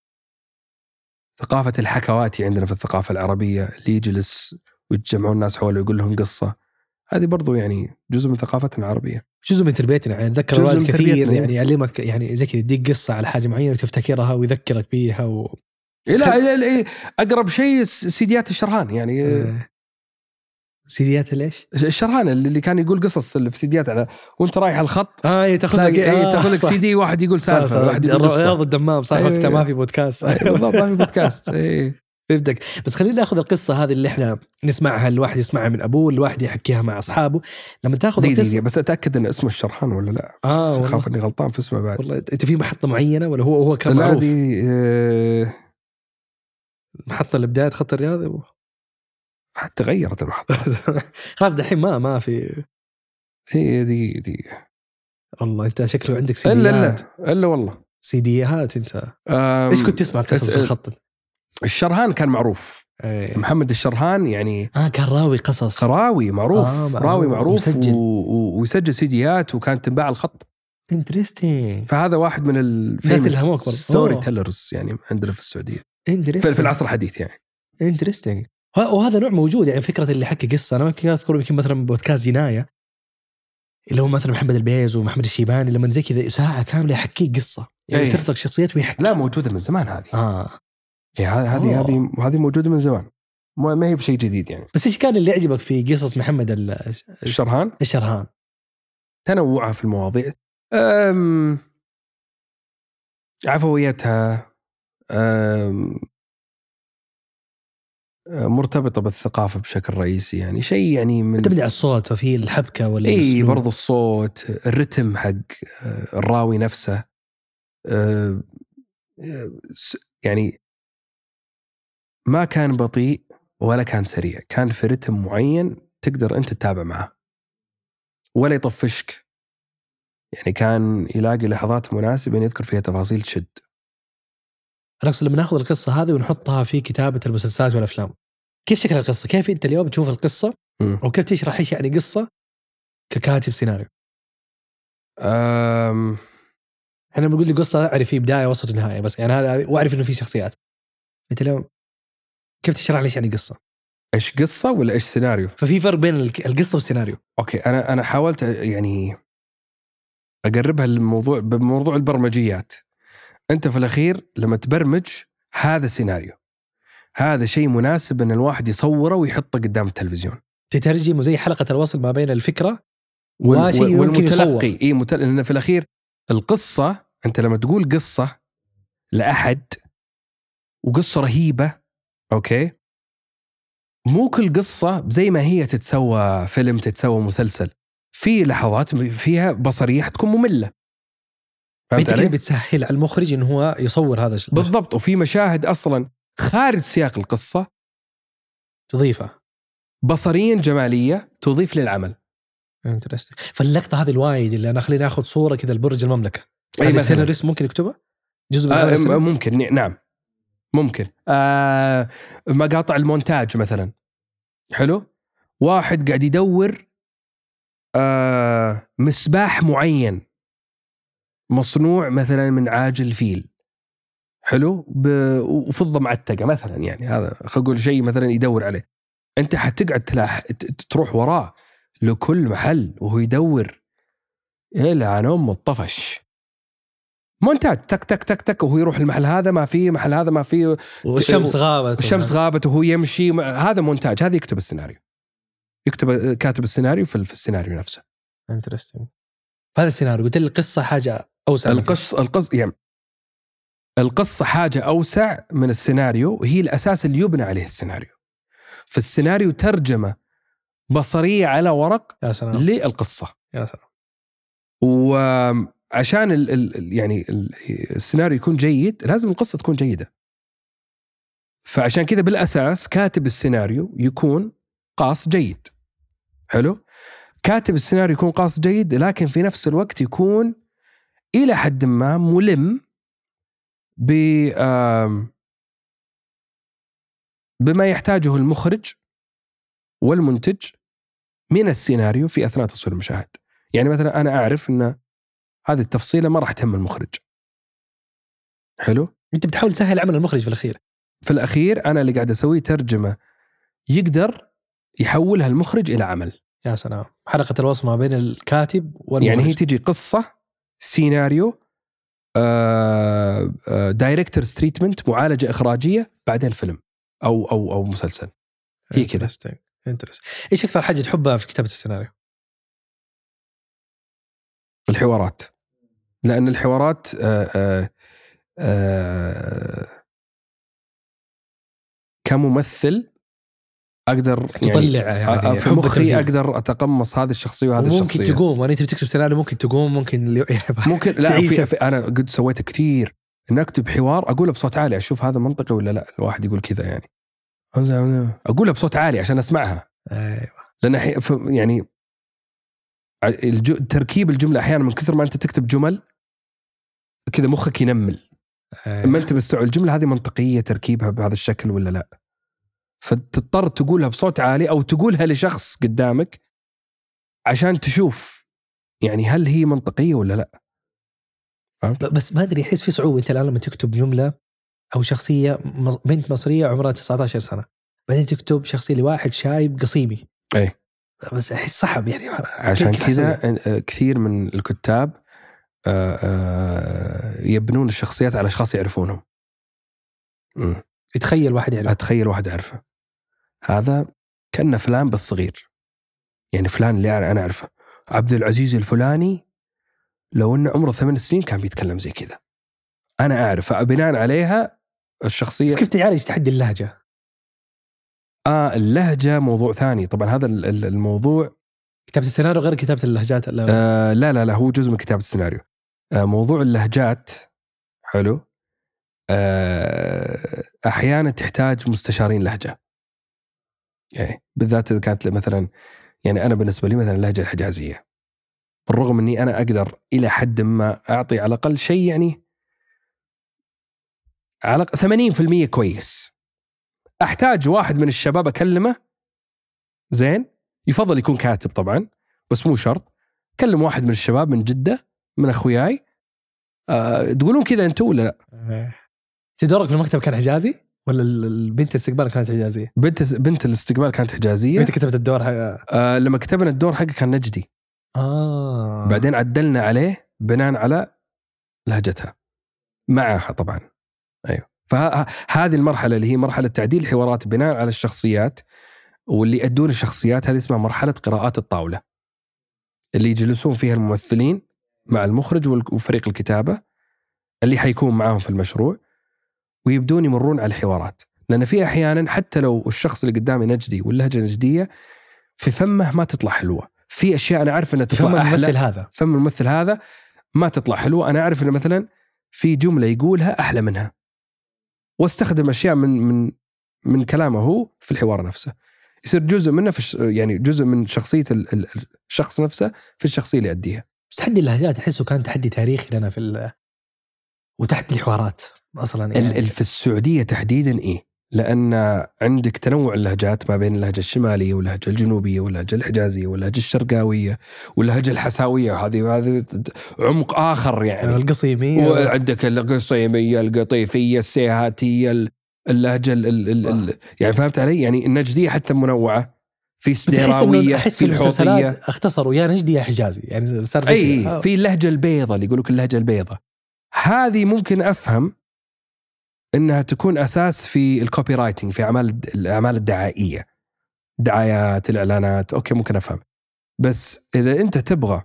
ثقافة الحكواتي عندنا في الثقافة العربية، اللي يجلس ويتجمعون الناس حوله ويقول لهم قصة، هذه برضو يعني جزء من ثقافتنا العربية، جزء من تربيتنا. يعني أتذكر الوالد كثير يعني يعلمك يعني زي كذا يديك قصة على حاجة معينة وتفتكرها ويذكرك بيها و... لا لا أقرب شيء سيديات الشرهان يعني آه. سيديات ليش؟ الشرهان اللي كان يقول قصص اللي في سيديات على وانت رايح على الخط اه تاخذ لك آه تاخذ لك سي دي واحد يقول سالفة، واحد يقول قصة. رياض الدمام صح، وقتها ما في بودكاست. بالضبط ما في بودكاست. ايه فهمتك. بس خلينا ناخذ القصة هذه اللي احنا نسمعها، الواحد يسمعها من أبوه، الواحد يحكيها مع أصحابه. لما تاخذ دي دي دي بس أتأكد أن اسمه الشرهان ولا لا. آه خاف إني غلطان في اسمه بعد. والله أنت في محطة معينة ولا هو هو كان معروف؟ دي اه محطة لبداية خط الرياض حتى غيرت المحطة. خلاص دحين ما ما في. هي دي دي والله أنت شكله عندك سيديات. إلا إلا إلا والله سيديات أنت. إيش كنت تسمع قصص في الخط؟ الشرهان كان معروف. أيه. محمد الشرهان يعني آه كان راوي قصص، راوي معروف. آه راوي معروف وسجل. و... ويسجل سيديات وكانت تنباع الخط. انترستين. فهذا واحد من الفيمس ستوري تيلرز يعني عندنا في السعودية في, في العصر الحديث يعني. انترستين. وهذا نوع موجود يعني، فكرة اللي حكي قصة. أنا ممكن أذكر يمكن مثلا بودكاست جناية اللي هو مثلا محمد البيز ومحمد الشيباني، لما زي كذا ساعة كاملة يحكي قصة يعني أيه. ترتق شخصيات ويحكي. لا موجودة من زمان هذه. آه هذه هذه هذه هذه موجودة من زمان، ما هي بشيء جديد يعني. بس إيش كان اللي يعجبك في قصص محمد الشرهان؟ الشرهان تنوعها في المواضيع، أم عفويتها، أم مرتبطة بالثقافة بشكل رئيسي يعني، شيء يعني من تبدأ على الصوت، ففي الحبكة ولا إيه برضو الصوت، الرتم حق الراوي نفسه، يعني ما كان بطيء ولا كان سريع، كان في رتم معين تقدر أنت تتابع معه ولا يطفشك يعني، كان يلاقي لحظات مناسبة أن يذكر فيها تفاصيل تشد. رقص لما ناخذ القصة هذه ونحطها في كتابة المسلسلات والأفلام، كيف شكل القصة؟ كيف أنت اليوم تشوف القصة م. أو كيف تشرح إيش يعني قصة ككاتب سيناريو؟ أم... احنا بنقول لي قصة أعرف فيه بداية وسط ونهاية بس يعني هذا، وأعرف إنه في شخصيات. أنت اليوم كيف تشرح لي إيش يعني قصة؟ إيش قصة ولا إيش سيناريو؟ ففي فرق بين القصة والسيناريو. أوكي أنا أنا حاولت يعني أقربها للموضوع بموضوع البرمجيات. أنت في الأخير لما تبرمج هذا سيناريو، هذا شيء مناسب أن الواحد يصوره ويحطه قدام التلفزيون، تترجم زي حلقة الوصل ما بين الفكرة وال والمتلقي. إيه متل... لأن في الأخير القصة، أنت لما تقول قصة لأحد وقصة رهيبة، أوكي، مو كل قصة زي ما هي تتسوى فيلم تتسوى مسلسل، في لحظات فيها بصرية تكون مملة، فهمت علي؟ بتسهل على المخرج إنه هو يصور هذا الشيء بالضبط. وفي مشاهد أصلا خارج سياق القصة تضيفها بصريا جمالية تضيف للعمل. انترستينج. فاللقطة هذه الوايد اللي أنا خليني أخذ صورة كذا البرج المملكة، هذا السيناريست ممكن يكتبها جزء من آه ممكن نعم ممكن. آه مقاطع المونتاج مثلا، حلو، واحد قاعد يدور آه مسباح معين مصنوع مثلا من عاج الفيل، حلو ب... وفضة معتقة مثلا، يعني هذا خلينا نقول شيء مثلا يدور عليه، أنت حتقعد تلاح... تروح وراه لكل محل وهو يدور إلى عن أم الطفش. مونتاج تك تك تك تك وهو يروح المحل هذا ما فيه، محل هذا ما فيه، والشمس غابت والشمس غابت وهو يمشي، هذا مونتاج. هذا يكتب السيناريو، يكتب كاتب السيناريو في السيناريو نفسه. انترستينج. هذا السيناريو قلت لي القصة حاجة أوسع. القصة القصة يعني القصة حاجة أوسع من السيناريو، هي الأساس اللي يبنى عليه السيناريو. في السيناريو ترجمة بصرية على ورق يا سلام. للقصة. يا سلام. وعشان ال ال يعني السيناريو يكون جيد لازم القصة تكون جيدة. فعشان كذا بالأساس كاتب السيناريو يكون قاص جيد. حلو. كاتب السيناريو يكون قاص جيد، لكن في نفس الوقت يكون إلى حد ما ملم ب بما يحتاجه المخرج والمنتج من السيناريو في أثناء تصوير المشاهد. يعني مثلا أنا أعرف أن هذه التفصيلة ما راح تهم المخرج. حلو. أنت بتحاول تسهل عمل المخرج في الأخير. في الأخير أنا اللي قاعد أسوي ترجمة يقدر يحولها المخرج إلى عمل. يا سلام. حلقة الوصل ما بين الكاتب والمخرج. يعني هي تيجي قصة، سيناريو، آه، آه، دايركتورز تريتمنت، معالجة إخراجية، بعدين فيلم أو أو أو مسلسل. هي كذا. انترست. إيش أكثر حاجة تحبها في كتابة السيناريو؟ الحوارات. لأن الحوارات آه آه آه كممثل أقدر تطلع يعني, يعني في مخي أقدر أتقمص هذه الشخصية وهذه ممكن الشخصية. ممكن تقوم وأنت بتكتب سيناريو، ممكن تقوم، ممكن اللي ممكن لا في, في أنا قد سويت كثير إن أكتب حوار أقوله بصوت عالي أشوف هذا منطقي ولا لا. الواحد يقول كذا يعني أقولها بصوت عالي عشان أسمعها. أيوة. لأن يعني تركيب الجملة أحيانا من كثر ما أنت تكتب جمل كذا مخك ينمل. أيوة. ما أنت مستوعب الجملة هذه منطقية تركيبها بهذا الشكل ولا لا، فتضطر تقولها بصوت عالي أو تقولها لشخص قدامك عشان تشوف يعني هل هي منطقية ولا لا. فهمت؟ بس ما أدري، يحس في صعوبة أنت الآن لما تكتب جملة أو شخصية بنت مصرية عمرها تسعة عشر سنة، بعدين تكتب شخصية لواحد شايب قصيمي. أي. بس أحس صعب يعني. عشان كذا كثير من الكتاب يبنون الشخصيات على أشخاص يعرفونهم. م. يتخيل واحد يعرفه. أتخيل واحد أعرفه. هذا كأنه فلان بالصغير. يعني فلان اللي أنا أعرفه عبد العزيز الفلاني لو أنه عمره ثمان سنين كان بيتكلم زي كذا. أنا أعرف بناء عليها الشخصية. بس كيف تعالج تحدي اللهجة؟ آه اللهجة موضوع ثاني طبعا. هذا الموضوع كتابة السيناريو غير كتابة اللهجات. آه لا لا لا هو جزء من كتابة السيناريو. آه موضوع اللهجات حلو. آه أحيانا تحتاج مستشارين لهجة. يعني بالذات إذا كانت مثلا يعني أنا بالنسبة لي مثلا اللهجة الحجازية، بالرغم أني أنا أقدر إلى حد ما أعطي على الأقل شيء يعني على ثمانين بالمئة كويس، أحتاج واحد من الشباب أكلمه زين، يفضل يكون كاتب طبعا بس مو شرط. كلم واحد من الشباب من جدة من أخوياي. أه تقولون كذا أنتوا ولا لا؟ تدورك في المكتب كان حجازي ولا البنت الاستقبال كانت حجازية؟ بنت بنت الاستقبال كانت حجازية. أنت كتبت الدور حق أه لما كتبنا الدور حقه كان نجدي. آه. بعدين عدلنا عليه بناء على لهجتها معها طبعا. أيوه. فهذه المرحلة اللي هي مرحلة تعديل الحوارات بناء على الشخصيات واللي يأدون الشخصيات، هذه اسمها مرحلة قراءات الطاولة، اللي يجلسون فيها الممثلين مع المخرج وفريق الكتابة اللي حيكون معاهم في المشروع ويبدون يمرون على الحوارات. لأن في أحيانا حتى لو الشخص اللي قدامي نجدي واللهجة نجدية في فمه ما تطلع حلوة. في أشياء أنا عارف أنها تطلع فم أحلى. الممثل هذا فم الممثل هذا ما تطلع حلوة. أنا أعرف أنه مثلا في جملة يقولها أحلى منها، واستخدم أشياء من من من كلامه هو في الحوار نفسه، يصير جزء منه في يعني جزء من شخصية الشخص نفسه في الشخصية اللي أديها. بس تحدي اللهجات أحسه كان تحدي تاريخي لنا في ال... وتحدي الحوارات أصلا يعني. في السعودية تحديدا إيه لأن عندك تنوع اللهجات ما بين اللهجة الشمالية واللهجة الجنوبية واللهجة الحجازية واللهجة الشرقاوية واللهجة الحساوية، هذه هذه عمق آخر يعني. القصيمية، وعندك القصيمية، القطيفية، السيهاتية، اللهجة ال ال ال يعني فهمت علي؟ يعني النجدية حتى منوعة، في سدراوية، أحس في في المسلسلات الحوطية، اختصروا يا نجدي يا حجازي، يعني صار زي أي كده. في اللهجة البيضة اللي يقولك اللهجة البيضة، هذه ممكن أفهم إنها تكون أساس في الكوبي رايتنج، في أعمال الأعمال الدعائية، دعايات، الإعلانات، أوكي ممكن أفهم. بس إذا أنت تبغى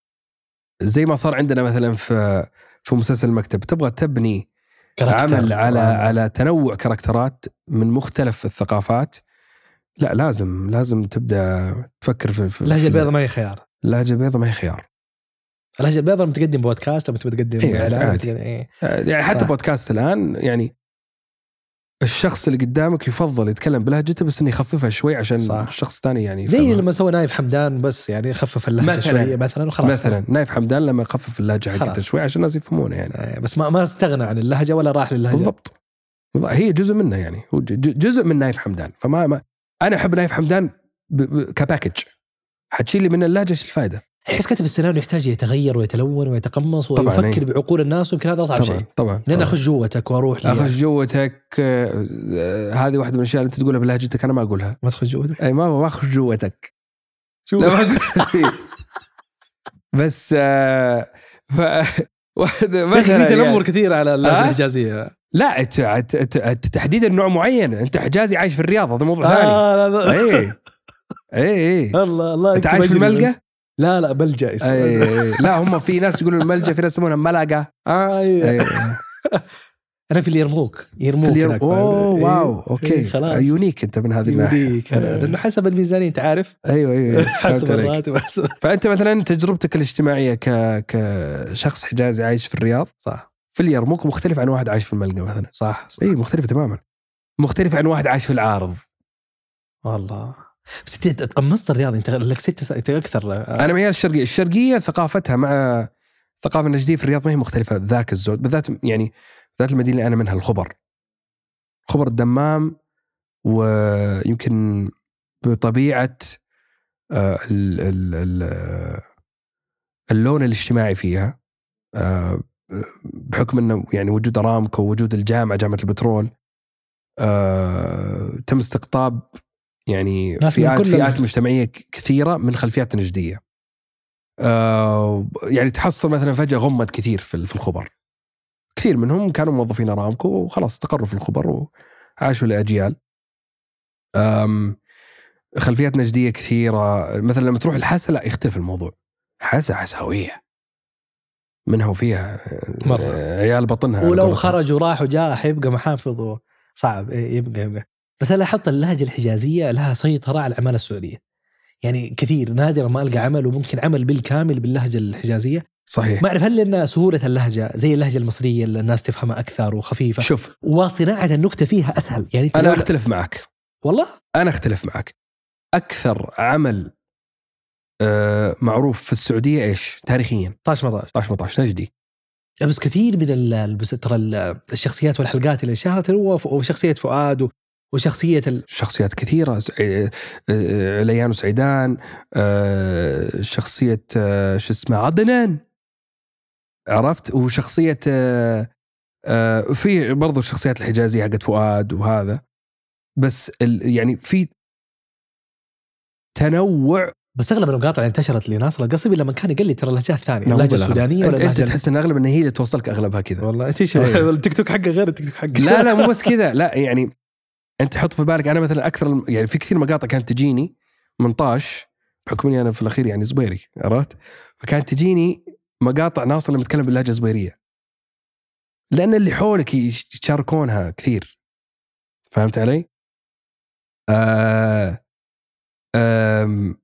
زي ما صار عندنا مثلا في في مسلسل المكتب، تبغى تبني عمل على على تنوع كاركترات من مختلف الثقافات، لا لازم لازم تبدأ تفكر في, في اللهجة البيضاء ما هي خيار. اللهجة البيضاء ما هي خيار. اللهجة البيضاء لما تقدم بودكاست، لما تقدم إيه إعلان، إيه. يعني حتى صح. بودكاست الآن يعني الشخص اللي قدامك يفضل يتكلم بلهجته بس انه يخففها شوي عشان صح. الشخص الثاني يعني زي لما سوى نايف حمدان، بس يعني يخفف اللهجه شويه مثلا وخلاص. مثلا صح. نايف حمدان لما يخفف اللهجه حقته شوي عشان الناس يفهمونه يعني، بس ما ما استغنى عن اللهجه ولا راح للهجه. بالضبط، هي جزء منه يعني، هو جزء من نايف حمدان. فما ما انا احب نايف حمدان كباكج، حتشيل لي من اللهجه ايش الفائده؟ احس كاتب السيناريو يحتاج يتغير ويتلون ويتقمص ويفكر أيه. بعقول الناس، ويمكن هذا اصعب شيء. طبعا ان انا اخش جوتك واروح لي اخش جوتك. آه هذه واحده من الاشياء اللي انت تقولها بلهجتك انا ما اقولها. ما تخش جوتك؟ اي ما ما اخش جوتك لا ما اقول بس آه ف واحده مثلا في تنمر يعني. كثير على اللهجه آه؟ الحجازيه. لا تحديد النوع معين. انت حجازي عايش في الرياض، هذا موضوع ثاني. آه لا لا. اي اي اي الله الله. انت عايش في الملقا؟ لا لا بلجا اسمه. أي أي. لا هم في ناس يقولون الملجا، في ناس يسمونها ملقا. اه أي. انا في اليرموك يرموك في اليرموك. اوه واو اوكي خلاص يونيك انت من هذه الناحيه. يونيك لانه حسب الميزانيه انت عارف. ايوه ايوه حسب الراتب. فانت مثلا تجربتك الاجتماعيه ك كشخص حجازي عايش في الرياض صح، في اليرموك مختلف عن واحد عايش في الملقا مثلا. صح, صح. اي مختلف تماما، مختلف عن واحد عايش في العارض. والله بس انت تقمصت الرياض، انت لك ست سنوات اكثر. انا معي الشرقيه الشرقيه ثقافتها مع ثقافه النجديه في الرياض ما هي مختلفه ذاك الزود، بالذات يعني ذات المدينه اللي انا منها، الخبر خبر الدمام. ويمكن بطبيعه اللون الاجتماعي فيها، بحكم انه يعني وجود ارامكو ووجود الجامعه جامعه البترول، تم استقطاب يعني فئات فئات مجتمعيه كثيره من خلفيات نجديه. يعني تحصل مثلا فجاه غمض كثير في في الخبر، كثير منهم كانوا موظفين ارامكو وخلاص استقروا في الخبر وعاشوا لاجيال. خلفيات نجديه كثيره. مثلا لما تروح الحاسه لا يختلف الموضوع، حاسه حساويه منها وفيها مرة. عيال بطنها، ولو خرجوا راحوا جاء حيبقى محافظ صعب يبقى يبقى. بس انا لاحظت اللهجه الحجازيه لها سيطره على الاعمال السعوديه، يعني كثير نادرا ما القى عمل وممكن عمل بالكامل باللهجه الحجازيه. صحيح. ما اعرف هل لان سهوله اللهجه زي اللهجه المصريه اللي الناس تفهمها اكثر وخفيفه. شوف، وصناعه النكته فيها اسهل. يعني انا اختلف معك والله، انا اختلف معك. اكثر عمل آه معروف في السعوديه ايش تاريخيا؟ طاش مطاش طاش مطاش نجدي. بس كثير من ترى الشخصيات والحلقات اللي شهرت هو وشخصيه فؤاد وشخصيه ال... شخصيات كثيره، عليان وسعيدان، شخصيه شو اسمه عدنان، عرفت؟ وشخصيه في برضو الشخصيات الحجازيه حقت فؤاد وهذا. بس يعني في تنوع. بس اغلب المقاطع اللي انتشرت لناصر القصبي لما كان يقول لي ترى اللهجات الثانيه، اللهجه السودانيه ولا اللهجه، انت تحس ان اغلب ان هي اللي توصلك اغلبها كذا. والله انت ايش التيك توك حقه غير التيك توك حقه. لا لا مو بس كذا، لا يعني انت حط في بالك انا مثلا اكثر يعني في كثير مقاطع كانت تجيني من طاش بحكم اني انا في الاخير يعني زبيري، عرفت؟ فكانت تجيني مقاطع ناصر اللي متكلم باللهجه الزبيريه لان اللي حولك يشاركونها كثير. فهمت علي؟ آه آه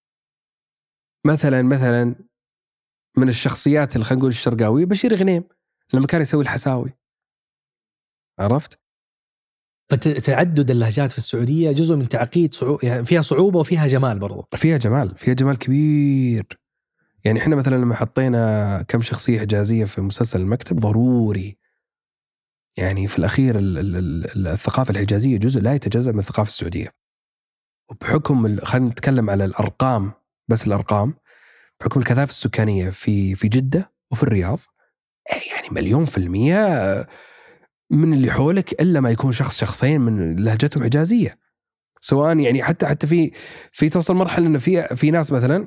مثلا مثلا من الشخصيات اللي خلينا نقول الشرقاوي بشير غنيم لما كان يسوي الحساوي، عرفت؟ فتعدد اللهجات في السعودية جزء من تعقيد صعوبة، يعني فيها صعوبة وفيها جمال برضو. فيها جمال، فيها جمال كبير. يعني احنا مثلا لما حطينا كم شخصية حجازية في مسلسل المكتب ضروري يعني في الأخير ال- ال- ال- الثقافة الحجازية جزء لا يتجزأ من الثقافة السعودية. وبحكم ال- خلينا نتكلم على الأرقام، بس الأرقام بحكم الكثافة السكانية في في جدة وفي الرياض، يعني مليون في المية من اللي حولك إلا ما يكون شخص شخصين من لهجتهم حجازية. سواء يعني حتى حتى في في توصل مرحلة إن في في ناس مثلا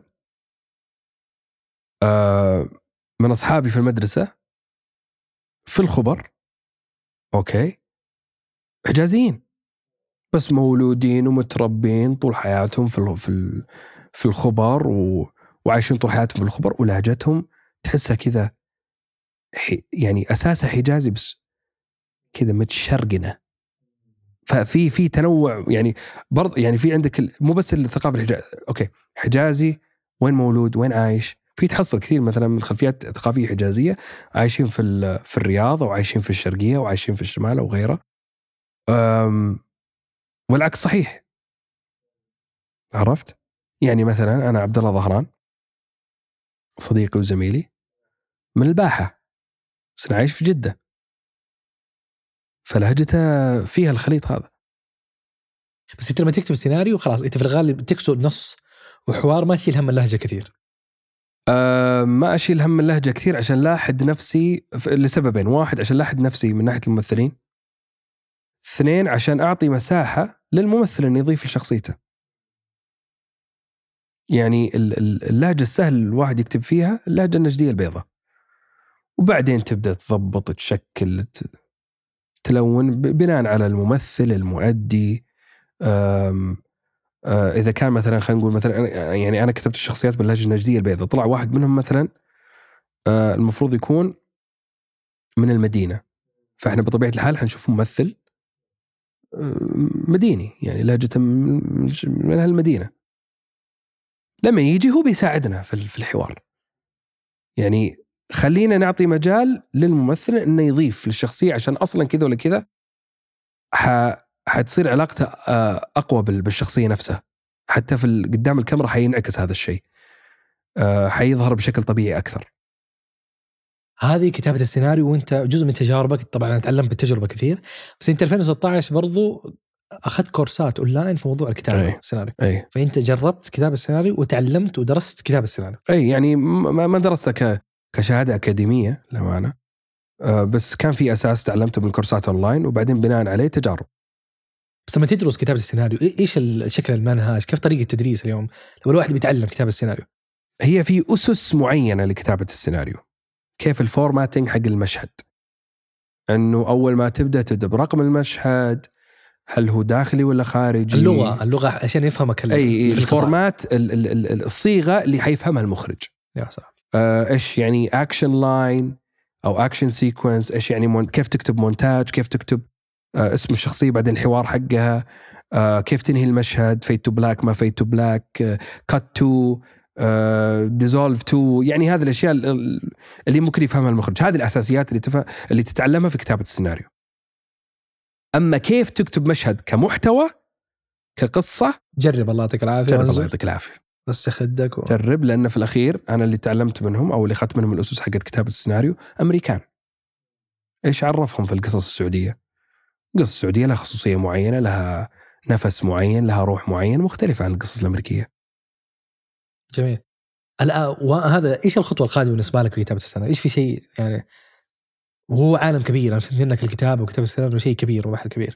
آه من أصحابي في المدرسة في الخبر، أوكي، حجازيين بس مولودين ومتربين طول حياتهم في ال- في ال- في الخبر و وعايشين طول حياتهم في الخبر، ولهجتهم تحسها كذا ح- يعني أساسها حجازي بس كذا متشرقنة. ففي في تنوع يعني برضه، يعني في عندك ال- مو بس الثقافة الحجازية، أوكي حجازي وين مولود وين عايش، في تحصل كثير مثلا من خلفيات ثقافية حجازية عايشين في ال- في الرياض وعايشين في الشرقية وعايشين في الشمال وغيره. أم، والعكس صحيح. عرفت؟ يعني مثلا أنا عبد الله ظهران صديقي وزميلي من الباحة بس أنا عايش في جدة، فلهجته فيها الخليط هذا. بس انت لما تكتب سيناريو خلاص انت في الغالب تكتب نص وحوار ما تشيل هم اللهجه كثير. أه ما أشيل هم اللهجة كثير عشان لا أحد نفسي ف- لسببين: واحد عشان لا أحد نفسي من ناحية الممثلين، اثنين عشان أعطي مساحة للممثل أن يضيف لشخصيته. يعني ال- ال- اللهجة السهل الواحد يكتب فيها اللهجة النجدية البيضاء، وبعدين تبدأ تضبط تشكل ت- تلون ب- بناء على الممثل المؤدي. أم آه، إذا كان مثلا خلينا نقول مثلا أنا- يعني أنا كتبت الشخصيات باللهجة النجدية البيضاء، طلع واحد منهم مثلا آه، المفروض يكون من المدينة، فإحنا بطبيعة الحال حنشوف ممثل آه، مديني يعني لهجته من من هالمدينة. لما يجي هو بيساعدنا في في الحوار، يعني خلينا نعطي مجال للممثل إنه يضيف للشخصية، عشان أصلا كذا ولا كذا ح حتصير علاقته آه، أقوى بال- بالشخصية نفسها، حتى في ال- قدام الكاميرا حينعكس هذا الشيء، آه، حيظهر بشكل طبيعي أكثر. هذه كتابه السيناريو وانت جزء من تجاربك، طبعا انا اتعلم بالتجربه كثير، بس انت ألفين وستة عشر برضو اخذت كورسات اونلاين في موضوع الكتابه أي. السيناريو، أي. فانت جربت كتابه السيناريو وتعلمت ودرست كتابه السيناريو. أي يعني ما ما درستها ك كشهادة أكاديمية للأمانة، آه، بس كان في أساس تعلمته من كورسات أونلاين، وبعدين بناء عليه تجارب. بس لما تدرس كتابه السيناريو إيه- ايش شكل المنهج، كيف طريقه التدريس اليوم لو الواحد بيتعلم كتابه السيناريو؟ هي في أسس معينة لكتابة السيناريو، كيف الفورماتينج حق المشهد، أنه أول ما تبدأ تبدأ برقم المشهد، هل هو داخلي ولا خارجي، اللغه اللغه عشان يفهمك ال- أي في القطاع. الفورمات ال- ال- ال- الصيغة اللي حيفهمها المخرج. يا سلام. آه، إيش يعني أكشن لاين أو أكشن سيكونس، إيش يعني مون... كيف تكتب مونتاج، كيف تكتب آه، اسم الشخصية بعدين الحوار حقها، آه، كيف تنهي المشهد، فيت تو بلاك ما فيت تو بلاك، كات تو ديزولف تو، يعني هذه الأشياء ال- اللي ممكن يفهمها المخرج. هذه الأساسيات اللي تفهم اللي تتعلمها في كتابة السيناريو. أما كيف تكتب مشهد كمحتوى كقصة، جرب الله يعطيك العافيه. جرب الله وانزل يعطيك العافية، بس خدك و... جرب، لأن في الأخير أنا اللي تعلمت منهم أو اللي أخذت منهم الأسس حقت كتابة السيناريو أمريكان. إيش عرفهم في القصص السعودية؟ القصص السعودية لها خصوصية معينة، لها نفس معين، لها روح معين مختلفة عن القصص الأمريكية. جميل. الآن وهذا ايش الخطوه القادمه بالنسبه لك في كتابه السيناريو؟ ايش في شيء يعني وهو عالم كبير، انا فهمت منك الكتابه وكتابه السيناريو شيء كبير وبحر كبير.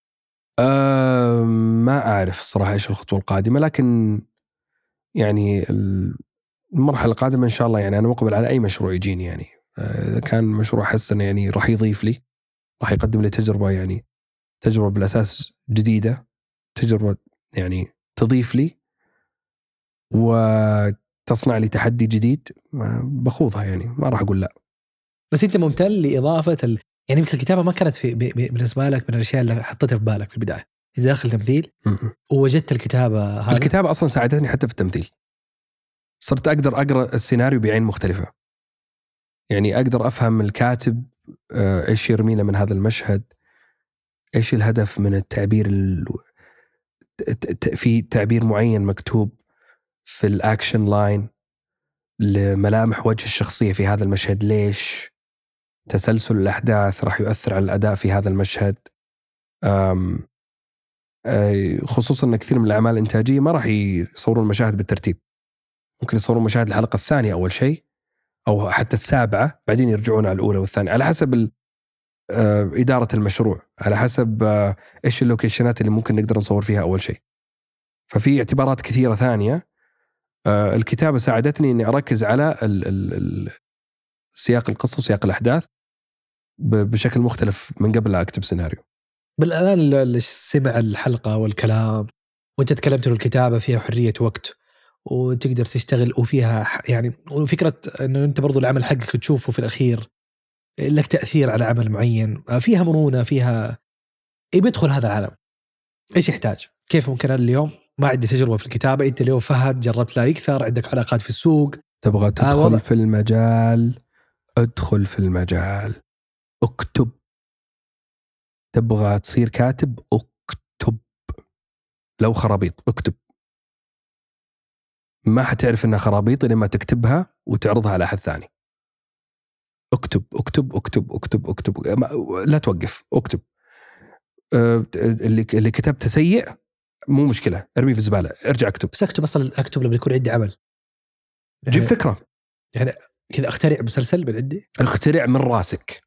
أه ما أعرف الصراحة إيش الخطوة القادمة، لكن يعني المرحلة القادمة إن شاء الله يعني أنا مقبل على أي مشروع يجيني، يعني إذا كان مشروع حس إنه يعني راح يضيف لي، راح يقدم لي تجربة، يعني تجربة بالأساس جديدة، تجربة يعني تضيف لي وتصنع لي تحدي جديد، بخوضها، يعني ما راح أقول لا. بس انت ممتن لاضافه ال... يعني يمكن الكتابه ما كانت في ب... ب... بالنسبه لك من الاشياء اللي حطيتها في بالك في البدايه، اذا داخل تمثيل م-م. ووجدت الكتابه هذا. الكتابة أصلا ساعدتني حتى في التمثيل، صرت أقدر أقرأ السيناريو بعين مختلفة، يعني أقدر أفهم الكاتب آه، إيش يرمينا من هذا المشهد، إيش الهدف من التعبير ال... في تعبير معين مكتوب في الأكشن لاين لملامح وجه الشخصية في هذا المشهد، ليش تسلسل الأحداث راح يؤثر على الأداء في هذا المشهد. أم خصوصا أن كثير من الأعمال الإنتاجية ما راح يصورون المشاهد بالترتيب، ممكن يصورون مشاهد الحلقة الثانية أول شيء أو حتى السابعة، بعدين يرجعون على الأولى والثانية على حسب إدارة المشروع، على حسب إيش اللوكيشنات اللي ممكن نقدر نصور فيها أول شيء. ففي اعتبارات كثيرة ثانية. الكتابة ساعدتني أني أركز على ال ال ال سياق القصة وسياق الأحداث بشكل مختلف من قبل لا أكتب سيناريو. بالآن اللي سمع الحلقة والكلام وأنت تكلمت له الكتابة فيها حرية وقت وتقدر تشتغل وفيها يعني، وفكرة أنه أنت برضو العمل حقك تشوفه في الأخير لك تأثير على عمل معين، فيها مرونة، فيها إيه بيدخل هذا العالم إيش يحتاج. كيف ممكن أنا اليوم ما عندي تجربة في الكتابة، أنت اليوم فهد جربت لا يكثر، عندك علاقات في السوق، تبغى تدخل آه في المجال، ادخل في المجال، اكتب. تبغى تصير كاتب، اكتب. لو خرابيط اكتب، ما حتعرف انها خرابيط لما تكتبها وتعرضها على احد ثاني. اكتب اكتب اكتب اكتب اكتب، لا توقف، اكتب. اللي اللي كتبته سيء مو مشكله، ارمي في الزباله، ارجع اكتب. بس اكتب اصلا، اكتب لما يكون عندي عمل، جيب يعني فكره، يعني كذا اخترع مسلسل من عندي، اخترع من راسك،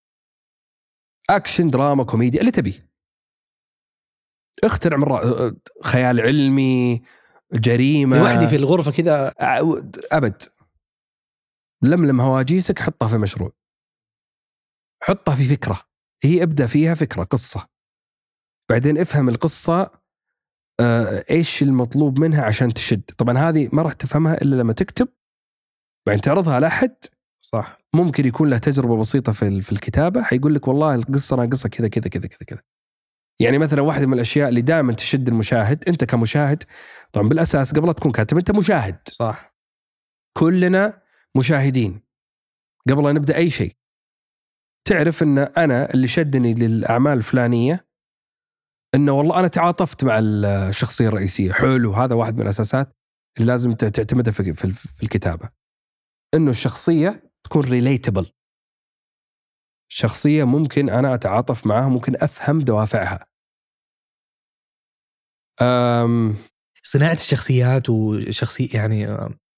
اكشن دراما كوميديا اللي تبي، اخترع من راسك. خيال علمي، جريمه، لوحدي في الغرفه كذا ابد. لملم هواجيسك، حطها في مشروع، حطها في فكره، هي ابدا فيها فكره قصه، بعدين افهم القصه آه، ايش المطلوب منها عشان تشد. طبعا هذه ما راح تفهمها الا لما تكتب بعدين تعرضها على احد. صح، ممكن يكون له تجربه بسيطه في في الكتابه، حيقول لك والله القصه انا قصه كذا كذا كذا كذا كذا. يعني مثلا واحده من الاشياء اللي دائما تشد المشاهد، انت كمشاهد طبعا بالاساس قبل لا تكون كاتب انت مشاهد، صح، كلنا مشاهدين قبل لا نبدا اي شيء. تعرف ان انا اللي شدني للاعمال الفلانيه انه والله انا تعاطفت مع الشخصيه الرئيسيه، حلو، هذا واحد من الاساسات اللي لازم تعتمدها في في الكتابه، انه الشخصيه تكون ريليتبل، شخصيه ممكن انا اتعاطف معها، ممكن افهم دوافعها. أم صناعه الشخصيات وشخصي يعني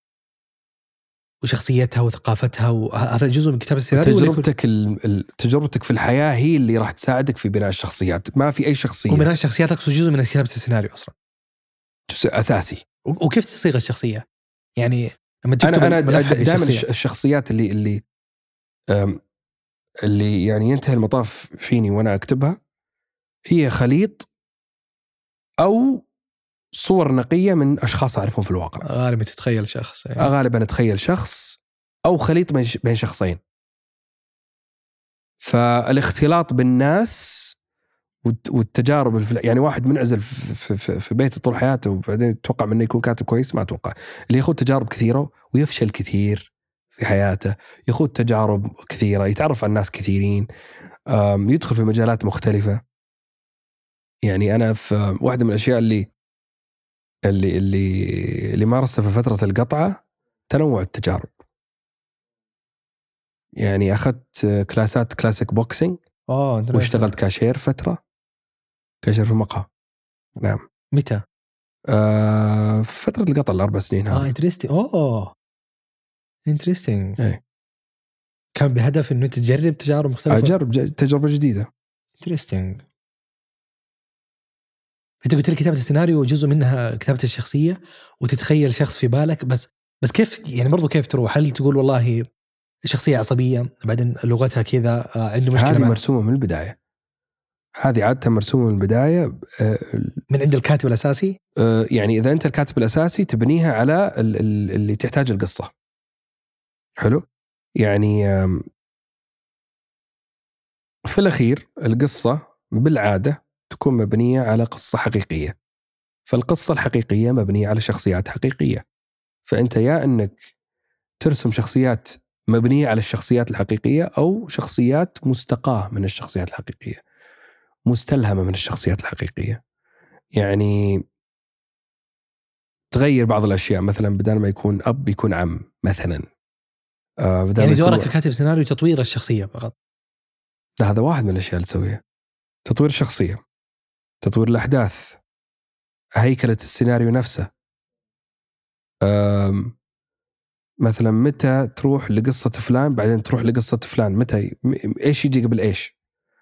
وشخصيتها وثقافتها، وهذا جزء من كتابة السيناريو. تجربتك ال... تجربتك في الحياة هي اللي راح تساعدك في بناء الشخصيات، ما في أي شخصية. وبناء الشخصيات أقصد جزء من كتابة السيناريو أصلا، جزء أساسي. و... وكيف تصيغ الشخصية يعني لما تكتب أنا أنا دائما الشخصيات اللي اللي أم... اللي يعني ينتهي المطاف فيني وأنا أكتبها هي خليط أو صور نقية من أشخاص أعرفهم في الواقع. غالبا تتخيل شخص يعني. غالبا أتخيل شخص أو خليط بين شخصين. فالاختلاط بالناس والتجارب الفل... يعني واحد منعزل في, في, في بيته طول حياته وبعدين يتوقع منه يكون كاتب كويس، ما أتوقع. اللي يخوض تجارب كثيرة ويفشل كثير في حياته، يخوض تجارب كثيرة، يتعرف على الناس كثيرين، يدخل في مجالات مختلفة. يعني أنا في واحدة من الأشياء اللي اللي اللي اللي مارسها في فترة القطعة تنوع التجارب. يعني أخذت كلاسات كلاسيك بوكسينج واشتغلت كاشير فترة، كاشير في مقهى. نعم. متى؟ آه في فترة القطع الأربع سنين هذه. آه انترستينج. أوه انترستينج. إيه. كان بهدف إنه تجرب تجارب مختلفة. أجرب تجربة جديدة. انترستينج. أنت قلت لي كتابة السيناريو جزء منها كتابة الشخصية وتتخيل شخص في بالك، بس بس كيف يعني برضو كيف تروح؟ هل تقول والله شخصية عصبية بعدين لغتها كذا عنده مشكلة؟ هذه مرسومة من البداية، هذه عادة مرسومة من البداية من عند الكاتب الأساسي. يعني إذا أنت الكاتب الأساسي تبنيها على اللي تحتاج القصة. حلو. يعني في الأخير القصة بالعادة تكون مبنية على قصة حقيقية، فالقصة الحقيقية مبنية على شخصيات حقيقية. فأنت يا أنك ترسم شخصيات مبنية على الشخصيات الحقيقية أو شخصيات مستقاة من الشخصيات الحقيقية، مستلهمة من الشخصيات الحقيقية. يعني تغير بعض الأشياء، مثلا بدل ما يكون أب يكون عم مثلا، آه يعني دورك ككاتب سيناريو تطوير الشخصيه فقط؟ لا، هذا واحد من الاشياء اللي تسويها. تطوير الشخصيه، تطوير الاحداث، هيكله السيناريو نفسه. مثلا متى تروح لقصه فلان بعدين تروح لقصه فلان، متى ايش يجي قبل ايش.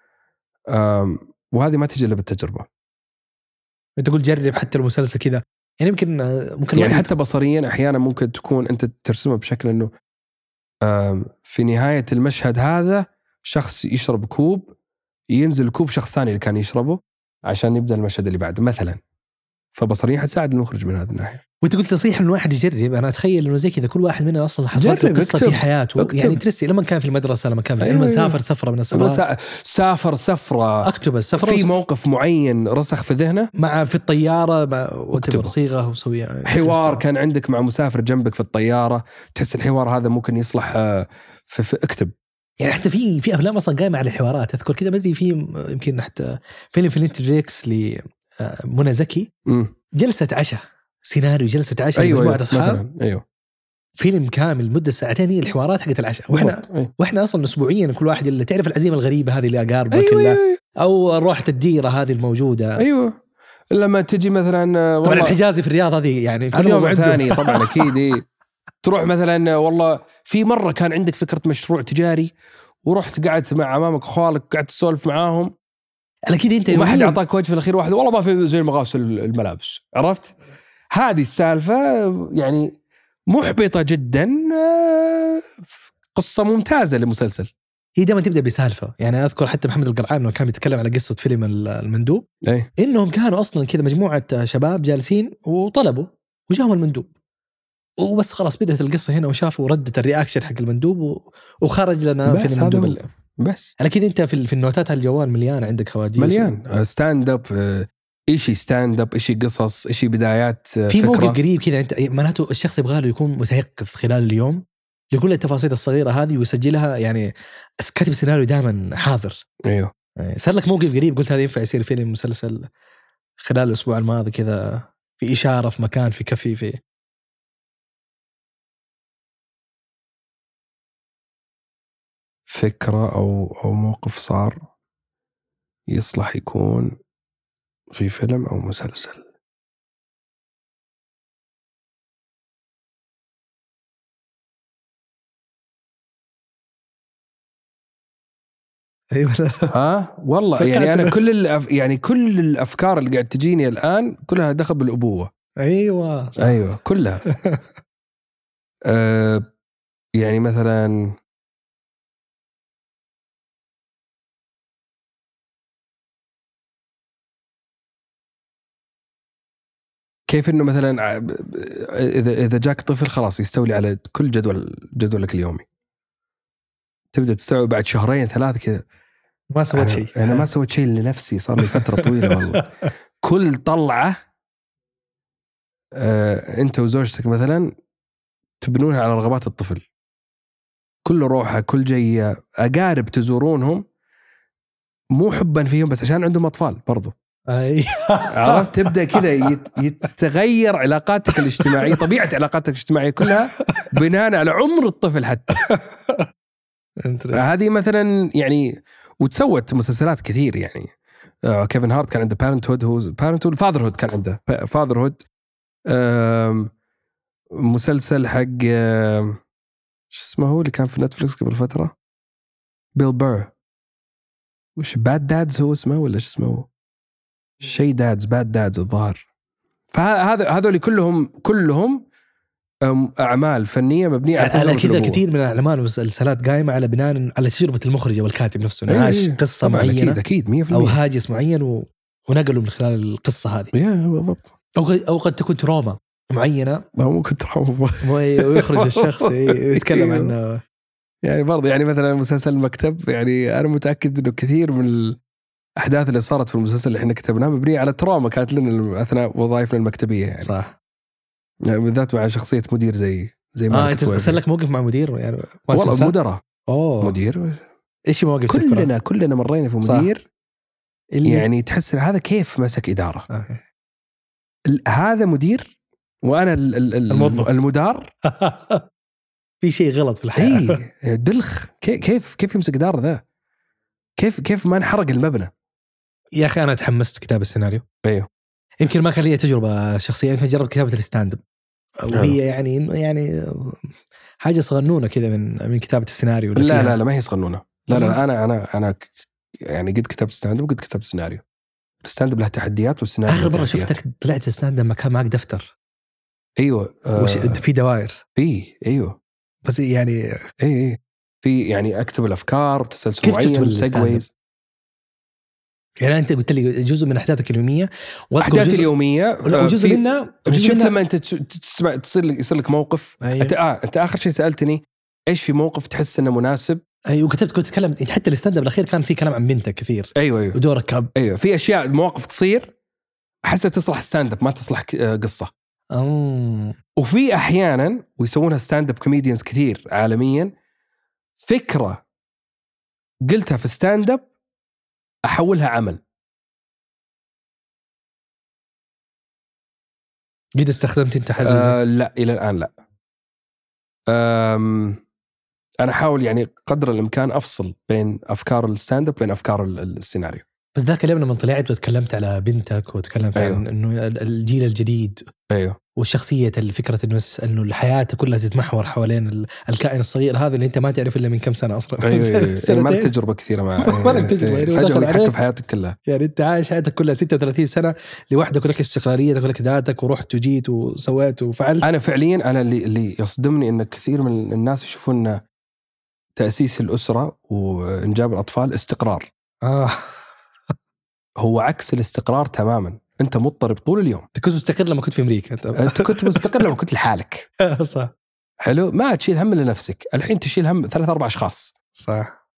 وهذه ما تجي الا بالتجربه. انت تقول جرب حتى المسلسل كذا، يعني يمكن ممكن يعني حتى بصريا احيانا ممكن تكون انت ترسمه بشكل انه في نهايه المشهد هذا شخص يشرب كوب، ينزل كوب شخص ثاني اللي كان يشربه عشان يبدا المشهد اللي بعده مثلا. فبصريا حتساعد المخرج من هذه الناحيه. وانت قلت نصيحه انه واحد يجرب، انا اتخيل انه زي كذا كل واحد مننا اصلا حصلت له قصه في حياته اكتب. يعني ترسي لما كان في المدرسه، لما كان في أيوة لما سافر سفره من السفرات، سافر سفره اكتب السفره في موقف معين رسخ في ذهنه، مع في الطياره مع صيغه وسويها حوار كان عندك مع مسافر جنبك في الطياره، تحس الحوار هذا ممكن يصلح في, في اكتب. يعني حتى في في افلام اصلا قايمه على الحوارات. اذكر كذا ما ادري في يمكن حتى فيلم في نتفليكس لمنى زكي، جلسه عشاء سيناريو جلسه عشاء أيوة مجموعه أيوة اصحاب. ايوه فيلم كامل مده ساعتين هي الحوارات حقت العشاء. واحنا أيوة. واحنا اصلا اسبوعيا كل واحد اللي تعرف العزيمه الغريبه هذه اللي اقاربك أيوة كلها أيوة. او روحه الديره هذه الموجوده. ايوه لما تجي مثلا طبعا الحجازي في الرياض هذه يعني كل يوم عنده ثاني طبعا اكيد. إيه. تروح مثلا والله في مره كان عندك فكره مشروع تجاري ورحت قعدت مع امامك اخوالك قعدت تسولف معاهم، اكيد انت وما حد اعطاك وجه في الاخير واحد والله ما في زي مغاسل الملابس. عرفت هذه السالفه يعني محبطه جدا. قصه ممتازه لمسلسل. هي دائما تبدا بسالفه. يعني اذكر حتى محمد القرعان انه كان بيتكلم على قصه فيلم المندوب. أي. انهم كانوا اصلا كذا مجموعه شباب جالسين وطلبوا وجاهم المندوب وبس خلاص بدأت القصة هنا وشافوا ردة الرياكشن حق المندوب وخرج لنا في المندوب اللي. بس على كده انت في في النوتات هالجوال مليان عندك خواجيز مليان و... ستاند اب، ايشي ستاند اب، ايشي قصص، ايشي بدايات في فكرة. موقف قريب كذا انت معناته الشخص يبغى له يكون متيقظ خلال اليوم لكل التفاصيل الصغيرة هذه ويسجلها. يعني كاتب سيناريو دائما حاضر. ايوه صار لك موقف قريب قلت هذا ينفع يصير فيلم مسلسل خلال الاسبوع الماضي كذا، في اشارة في مكان في كفي في فكرة أو أو موقف صار يصلح يكون في فيلم أو مسلسل؟ أيوة. ها والله يعني أنا كل الأف... يعني كل الأفكار اللي قاعد تجيني الآن كلها دخل بالأبوة. أيوة صح. أيوة كلها. أه يعني مثلا كيف إنه مثلا إذا إذا جاك طفل خلاص يستولي على كل جدول جدولك اليومي، تبدأ تستوعب بعد شهرين ثلاثة كذا ما سويت شيء. أنا ما سويت شيء لنفسي، صار لي فترة طويلة والله. كل طلعة آه، أنت وزوجتك مثلا تبنونها على رغبات الطفل، كل روحة كل جية. أقارب تزورونهم مو حبا فيهم بس عشان عندهم أطفال برضو. عرفت تبدأ كذا يتغير علاقاتك الاجتماعية، طبيعة علاقاتك الاجتماعية كلها بناء على عمر الطفل حتى. هذه مثلا يعني. وتسوت مسلسلات كثير يعني. آه كيفن هارت كان عنده بارنتهود، هو بارنتهود فاذرهود كان عنده فاذرهود. آه مسلسل حق آه شو اسمه هو اللي كان في نتفليكس قبل فترة، بيل بير، وش باد دادز هو اسمه ولا شو اسمه شيء دادز باد دادز الظاهر. فهذا هذول كلهم كلهم أعمال فنية مبنية على على كذا. كثير من الأعمال والمسلسلات قائمة على بناء على تجربة المخرج والكاتب نفسه، أيه عاش قصة معينة أكيد أكيد مية في المية أو هاجس معين و... ونقلوا من خلال القصة هذه. yeah, بالضبط. أو أو قد تكون تروما معينة أو ممكن تروما ويخرج الشخص يتكلم عنه. يعني برضه يعني مثلا مسلسل المكتب، يعني أنا متأكد إنه كثير من الأحداث اللي صارت في المسلسل اللي إحنا كتبناه مبنية على تروما كانت لنا أثناء وظائفنا المكتبية يعني. صح. يعني بالذات مع شخصية مدير زي زي ما آه أنت صار لك موقف مع مدير يعني؟ والله مدراء. أوه. مدير. إيش موقف كلنا تذكره؟ كلنا مرينا في مدير اللي يعني تحس هذا كيف مسك إدارة. آه. هذا مدير وأنا ال ال المدار. في شيء غلط في الحياه. اي دلخ، كيف كيف يمسك دار ذا؟ كيف كيف ما انحرق المبنى؟ يا اخي انا تحمست كتاب السيناريو. ايوه يمكن ما كان لي تجربه شخصيه، يمكن جربت كتابه الستاند اب، وهي يعني يعني حاجه صغنونه كذا من من كتابه السيناريو. لا لا لا ما هي صغنونه. لا لا انا انا انا يعني قد كتبت ستاند اب وقد كتبت سيناريو. الستاند اب له تحديات والسيناريو اخر مره شفتك طلعت الستاند اب ما كان معك دفتر. ايوه آه وش في دوائر. اي ايوه بس يعني اي اي في يعني اكتب الافكار بتسلسل معين سيجويز. يعني انت قلت لي جزء من احداثك اليوميه، احداث اليوميه وجزء منها شفت منها لما انت تسمع تصير لك يصير لك موقف. أيوه. انت آه انت اخر شيء سالتني ايش في موقف تحس انه مناسب. ايوه وكتبت كنت تتكلم حتى الستاند اب الاخير كان في كلام عن بنتك كثير. ايوه ايوه ودورك كاب. ايوه في اشياء مواقف تصير احسها تصلح ستاند اب ما تصلح قصه. أوه. وفي احيانا ويسوونها ستاند اب كوميديانز كثير عالميا، فكره قلتها في ستاند اب احولها عمل. قد استخدمت انت حاجه آه لا الى الان لا. انا احاول يعني قدر الامكان افصل بين افكار الستاند اب وبين افكار السيناريو. بس ذاك اليوم لما طلعت وتكلمت على بنتك وتكلمت أيوه. عن انه الجيل الجديد ايوه والشخصيه الفكره انه انه الحياه كلها تتمحور حوالين الكائن الصغير هذا اللي انت ما تعرف الا من كم سنه اصلا. ايوه أيوه. ما لك تجربه كثيره مع ما لك تجربه يعني فجاه يحكم في حياتك كلها. يعني انت عايش حياتك كلها ستة وثلاثين سنه لوحدك ولك استقلاليتك ولك ذاتك ورحت وجيت وسويت وفعلت. انا فعليا انا اللي اللي يصدمني ان كثير من الناس يشوفون تاسيس الاسره وانجاب الاطفال استقرار. آه. هو عكس الاستقرار تماما. انت مضطرب طول اليوم. انت كنت مستقر لما كنت في امريكا. انت, انت كنت مستقر لما كنت لحالك. صح. حلو ما تشيل هم لنفسك. الحين تشيل هم ثلاث اربع اشخاص. صح.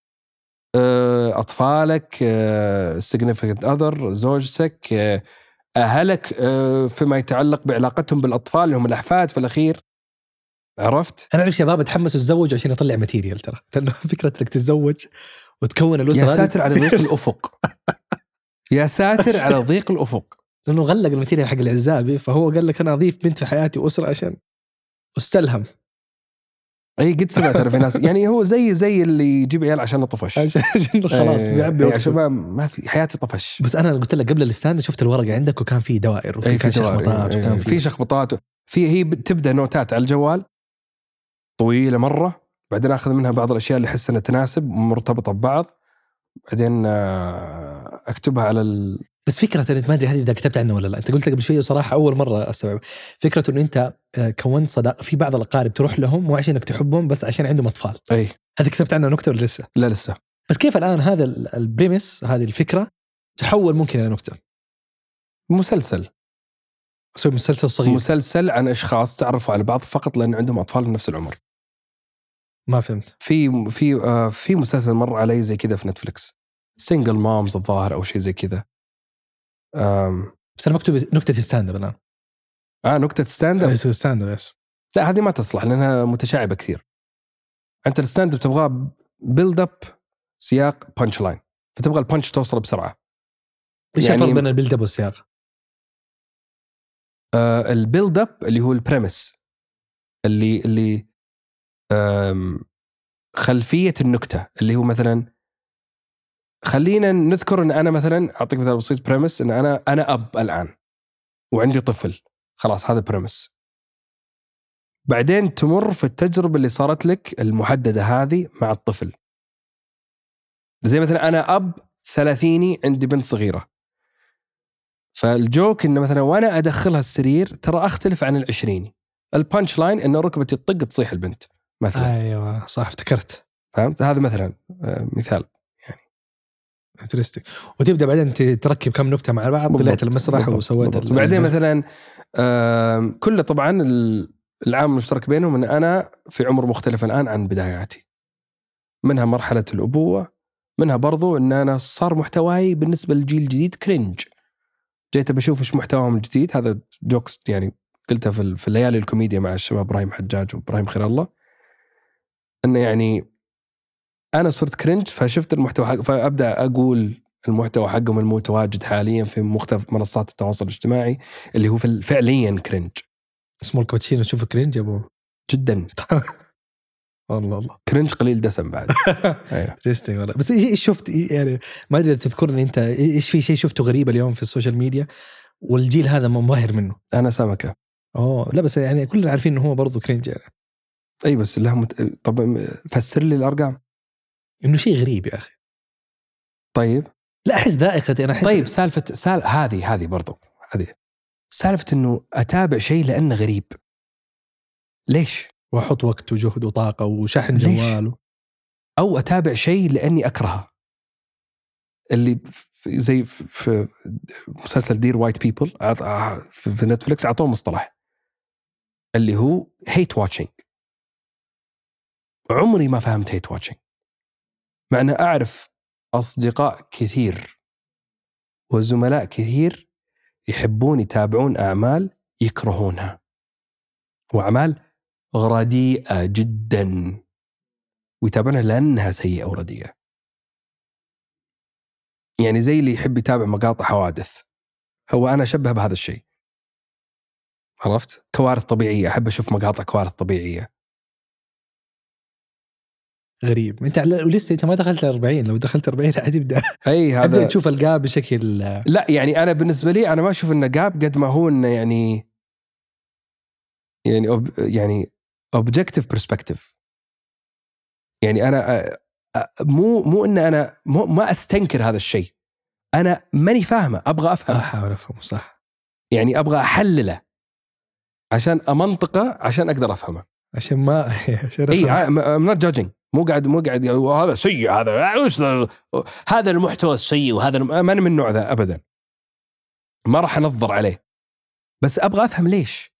اطفالك، significant other، زوجتك، اهلك فيما يتعلق بعلاقتهم بالاطفال اللي هم الاحفاد في الاخير. عرفت؟ انا اعرف شباب تحمسوا يتزوجوا عشان يطلع ماتيريال ترى، لانه فكره انك تتزوج وتكون الاسره. يا ساتر على ضيق الافق. يا ساتر على ضيق الافق. لانه غلق الماتيريال حق العزابي، فهو قال لك انا اضيف بنت في حياتي واسره عشان استلهم. اي قد سمعت انا في ناس يعني هو زي زي اللي يجيب عيال عشان طفش عشان خلاص بيعبي وقته عشان ما, ما في حياتي طفش. بس انا قلت لك قبل الاستاند شفت الورقه عندك وكان في دوائر وفي في شخبطات وكان في شخبطات في هي تبدا نوتات على الجوال طويله مره، بعدين اخذ منها بعض الاشياء اللي احس انها تناسب مرتبطه ببعض، بعدين اكتبها على ال... بس فكره انت ما ادري هذه اذا كتبت عنها ولا لا. انت قلت قبل شويه صراحه اول مره استوعب فكره انه انت كونت صداقه في بعض الاقارب تروح لهم مو عشان انك تحبهم بس عشان عندهم اطفال. اي هذه كتبت عنها نكته ولا لسه؟ لا لسه. بس كيف الان هذا البريمس هذه الفكره تحول ممكن الى نكته؟ مسلسل. سوي مسلسل صغير. مسلسل عن اشخاص تعرفوا على بعض فقط لان عندهم اطفال في نفس العمر. ما فهمت. في في آه في مسلسل مر علي زي كذا في نتفليكس، سينجل مامز الظاهر او شيء زي كذا. أم بس انا مكتوب نكته ستاند اب الان. اه نكته ستاند اب. ستاند اب يس. لا هذه ما تصلح لانها متشعبه كثير. انت الستاند اب تبغاه بيلد اب سياق بانش لاين، فتبغى البانش توصل بسرعه. ايش يعني الفرق بين البيلد اب والسياق؟ آه البيلد اب اللي هو البريمس اللي اللي خلفيه النكته، اللي هو مثلا خلينا نذكر ان انا مثلا اعطيك مثال بسيط. بريمس ان انا انا اب الان وعندي طفل، خلاص هذا بريمس. بعدين تمر في التجربه اللي صارت لك المحدده هذه مع الطفل. زي مثلا انا اب ثلاثيني عندي بنت صغيره، فالجوك انه مثلا وانا ادخلها السرير ترى اختلف عن العشريني. البانش لاين انه ركبتي تطق تصيح البنت مثلا. ايوه صح افتكرت. فهمت؟ هذا مثلا مثال يعني انترستينج. وتبدا بعدين تركب كم نكته مع بعض، طلعت المسرح وسويت. بعدين مثلا كله طبعا العام المشترك بينهم ان انا في عمر مختلف الان عن بداياتي، منها مرحله الابوه، منها برضو ان انا صار محتواي بالنسبه للجيل الجديد كرنج. جيت بشوف ايش محتواهم الجديد. هذا جوكس يعني قلتها في في الليالي الكوميديا مع الشباب ابراهيم حجاج وابراهيم خير الله، انه يعني انا صرت كرنج فشفت المحتوى حق، فابدا اقول المحتوى حقهم المتواجد حاليا في مختلف منصات التواصل الاجتماعي اللي هو فعليا كرنج. اسمه الكوتشينو. شوف كرنج يا ابو جدا. الله الله كرنج قليل دسم بعد. أيوه. انترستنج والله. بس ايش شفت يعني ما ادري تذكرني انت ايش في شيء شفته غريب اليوم في السوشيال ميديا والجيل هذا منبهر منه؟ انا سمكه. اوه لا بس يعني كلنا عارفين انه هو برضو كرنج يعني. اي بس لهم مت... طب فسر لي الارقام. انه شيء غريب يا اخي. طيب لا احس ذائقتي انا احس. طيب سالفه سال هذه هذه برضو هذه سالفه انه اتابع شيء لانه غريب. ليش؟ واحط وقت وجهد وطاقه وشحن جوال. او اتابع شيء لاني اكرهه. اللي زي في مسلسل دير وايت بيبل في نتفليكس اعطوه مصطلح اللي هو هيت واتشنج. عمري ما فهمت هيت واتشنج، مع أن أعرف أصدقاء كثير وزملاء كثير يحبون يتابعون أعمال يكرهونها، وأعمال رديئة جدا ويتابعونها لأنها سيئة ورديئة. يعني زي اللي يحب يتابع مقاطع حوادث، هو أنا أشبه بهذا الشيء. عرفت؟ كوارث طبيعية، أحب أشوف مقاطع كوارث طبيعية. غريب. انت ولسه انت ما دخلت أربعين، لو دخلت أربعين حتبدا اي هذا ابدا تشوف الجاب بشكل. لا يعني انا بالنسبه لي انا ما اشوف انه جاب قد ما هو انه يعني يعني أوب يعني objective perspective. يعني انا مو مو ان انا مو ما استنكر هذا الشيء، انا ماني فاهمه، ابغى افهم. احاول افهم صح. يعني ابغى احلله عشان امنطقه عشان اقدر افهمه، عشان ما عشان اي I'm not judging. مو قاعد مو قاعد هذا سيء، هذا وش هذا المحتوى السيء، وهذا ما انا من النوع ذا ابدا، ما راح انظر عليه، بس ابغى افهم ليش.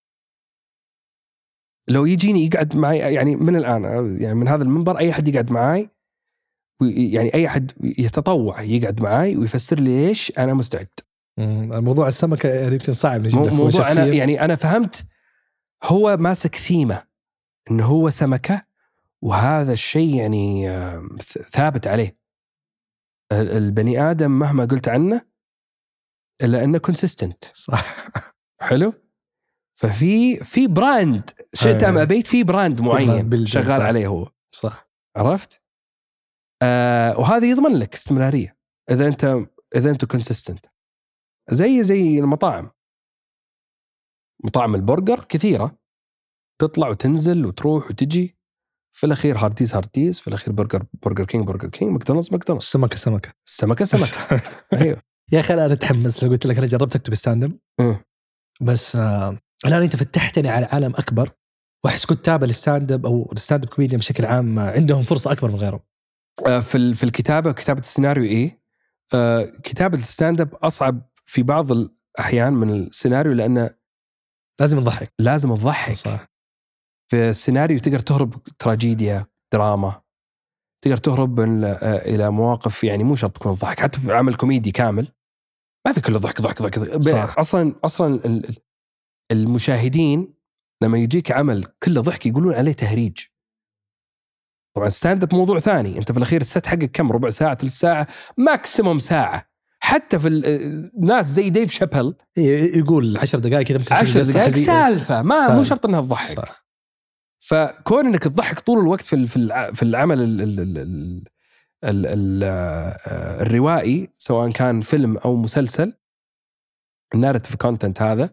لو يجيني يقعد معي يعني من الان يعني من هذا المنبر اي احد يقعد معي، يعني اي احد يتطوع يقعد معي ويفسر لي ليش، انا مستعد. الموضوع السمكه يعني يمكن صعب نجيب لك موضوع انا يعني انا فهمت هو ماسك ثيمه انه هو سمكه، وهذا الشيء يعني ثابت عليه. البني ادم مهما قلت عنه الا انه كونسيستنت. صح. حلو. ففي في براند شئت ام ابيت، في براند معين شغال صح. عليه هو. صح. عرفت؟ آه وهذا يضمن لك استمراريه اذا انت اذا انت كونسيستنت. زي زي المطاعم، مطاعم البرجر كثيره تطلع وتنزل وتروح وتجي، في الاخير هارديز هارديز، في الاخير برجر برجر كينج برجر كينج، ماكدونالدز ماكدونالدز، سمكه سمكه السمكه سمكه. ايوه يا اخي انا اتحمس. لو قلت لك انا جربت اكتب ستاند اب بس آه الان انت فتحتني على عالم اكبر، واحس كتاب الستاند اب او الستاند اب كوميديان بشكل عام عندهم فرصه اكبر من غيرهم. آه في في الكتابه كتابه السيناريو ايه آه كتابه الستاند اب اصعب في بعض الاحيان من السيناريو، لانه لازم نضحك لازم تضحك. صح. في السيناريو تقدر تهرب تراجيديا دراما، تقدر تهرب الى مواقف يعني مو شرط تكون الضحك. حتى في عمل كوميدي كامل ما في كله ضحك ضحك ضحك صح. اصلا اصلا المشاهدين لما يجيك عمل كله ضحك يقولون عليه تهريج. طبعا ستاند اب موضوع ثاني، انت في الاخير الست حقك كم، ربع ساعه ثلث ساعه ماكسيموم ساعه. حتى في الناس زي ديف شابل يقول عشر دقائق كذا ممكن عشر دقائق سالفه ما سالفة. مو شرط انها تضحك. صح. فكون انك تضحك طول الوقت في في العمل ال ال ال ال ال ال الروائي سواء كان فيلم او مسلسل، الناريتيف كونتنت هذا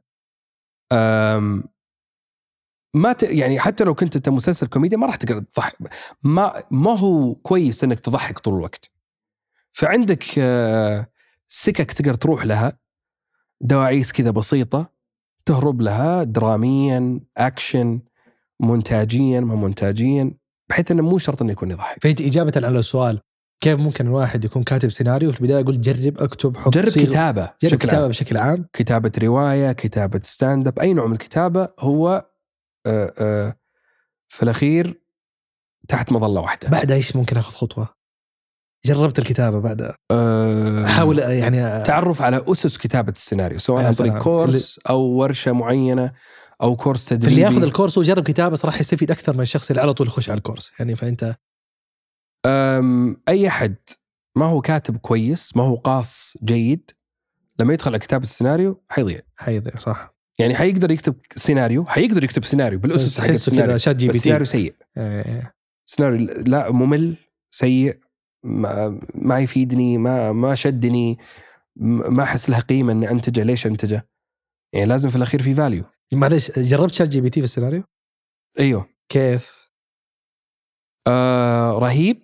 ما ت... يعني حتى لو كنت انت مسلسل كوميديا ما راح تقدر تضحك، ما ما هو كويس انك تضحك طول الوقت. فعندك سكك تقدر تروح لها، دواعيس كذا بسيطة تهرب لها دراميا اكشن مونتاجيا ما مونتاجيا، بحيث انه مو شرط انه يكون يضحك. فانت اجابه على السؤال كيف ممكن الواحد يكون كاتب سيناريو، في البدايه اقول جرب اكتب حط جرب كتابه جرب كتابه عام. بشكل عام كتابه روايه، كتابه ستاند اب، اي نوع من الكتابه هو آآ آآ في الاخير تحت مظله واحده. بعد ايش ممكن اخذ خطوه؟ جربت الكتابه بعد احاول يعني تعرف على اسس كتابه السيناريو، سواء عن طريق كورس او ورشه معينه او كورس تدريبي. اللي ياخذ الكورس ويجرب كتابه صراحه يستفيد اكثر من الشخص اللي على طول يخش على الكورس. يعني فانت اي احد ما هو كاتب كويس، ما هو قاص جيد، لما يدخل على كتاب السيناريو حيضيع حيضيع صح. يعني حيقدر يكتب سيناريو، حيقدر يكتب سيناريو بالاسس حق السيناريو، شات جي بي تي سيناريو سيء. ايه. سيناريو لا ممل سيء، ما, ما يفيدني، ما ما شدني، ما أحس لها قيمة إني أنتجه. ليش أنتجه؟ يعني لازم في الأخير في فاليو. معليش، جربت شات جي بي تي في السيناريو؟ أيوه. كيف؟ آه رهيب.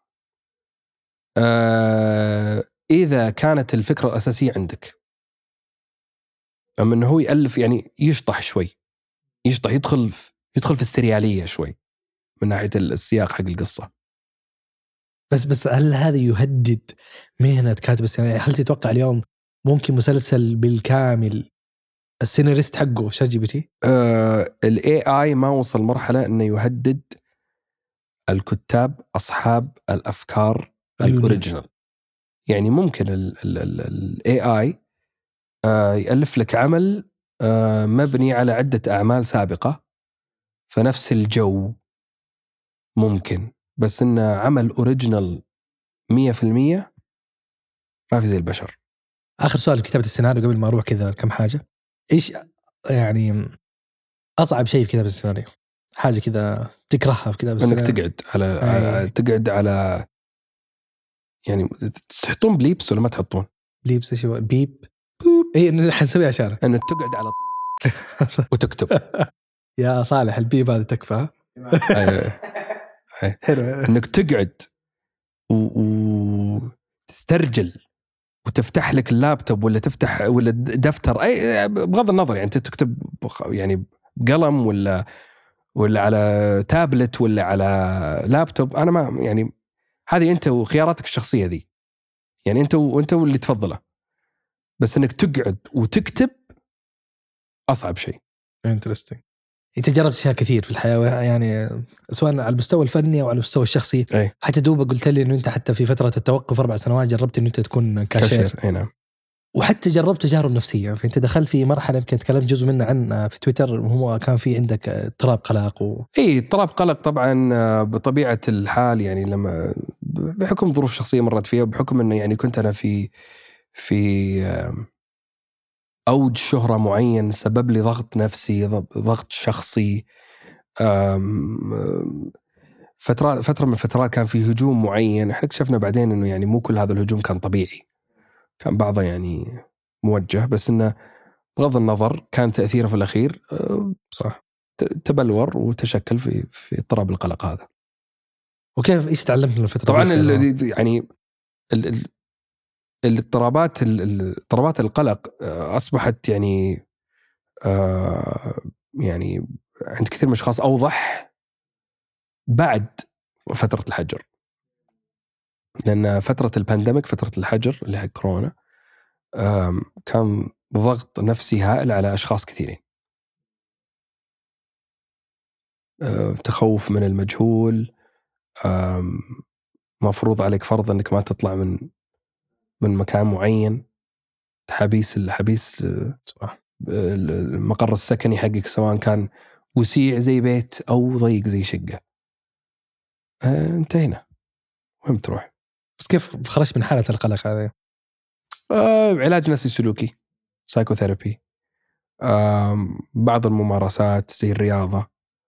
آه إذا كانت الفكرة الأساسية عندك، أما إنه هو يألف يعني يشطح شوي، يشطح يدخل في يدخل في السريالية شوي من ناحية السياق حق القصة. بس بس هل هذا يهدد مهنة كاتب السيناريو؟ هل تتوقع اليوم ممكن مسلسل بالكامل السيناريست حقه شات جي بي تي؟ آه ال إيه آي ما وصل مرحلة إنه يهدد الكتاب أصحاب الأفكار الأوريجينال. يعني ممكن ال إيه آي آه يألف لك عمل آه مبني على عدة أعمال سابقة فنفس الجو ممكن، بس إنه عمل أوريجينال مية في المية ما في زي البشر. آخر سؤال في كتابة السيناريو قبل ما أروح كذا كم حاجة، إيش يعني أصعب شيء في كتابة السيناريو؟ حاجة كذا تكرهها في كتابة إنك السيناريو؟ تقعد على, على تقعد على يعني تحطون بليبس ولا ما تحطون بليبس؟ إيش هو بيب؟ إيه حنسوي أشارة إنك تقعد على وتكتب. يا صالح البيب هذا تكفى. حلو. إنك تقعد وتسترجل وتفتح لك اللابتوب ولا تفتح ولا دفتر، أي بغض النظر يعني تكتب يعني بقلم ولا ولا على تابلت ولا على لابتوب. أنا ما يعني هذه أنت وخياراتك الشخصية ذي، يعني أنت وأنت واللي تفضله، بس إنك تقعد وتكتب أصعب شيء. انترستينج. انت جربت اشياء كثير في الحياه يعني سواء على المستوى الفني او على المستوى الشخصي. أي. حتى دوبك قلت لي انه انت حتى في فتره التوقف اربع سنوات جربت انه انت تكون كاشير, كاشير. أي نعم. وحتى جربت تجارب نفسيه، فانت دخلت في مرحله يمكن تكلمت جزء منها عن في تويتر، وهو كان في عندك اضطراب قلق و... اي اضطراب قلق طبعا بطبيعه الحال، يعني لما بحكم ظروف شخصيه مرت فيها، وبحكم انه يعني كنت انا في في اوج شهره معين سبب لي ضغط نفسي، ضغط شخصي. فترة فترة من الفترات كان في هجوم معين، احنا اكتشفنا بعدين انه يعني مو كل هذا الهجوم كان طبيعي، كان بعضه يعني موجه، بس انه بغض النظر كان تأثيره في الأخير صح تبلور وتشكل في في اضطراب القلق هذا. وكيف ايش تعلمت من الفترة طبعا دي؟ يعني الاضطرابات اضطرابات القلق أصبحت يعني يعني عند كثير من الأشخاص أوضح بعد فترة الحجر، لأن فترة البانديميك فترة الحجر اللي هي كورونا كان ضغط نفسي هائل على أشخاص كثيرين، تخوف من المجهول، مفروض عليك فرض أنك ما تطلع من من مكان معين، حبيس الحبيس المقر السكني حقك سواء كان وسيع زي بيت أو ضيق زي شقة. انتهينا، وهم تروح. بس كيف خرجت من حالة القلق هذه؟ آه علاج نفسي سلوكي، سايكوثيرابي، آه بعض الممارسات زي الرياضة.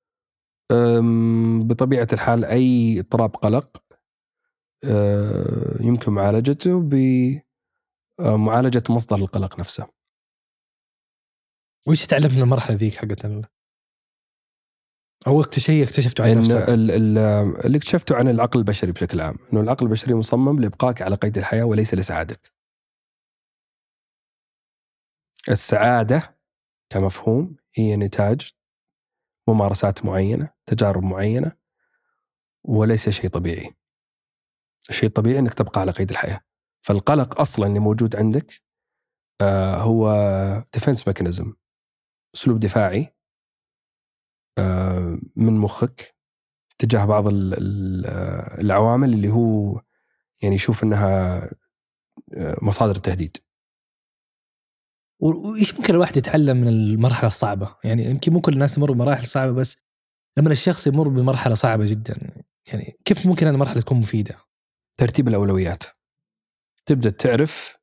بطبيعة الحال أي اضطراب قلق آه يمكن معالجته بمعالجة مصدر القلق نفسه. وإيش تعلمت من المرحلة ذيك حقت ال... أو شيء اكتشفته عن نفسك؟ اللي اكتشفته عن العقل البشري بشكل عام إنه العقل البشري مصمم لإبقائك على قيد الحياة وليس لسعادك. السعادة كمفهوم هي نتاج ممارسات معينة، تجارب معينة، وليس شيء طبيعي. الشيء الطبيعي أنك تبقى على قيد الحياة. فالقلق أصلا اللي موجود عندك آه هو defense mechanism، أسلوب دفاعي آه من مخك تجاه بعض العوامل اللي هو يعني يشوف أنها مصادر التهديد. وإيش ممكن الواحد يتعلم من المرحلة الصعبة؟ يعني يمكن مو كل الناس يمروا بمراحل صعبة، بس لما الشخص يمر بمرحلة صعبة جدا يعني كيف ممكن هذه المرحلة تكون مفيدة؟ ترتيب الأولويات. تبدأ تعرف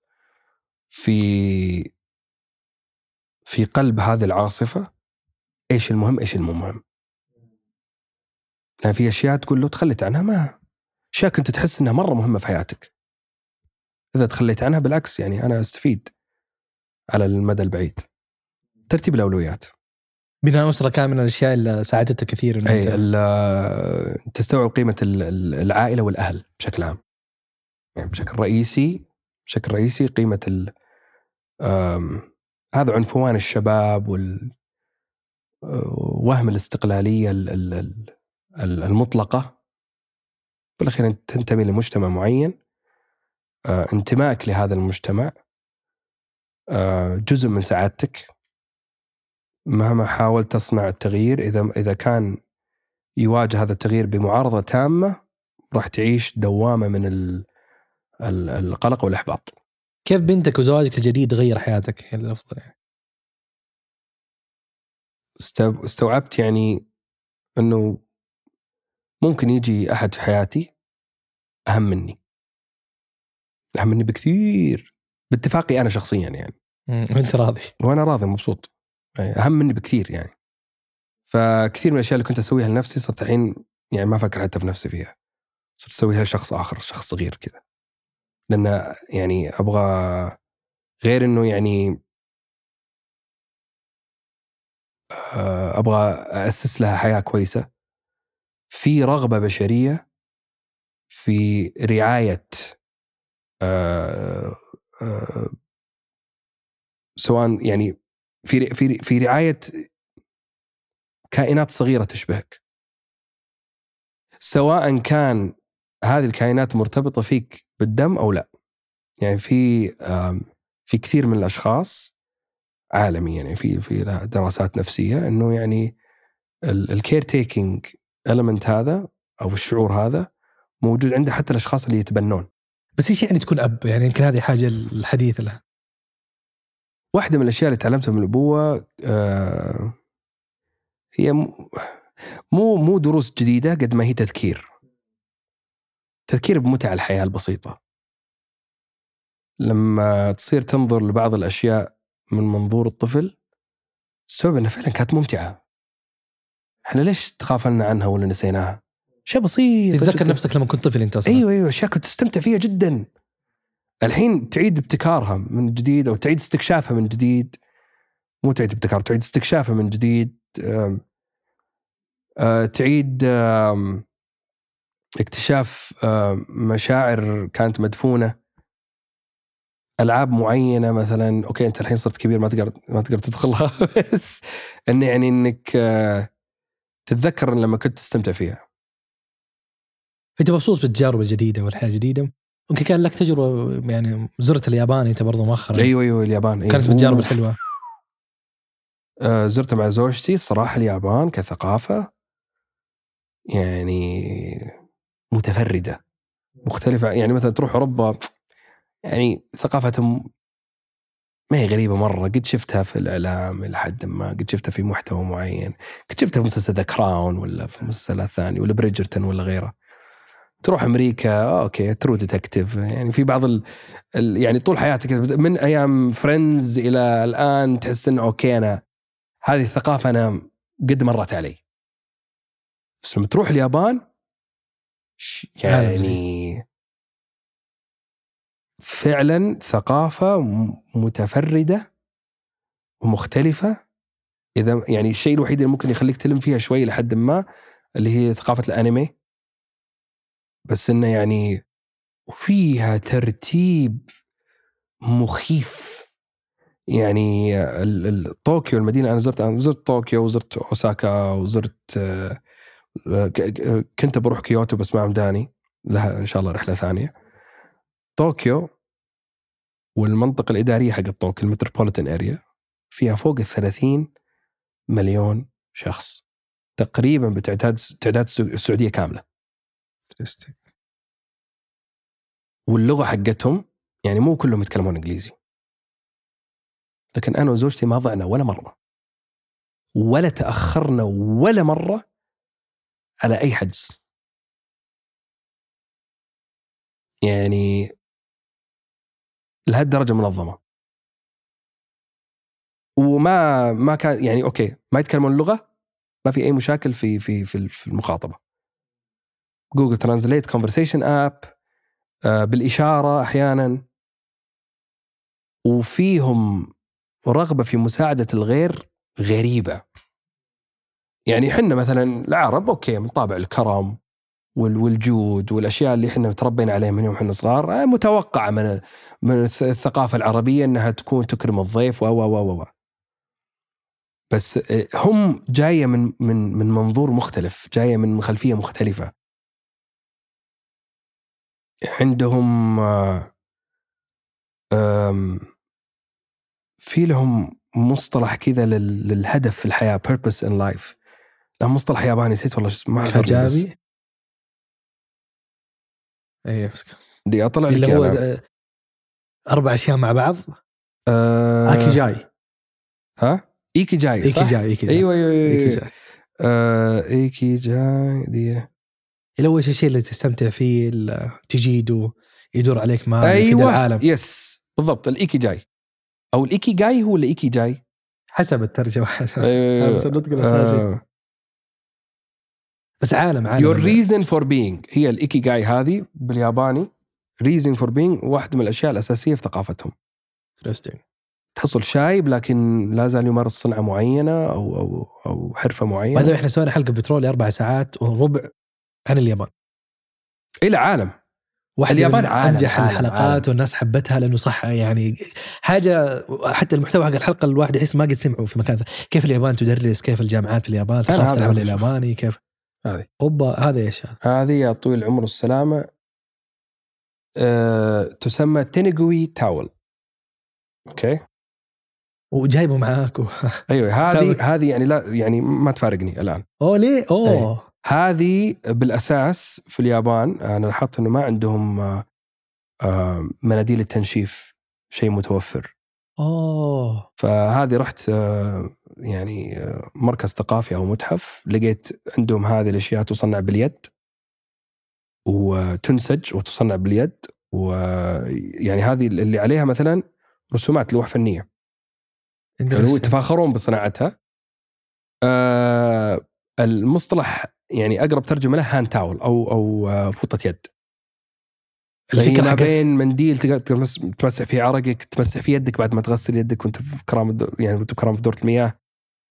في في قلب هذه العاصفة إيش المهم إيش المو مهم. لأن في أشياء تقول له تخليت عنها، ما أشياء كنت تحس أنها مرة مهمة في حياتك، إذا تخليت عنها بالعكس يعني أنا أستفيد على المدى البعيد. ترتيب الأولويات. بناء أسرة كان من الأشياء اللي ساعدتك كثير إنه أي أنت تستوعب قيمة العائلة والأهل بشكل عام، يعني بشكل رئيسي بشكل رئيسي قيمة ال هذا عنفوان الشباب وال وهم الاستقلالية المطلقة. بالأخير أنت تنتمي لمجتمع معين، انتمائك لهذا المجتمع جزء من سعادتك. مهما حاولت تصنع التغيير، إذا إذا كان يواجه هذا التغيير بمعارضة تامة، راح تعيش دوامة من القلق والإحباط. كيف بنتك وزواجك الجديد غير حياتك الأفضل يعني؟ استوعبت يعني أنه ممكن يجي أحد في حياتي أهم مني أهم مني بكثير، باتفاقي أنا شخصيا يعني، وأنت راضي، وأنا راضي مبسوط، أهم مني بكثير يعني. فكثير من الأشياء اللي كنت أسويها لنفسي صرت الحين يعني ما أفكر حتى في نفسي فيها، صرت أسويها لشخص آخر، شخص صغير كذا، لأن يعني أبغى غير إنه يعني أبغى أسس لها حياة كويسة، في رغبة بشرية في رعاية آه آه سواء يعني في في في رعاية كائنات صغيرة تشبهك، سواء كان هذه الكائنات مرتبطة فيك بالدم أو لا. يعني في في كثير من الأشخاص عالميا يعني في في دراسات نفسية إنه يعني الكير تيكينج إلمنت هذا أو الشعور هذا موجود عند حتى الأشخاص اللي يتبنون. بس إيش يعني تكون أب؟ يعني يمكن هذه حاجة الحديثة لها. واحدة من الأشياء اللي تعلمتها من الأبوة آه هي مو مو دروس جديدة قد ما هي تذكير تذكير بمتع الحياة البسيطة. لما تصير تنظر لبعض الأشياء من منظور الطفل، السبب أنها فعلا كانت ممتعة. احنا ليش تغافلنا عنها ولا نسيناها؟ شيء بسيط. تتذكر نفسك لما كنت طفل انت اصلا. ايوه ايوه اشياء كنت تستمتع فيها جدا. الحين تعيد ابتكارها من جديد او تعيد استكشافها من جديد، مو تعيد ابتكار، تعيد استكشافها من جديد. آم آم تعيد آم اكتشاف آم مشاعر كانت مدفونة، ألعاب معينة مثلا. أوكي أنت الحين صرت كبير ما تقدر ما تقدر تدخلها بس إن يعني إنك تتذكر لما كنت تستمتع فيها. أنت مبسوط بالتجارب الجديدة والحياة الجديدة. ممكن كان لك تجربة يعني زرت اليابان أنت برضو مؤخرا. أيوة أيوة اليابان أيوة. كانت من التجارب الحلوة. آه زرت مع زوجتي الصراحة اليابان كثقافة يعني متفردة مختلفة. يعني مثلا تروح أوروبا يعني ثقافتهم ما هي غريبة مرة، قد شفتها في الإعلام لحد ما، قد شفتها في محتوى معين، قد شفتها في مسلسل ذا كراون ولا في مسلسلات ثانية ولا بريدجرتون ولا غيره. تروح أمريكا أوكي ترو ديتكتيف، يعني في بعض ال... ال... يعني طول حياتك من أيام فريندز إلى الآن تحس إنه أوكي أنا هذه الثقافة أنا قد مرت علي. بس لما تروح اليابان يعني فعلا ثقافة متفردة ومختلفة. إذا يعني الشيء الوحيد اللي ممكن يخليك تلم فيها شوي لحد ما اللي هي ثقافة الأنمي، بس إنه يعني وفيها ترتيب مخيف. يعني طوكيو المدينة أنا زرت أنا زرت طوكيو وزرت أوساكا وزرت كنت بروح كيوتو بس ما عمداني لها إن شاء الله رحلة ثانية. طوكيو والمنطقة الإدارية حق طوكيو المتروبوليتان أريا فيها فوق الثلاثين مليون شخص، تقريبا بتعداد تعداد السعودية كاملة. واللغة حقتهم يعني مو كلهم يتكلمون إنجليزي، لكن أنا وزوجتي ما ضعنا ولا مرة ولا تأخرنا ولا مرة على أي حجز. يعني لهالدرجة منظمة. وما ما كان يعني أوكي ما يتكلمون اللغة ما في أي مشاكل في في في في المخاطبة. جوجل ترانزليت كونفرسيشن اب بالإشارة أحيانا، وفيهم رغبة في مساعدة الغير غريبة. يعني حنا مثلا العرب أوكي من طابع الكرم والجود والأشياء اللي حنا متربين عليها من يوم حنا صغار، متوقعة من من الثقافة العربية أنها تكون تكرم الضيف و و و و بس هم جاية من من من منظور مختلف، جاية من خلفية مختلفة. عندهم في لهم مصطلح كذا للهدف في الحياة، purpose in life. لا مصطلح ياباني نسيت والله اسمه، ما كاجابي. ايه دي اطلع لك اللي هو يعني. اربع اشياء مع بعض. أه... اكي جاي. ها ايكي جاي صح؟ ايكي جاي ايكي جاي. ايوه ايوه, أيوة. ايكي جاي. أه... ايكي جاي دي اللي هو الشيء اللي تستمتع فيه، تجيده يدور عليك مال أيوة. يفيد العالم. يس بالضبط، الايكي جاي او الايكي جاي هو الايكي جاي حسب الترجمة. أيوة. بس النطق الاساسي. أه... بس عالم عالم your reason for being هي الايكي جاي هذه بالياباني. reason for being واحدة من الاشياء الاساسية في ثقافتهم. interesting. تحصل شايب لكن لا زال يمارس صنعة معينة أو أو أو حرفة معينة. وهذا إحنا سوينا حلقة بترولي أربع ساعات وربع عن اليابان. إلى عالم. اليابان عالم أنجح عالم الحلقات عالم. والناس حبتها لأنه صح يعني حاجة. حتى المحتوى حق الحلقة الواحد يحس ما قد سمعوا في مكان. كيف اليابان تدرس، كيف الجامعات في اليابان، ثقافة العمل الياباني كيف هذه أوبا. هذا إيش هذه يا طويل العمر والسلامة أه... تسمى تينيغوي تاول. أوكي وجايبه معاك و... ايوه هذه هذه يعني لا يعني ما تفارقني الان. اوه ليه اوه أي. هذه بالاساس في اليابان انا لاحظت انه ما عندهم آه مناديل التنشيف شيء متوفر. اوه فهذه رحت آه يعني آه مركز ثقافي او متحف، لقيت عندهم هذه الاشياء تصنع باليد وتنسج وتصنع باليد، ويعني هذه اللي عليها مثلا رسومات لوح فنيه حلو، يتفاخرون بصناعتها. آه المصطلح يعني أقرب ترجمة له هاند تاول أو أو آه فوطة يد. الفكرة ما بين منديل تمسح فيه عرقك، تمسح فيه يدك بعد ما تغسل يدك وانت في كرام يعني وانت بكرام في دورة المياه،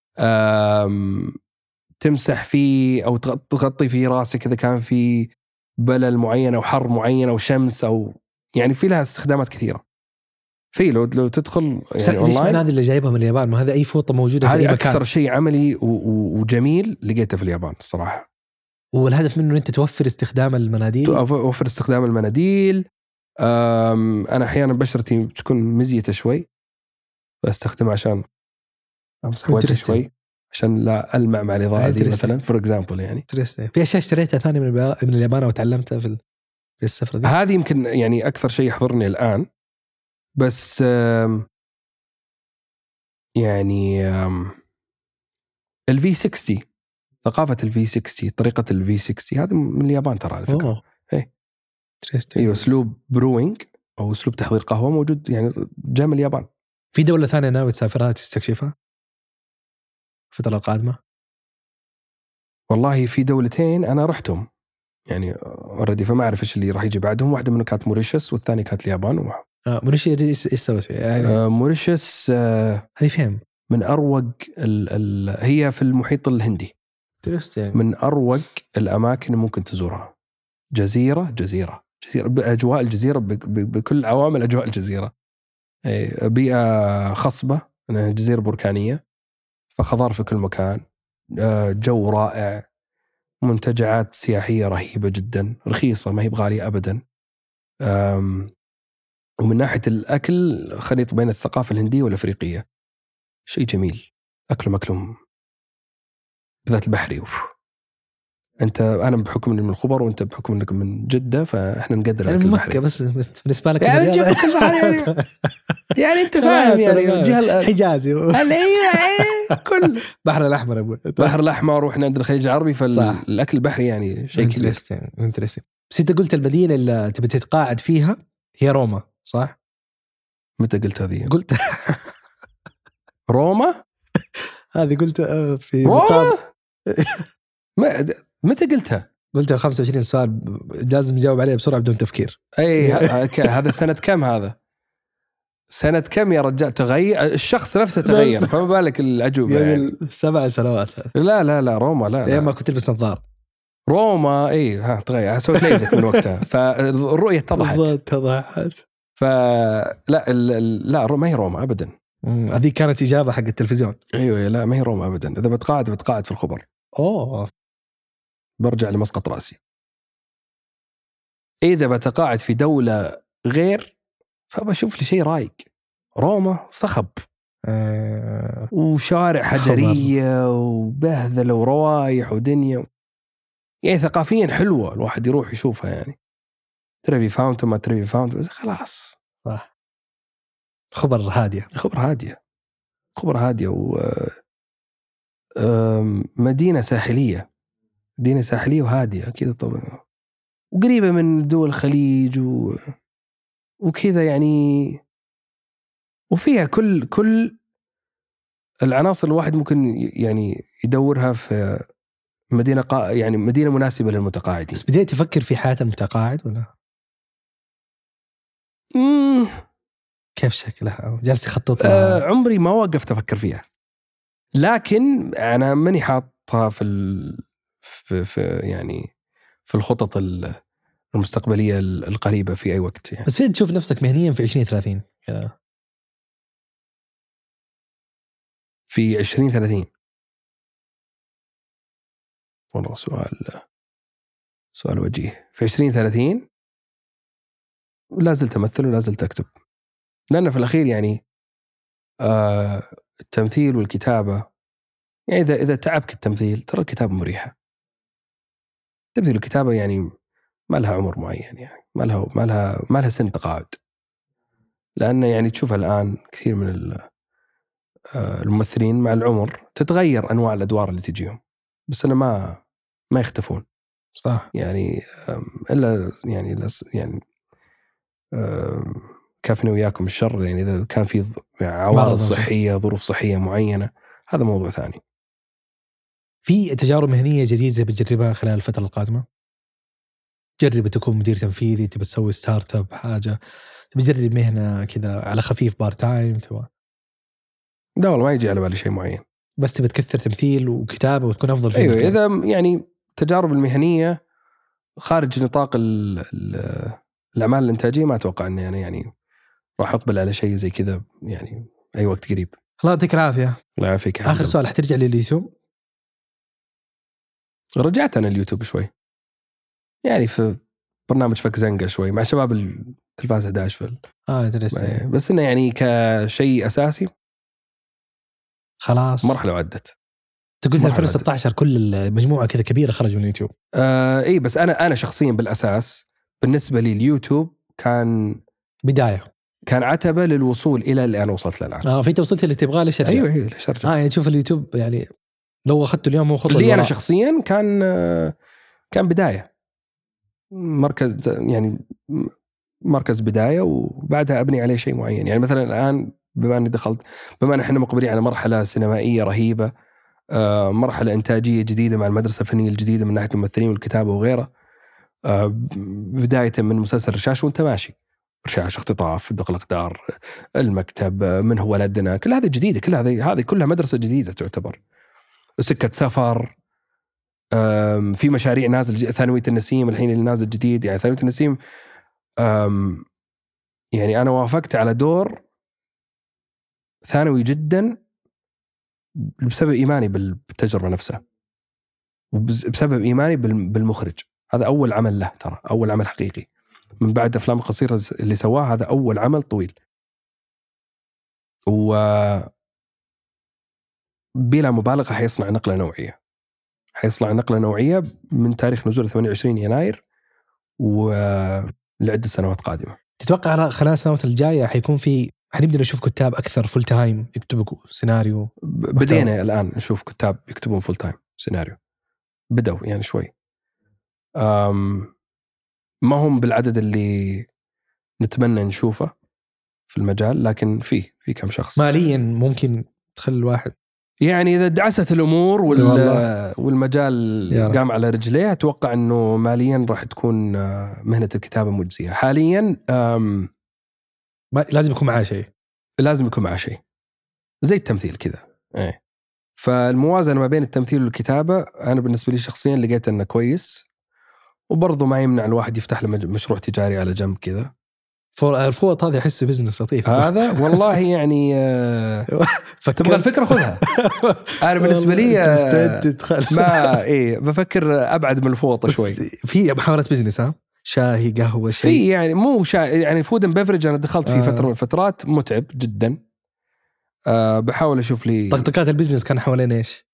تمسح فيه أو تغطي فيه راسك إذا كان في بلل معين أو حر معين أو شمس، أو يعني في لها استخدامات كثيرة. في لو لو تدخل يعني ليش معنى هذه اللي جايبها من اليابان؟ ما هذا أي فوطة موجودة في أي مكان. هذه أكثر شيء عملي وجميل لقيته في اليابان الصراحة. والهدف منه أنت توفر استخدام المناديل. توفر استخدام المناديل. أنا أحيانا بشرتي تكون مزيتة شوي فاستخدمها عشان أمسح وجهي شوي عشان لا ألمع مع الإضاءة دي مثلا فور إكزامبل. يعني في أشياء اشتريتها ثانية من من اليابان وتعلمتها في في السفرة دي. هذه يمكن يعني أكثر شيء يحضرني الآن. بس يعني ال في ستين ثقافة ال في ستين طريقة ال في ستين هذا من اليابان ترى على فكرة. إيه أيوة أسلوب بروينج أو أسلوب تحضير قهوة موجود يعني جاء من اليابان. في دولة ثانية ناوي تسافرها تستكشفها الفترة القادمة؟ والله في دولتين أنا رحتهم يعني أوردي، فما أعرف إيش اللي راح يجي بعدهم. واحدة منهم كانت موريشيوس والثانية كانت اليابان. و... آه موريشيوس إيش سوت فيها؟ يعني آه موريشيوس آه هذه فهم من أروق ال ال هي في المحيط الهندي. من أروق الأماكن ممكن تزورها. جزيرة جزيرة جزيرة بأجواء الجزيرة بكل عوامل أجواء الجزيرة. بيئة خصبة، جزيرة بركانية فخضار في كل مكان، جو رائع، منتجعات سياحية رهيبة جدا، رخيصة ما هي بغالية أبدا. ومن ناحية الأكل خليط بين الثقافة الهندية والأفريقية، شيء جميل. أكلهم أكلهم بالذات البحري. أوف. أنت أنا بحكم إني من الخبر وأنت بحكم إنك من جدة فإحنا نقدر الأكل البحري. بس بالنسبة لك يعني يعني, يعني أنت فاهم يعني جهة حجازي كل بحر الأحمر أبو بحر الأحمر وإحنا عند الخليج العربي فالأكل البحري يعني شيء كبير. انترستين. بس أنت قلت المدينة اللي تبي تتقاعد فيها هي روما صح؟ متى قلت هذه؟ قلت روما؟ هذه قلت في روما؟ متى قلتها؟ قلت خمسة وعشرين سؤال لازم نجاوب عليه بسرعة بدون تفكير. اي هذا سنة كم هذا؟ سنة كم يا رجال؟ تغير الشخص نفسه تغير، فما بالك العجوبة يعني. سبع سنوات. لا لا لا روما لا, لا. ما كنت تلبس نظار روما اي ها تغير، سويت ليزك من وقتها فالرؤية اتضحت اتضحت فلا لا ما هي روما ابدا. هذه كانت إجابة حق التلفزيون. ايوه لا ما هي روما ابدا. اذا بتقاعد بتقاعد في الخبر. اوه برجع لمسقط راسي. اذا بتقاعد في دولة غير فبشوف لي شيء رايق. روما صخب أه... وشوارع حجرية وبهذلة وروايح ودنيا، يعني ثقافيا حلوة الواحد يروح يشوفها. يعني تريفي فاونتن ما تريفي فاونتن بس خلاص صح. خبر هادية خبر هادية خبر هادية و مدينة ساحلية مدينة ساحلية وهادية كذا طبعا، وقريبة من دول الخليج و... وكذا يعني، وفيها كل كل العناصر الواحد ممكن يعني يدورها في مدينة قا... يعني مدينة مناسبة للمتقاعدين. بس بديت تفكر في حياة المتقاعد ولا؟ مم. كيف شكلها؟ جالس يخطط لها؟ آه عمري ما وقفت أفكر فيها، لكن أنا ماني حاطها في ال... في... في يعني في الخطط المستقبلية القريبة في أي وقت يعني. بس فين تشوف نفسك مهنيا في عشرين ثلاثين؟ في عشرين ثلاثين والله سؤال سؤال وجيه. في عشرين ثلاثين لا زلت أمثل ولا زلت أكتب، لأن في الأخير يعني آه التمثيل والكتابة يعني إذا إذا تعبك التمثيل ترى الكتابة مريحة. التمثيل والكتابة يعني ما لها عمر معين، يعني ما لها ما لها ما لها سن تقاعد، لأن يعني تشوف الآن كثير من الممثلين مع العمر تتغير أنواع الأدوار اللي تجيهم، بس أنا ما ما يختفون صح يعني إلا يعني يعني كافنا وياكم الشر، يعني إذا كان في عوارض صحية ظروف صحية معينة هذا موضوع ثاني. في تجارب مهنية جديدة بتجربها خلال الفترة القادمة؟ تجرب تكون مدير تنفيذي، تبي تسوي ستارت اب حاجة، تبي تجرب مهنة كذا على خفيف بار تايم تبغى؟ لا والله ما يجي على بالي شيء معين، بس تبي تكثر تمثيل وكتابة وتكون أفضل فيه. أيوة إذا يعني تجارب المهنية خارج نطاق ال ال الأعمال الإنتاجية ما أتوقع أني يعني يعني راح أقبل على شيء زي كذا يعني أي وقت قريب. الله يعطيك العافية. الله يعافيك. آخر سؤال، حترجع لليوتيوب؟ رجعت أنا اليوتيوب شوي يعني في برنامج فك زنقة شوي مع شباب التلفاز أحد عشر في آه درست، بس إنه يعني كشيء أساسي خلاص مرحلة وعدت. تقول ألفين وستة عشر كل المجموعة كذا كبيرة خرج من اليوتيوب. آه إيه بس أنا أنا شخصيا بالأساس بالنسبة لي اليوتيوب كان بداية، كان عتبة للوصول إلى اللي أنا وصلت له الآن. آه في توصلت اللي تبغاه ليش أرجع؟ أيوة أيوة ليش أرجع؟ آه يعني تشوف اليوتيوب يعني لو أخذته اليوم هو خطوة لي أنا شخصيا كان آه كان بداية مركز يعني مركز بداية وبعدها أبني عليه شيء معين. يعني مثلا الآن بما أني دخلت بما أن إحنا مقبلين على مرحلة سينمائية رهيبة، آه مرحلة إنتاجية جديدة مع المدرسة الفنية الجديدة من ناحية الممثلين والكتابة وغيرها، آه بداية من مسلسل رشاش وانت ماشي، رشاش، اختطاف، دق الأقدار، المكتب، من هو ولدنا، كل هذه جديدة، كل هذه هذه كلها مدرسة جديدة تعتبر. سكة سفر، في مشاريع نازل، ثانوية النسيم الحين اللي نازل جديد. يعني ثانوية النسيم يعني أنا وافقت على دور ثانوي جدا بسبب إيماني بالتجربة نفسها وبسبب إيماني بالمخرج. هذا أول عمل له، ترى أول عمل حقيقي من بعد أفلام قصيرة اللي سواه، هذا أول عمل طويل و بلا مبالغة حيصنع نقلة نوعية، حيصنع نقلة نوعية من تاريخ نزول ثمانية وعشرين يناير ولعدة سنوات قادمة. تتوقع خلال السنوات الجاية حيكون في حنبدأ نشوف كتاب أكثر فول تايم يكتبوا سيناريو؟ بدينا محتوى. الآن نشوف كتاب يكتبون فول تايم سيناريو، بدأوا يعني شوي، ما هم بالعدد اللي نتمنى نشوفه في المجال، لكن فيه في كم شخص. ماليا ممكن تخلي الواحد يعني إذا دعست الأمور وال... والمجال قام على رجليه، أتوقع أنه ماليا راح تكون مهنة الكتابة مجزية حاليا. أم... لازم يكون معاه شيء، لازم يكون معاه شيء زي التمثيل كذا. إيه. فالموازنة ما بين التمثيل والكتابة أنا بالنسبة لي شخصيا لقيت أنه كويس، وبرضه ما يمنع الواحد يفتح له مشروع تجاري على جنب كذا. الفوط هذا يحسه بزنس لطيف هذا والله يعني تبغى الفكرة خذها. أنا بالنسبة لي ما إيه بفكر أبعد من الفوط شوي. في محاولات بزنس، ها شاهي قهوة شيء في يعني مو شاهي يعني فود اند بيفرج. أنا دخلت في فترة من الفترات متعب جدا. أه بحاول أشوف لي طقطقات البزنس كان حوالين إيش.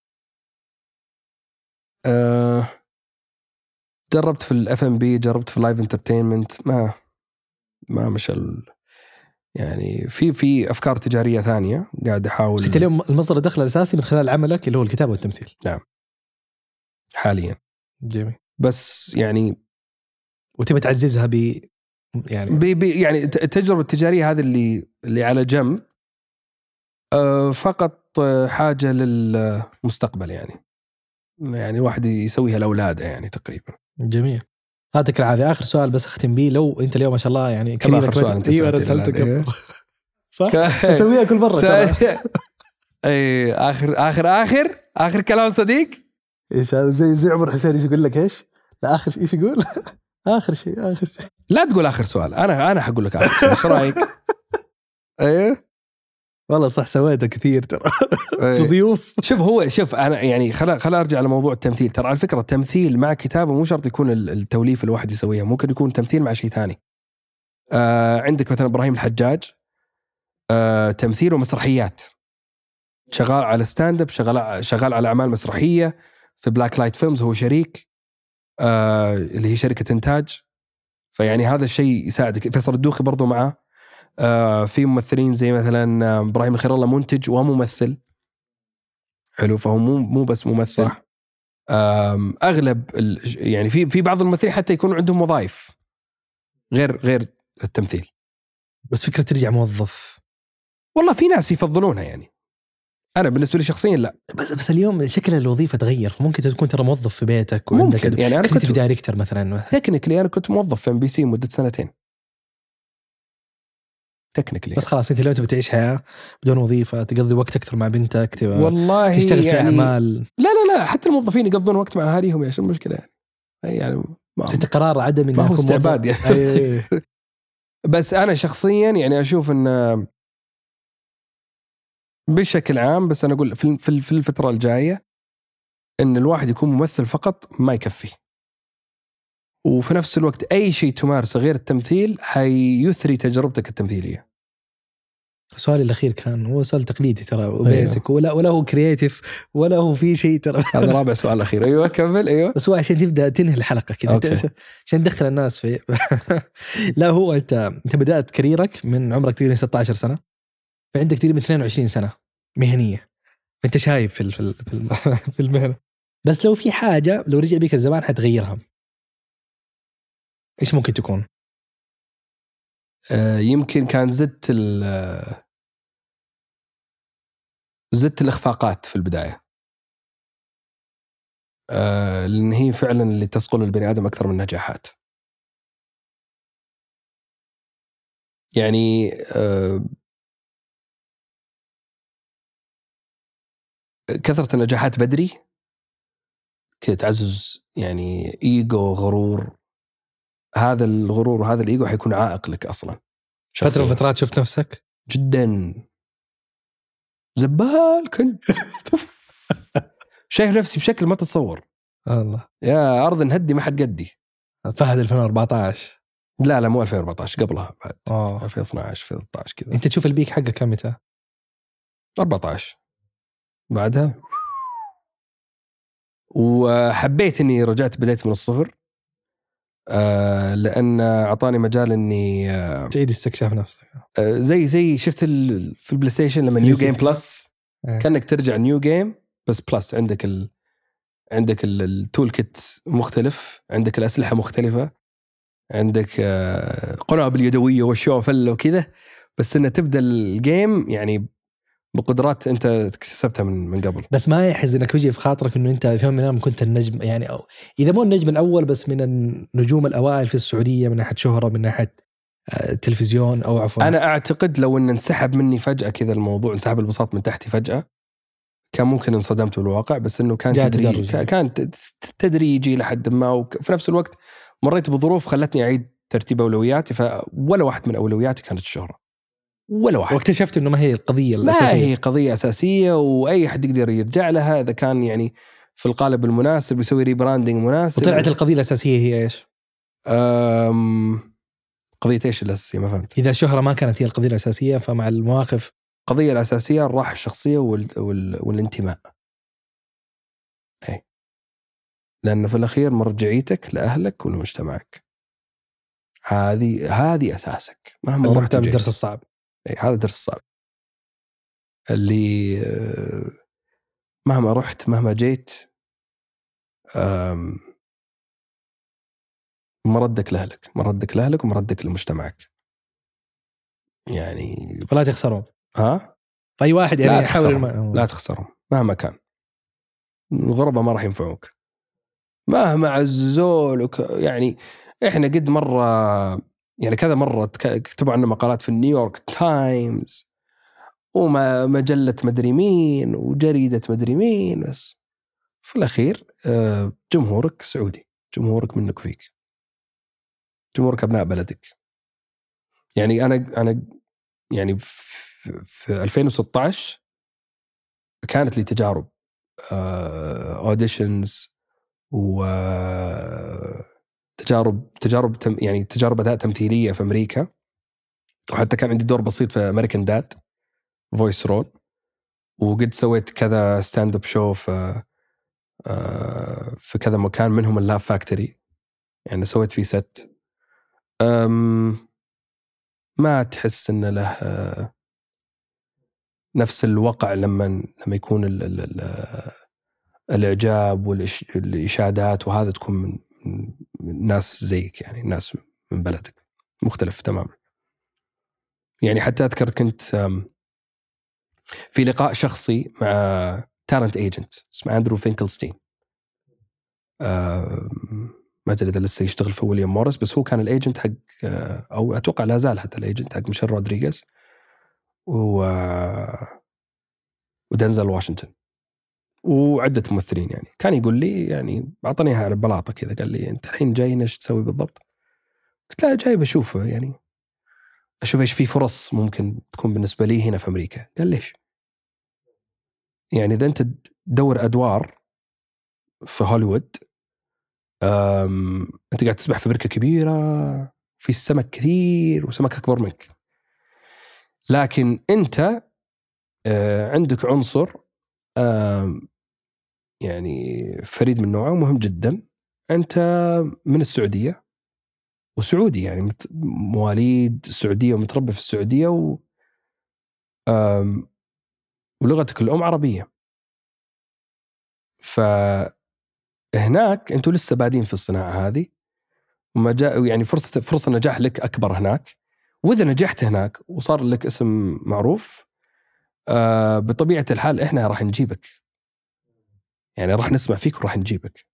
أه جربت في الاف ام بي، جربت في اللايف انترتينمنت، ما ما مشى يعني. في في افكار تجاريه ثانيه قاعد احاول. بس اليوم المصدر الدخل الاساسي من خلال عملك اللي هو الكتابه والتمثيل. نعم حاليا. جميل. بس يعني وتبي تعززها ب يعني بي بي يعني التجربه التجاريه هذه اللي اللي على جنب أه فقط حاجه للمستقبل يعني. يعني واحد يسويها لاولاده يعني تقريبا. جميل. هذا العادي. اخر سؤال بس اختم بيه، لو انت اليوم ما شاء الله يعني كم اخر سؤال انت ايوه سالتك إيه؟ صح اسويها كل مره ترى. اي اخر اخر اخر اخر كلام صديق. ايش هذا؟ زي زي عمر حسين ايش يقول لك؟ ايش لا اخر شيء ايش يقول؟ اخر شيء اخر شيء لا تقول اخر سؤال. انا انا حقول لك اخر شيء. ايش رايك؟ ايه والله صح سويته كثير ترى. في ضيوف. شوف هو شوف انا يعني خلا خلا ارجع لموضوع التمثيل. ترى على فكره التمثيل مع كتابه مو شرط يكون التوليف الواحد يسويها، ممكن يكون تمثيل مع شيء ثاني. آه عندك مثلا ابراهيم الحجاج، آه تمثيل ومسرحيات، شغال على ستاند اب، شغال شغال على اعمال مسرحيه في بلاك لايت فيلمز، هو شريك آه اللي هي شركه انتاج. فيعني هذا الشيء يساعدك. فيصل الدوخي برضو معه. آه في ممثلين زي مثلا ابراهيم الخير الله منتج وممثل حلو، فهو مو مو بس ممثل. صح. اغلب يعني في في بعض الممثلين حتى يكون عندهم وظائف غير غير التمثيل. بس فكره ترجع موظف والله في ناس يفضلونها يعني. انا بالنسبه لي شخصيا لا. بس بس اليوم شكل الوظيفه تغير، ممكن تكون ترى موظف في بيتك وعندك ممكن. يعني انا كنت في دايركتور مثلا. تكنيكلي انا كنت موظف في ام بي سي مده سنتين تكنيكلي. بس خلاص انت لو تبي تعيش حياه بدون وظيفه، تقضي وقت اكثر مع بنتك، تبغى والله تشتغل يعني في اعمال. لا لا لا حتى الموظفين يقضون وقت مع اهاليهم، ايش المشكله يعني؟ يعني بس انت قرار عدم انه ما هو استعباد يعني. أيه. بس انا شخصيا يعني اشوف ان بشكل عام، بس انا اقول في في الفتره الجايه ان الواحد يكون ممثل فقط ما يكفي، وفي نفس الوقت اي شيء تمارسه غير التمثيل حيثري تجربتك التمثيليه. سؤالي الأخير كان هو سؤال تقليدي ترى وبيسك، ولا ولا هو كرياتيف ولا هو في شيء ترى. هذا رابع سؤال الأخير. أيوة كمل. أيوة بس هو عشان تبدأ تنهي الحلقة كذا، عشان تدخل الناس في. لا هو أنت أنت بدأت كاريرك من عمرك تقريبا ستة عشر سنة، فعندك تقريبا اثنين وعشرين سنة مهنية، فأنت شايف في في في المهنة. بس لو في حاجة لو رجع بيك الزمان حتغيرها، إيش ممكن تكون؟ آه يمكن كان زدت ال زدت الإخفاقات في البداية، آه لأن هي فعلا اللي تسقل البني آدم أكثر من نجاحات. يعني آه كثرة النجاحات بدري كده تعزز يعني إيجو، غرور. هذا الغرور وهذا الإيجو حيكون عائق لك أصلا. فترة من فترات شفت نفسك جدا زبال كنت. شايف نفسي بشكل ما تتصور. الله يا أرض نهدي ما حد قدي. فهد ألفين وأربعة عشر. لا لا مو ألفين وأربعة عشر، قبلها بعد. أوه. ألفين واثناشر ألفين وثلاثة عشر كذا. أنت تشوف البيك حقك كم متى؟ أربعة عشر بعدها. وحبيت إني رجعت بديت من الصفر، آه لأن أعطاني مجال إني آه تعيد استكشاف نفسك. آه زي زي شفت في البلاي ستيشن لما نيو جيم بلس، كأنك ترجع نيو جيم بس بلس. عندك ال عندك التول كيت مختلف، عندك الأسلحة مختلفة، عندك آه قنابل يدوية والشوفل وكذا، بس إنه تبدأ الجيم يعني بقدرات انت اكتسبتها من من قبل. بس ما يحز انك بيجي في خاطرك انه انت في يوم من الايام كنت النجم، يعني أو اذا مو النجم الاول بس من النجوم الاوائل في السعوديه من ناحيه شهره، من ناحيه التلفزيون، او عفوا انا اعتقد لو ان انسحب مني فجاه كذا الموضوع، انسحب البساط من تحتي فجاه، كان ممكن انصدمت بالواقع، بس انه كان تدريجي، كان تدريجي لحد ما، وفي نفس الوقت مريت بظروف خلتني اعيد ترتيب اولوياتي، فولا واحد من اولوياتي كانت الشهره، ولا واحد. واكتشفت انه ما هي القضيه ما الاساسيه، هي قضيه اساسيه، واي حد يقدر يرجع لها اذا كان يعني في القالب المناسب يسوي ريبراندنج مناسب. وطلعت القضيه الاساسيه هي ايش؟ أم... قضيه ايش الاساسيه؟ ما فهمت. اذا الشهره ما كانت هي القضيه الاساسيه، فمع المواقف القضيه الاساسيه الراحه الشخصيه وال... وال... والانتماء. اي، لأن في الأخير مرجعيتك لأهلك ولمجتمعك، هذه هذه أساسك مهما رحت وجيت. الدرس الصعب. أي، هذا الدرس الصعب اللي مهما رحت مهما جيت مردك لأهلك، مردك لأهلك ومردك لمجتمعك، يعني فلا تخسرهم. ها؟ فأي واحد يعني لا يحاول تخسرهم. الم... لا تخسرهم مهما كان، الغربة ما راح ينفعوك مهما عزولك. يعني إحنا قد مرة، يعني كذا مرة كتبوا عنا مقالات في النيويورك تايمز ومجلة مدري مين وجريدة مدري مين، بس في الأخير جمهورك سعودي، جمهورك منك فيك، جمهورك أبناء بلدك. يعني أنا أنا يعني في ألفين وستة عشر كانت لي تجارب أوديشنز وتجارب تجارب يعني تجارب أداء تمثيلية في أمريكا، وحتى كان عندي دور بسيط في أمريكان داد فويس رول، وقد سويت كذا ستاند اب شو في في كذا مكان منهم اللاف فاكتوري، يعني سويت فيه ست. ما تحس إن له نفس الوقع لما لما يكون ال ال ال الإعجاب والإشادات، وهذا تكون من, من ناس زيك، يعني ناس من بلدك، مختلف تماما. يعني حتى أذكر كنت في لقاء شخصي مع تالنت ايجنت اسمه أندرو فينكلستين، ما أدري إذا لسه يشتغل في ويليام موريس، بس هو كان الايجنت حق، أو أتوقع لا زال حتى الايجنت حق ميشيل رودريغيز و ودنزل واشنطن وعدة ممثلين. يعني كان يقول لي، يعني أعطانيها على بلاطة كذا، قال لي أنت الحين جاي ايش تسوي بالضبط؟ قلت لا، جاي بشوفه، يعني أشوف إيش في فرص ممكن تكون بالنسبة لي هنا في أمريكا. قال ليش؟ يعني إذا أنت تدور أدوار في هوليوود، أنت قاعد تسبح في بركة كبيرة في السمك كثير وسمك أكبر منك، لكن أنت عندك عنصر يعني فريد من نوعه مهم جدا. أنت من السعودية وسعودي، يعني مواليد السعودية ومتربى في السعودية و... ولغتك الأم عربية، فهناك أنتوا لسه بادين في الصناعة هذه، وما جاء يعني فرصة فرصة نجاح لك أكبر هناك. وإذا نجحت هناك وصار لك اسم معروف، بطبيعة الحال إحنا راح نجيبك، يعني راح نسمع فيك وراح نجيبك.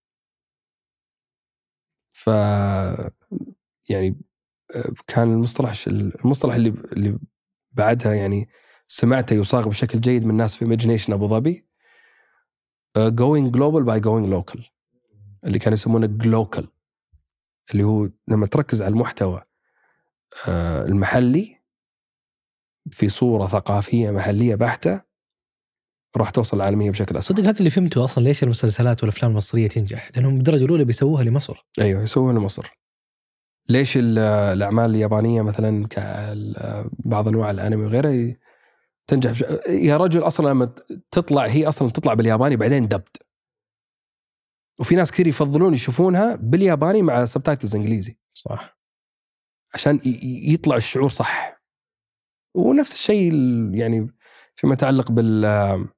ف يعني كان المصطلح المصطلح اللي اللي بعدها يعني سمعته يصاغ بشكل جيد من الناس في Imagination أبو ظبي، going global by going local، اللي كانوا يسمونه glocal، اللي هو لما تركز على المحتوى المحلي في صورة ثقافية محلية بحتة، راح توصل العالمية بشكل أسرع. صدق هذا اللي فهمته أصلا ليش المسلسلات والأفلام المصرية تنجح، لأنهم بالدرجة الأولى بيسووها لمصر. أيوه، يسووها لمصر. ليش الأعمال اليابانية مثلا كبعض أنواع الأنمي وغيره تنجح بش... يا رجل أصلا لما تطلع هي أصلا تطلع بالياباني بعدين دبد، وفي ناس كثير يفضلون يشوفونها بالياباني مع سبتايتلز إنجليزي، صح، عشان يطلع الشعور صح. ونفس الشيء يعني فيما يتعلق بال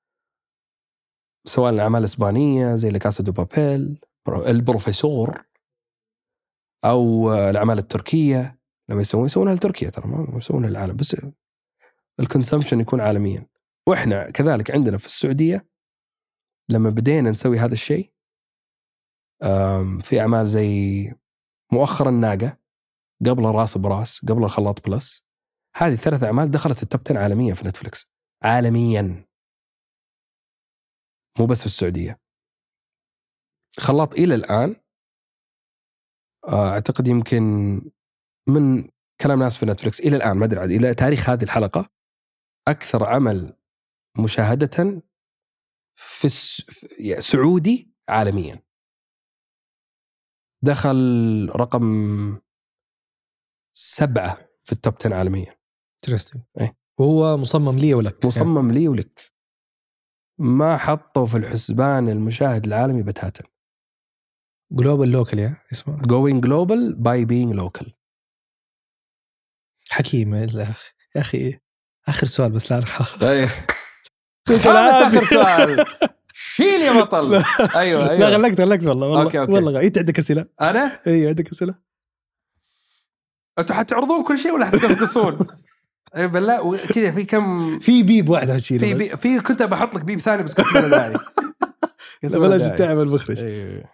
سواء الأعمال الإسبانية زي لكاسا دو بابيل، البروفيسور، أو الأعمال التركية لما يسوون يسوونها لتركيا، ترى ما يسوونها للعالم، بس الكونسمشن يكون عالميا. واحنا كذلك عندنا في السعوديه لما بدينا نسوي هذا الشيء في اعمال زي مؤخرا ناقه، قبل راس براس، قبل الخلاط بلس، هذه ثلاث اعمال دخلت التوب عشرة عالميا في نتفليكس، عالميا مو بس في السعوديه. خلاط الى الان اعتقد يمكن من كلام ناس في نتفليكس الى الان ما ادري عاد الى تاريخ هذه الحلقه اكثر عمل مشاهده في الس... سعودي عالميا، دخل رقم سبعة في التوب عشرة عالميا. انترستنج. إيه؟ وهو مصمم لي ولك؟ مصمم يعني. لي ولك، ما حطوا في الحسبان المشاهد العالمي بتاتا. جلوبال لوكال يا اسمه going global by being local. حكيم يا أخي. يا أخي آخر سؤال بس لا أرخص. خلاص آخر سؤال. شيل يا بطل. أيوة أيوة. لا غلقت غلقت والله والله. أوكي أوكي. والله أنت عندك أسئلة؟ أنا؟ إيه عندك أسئلة. أنتوا حتعرضون كل شيء ولا حتقصقصون؟ أي بالله كذا في كم في بيب واحد هالشيء في بي... في كنت بحط لك بيب ثاني بس كنت ما داعي. بلاش تعمل مخرج. أيوة.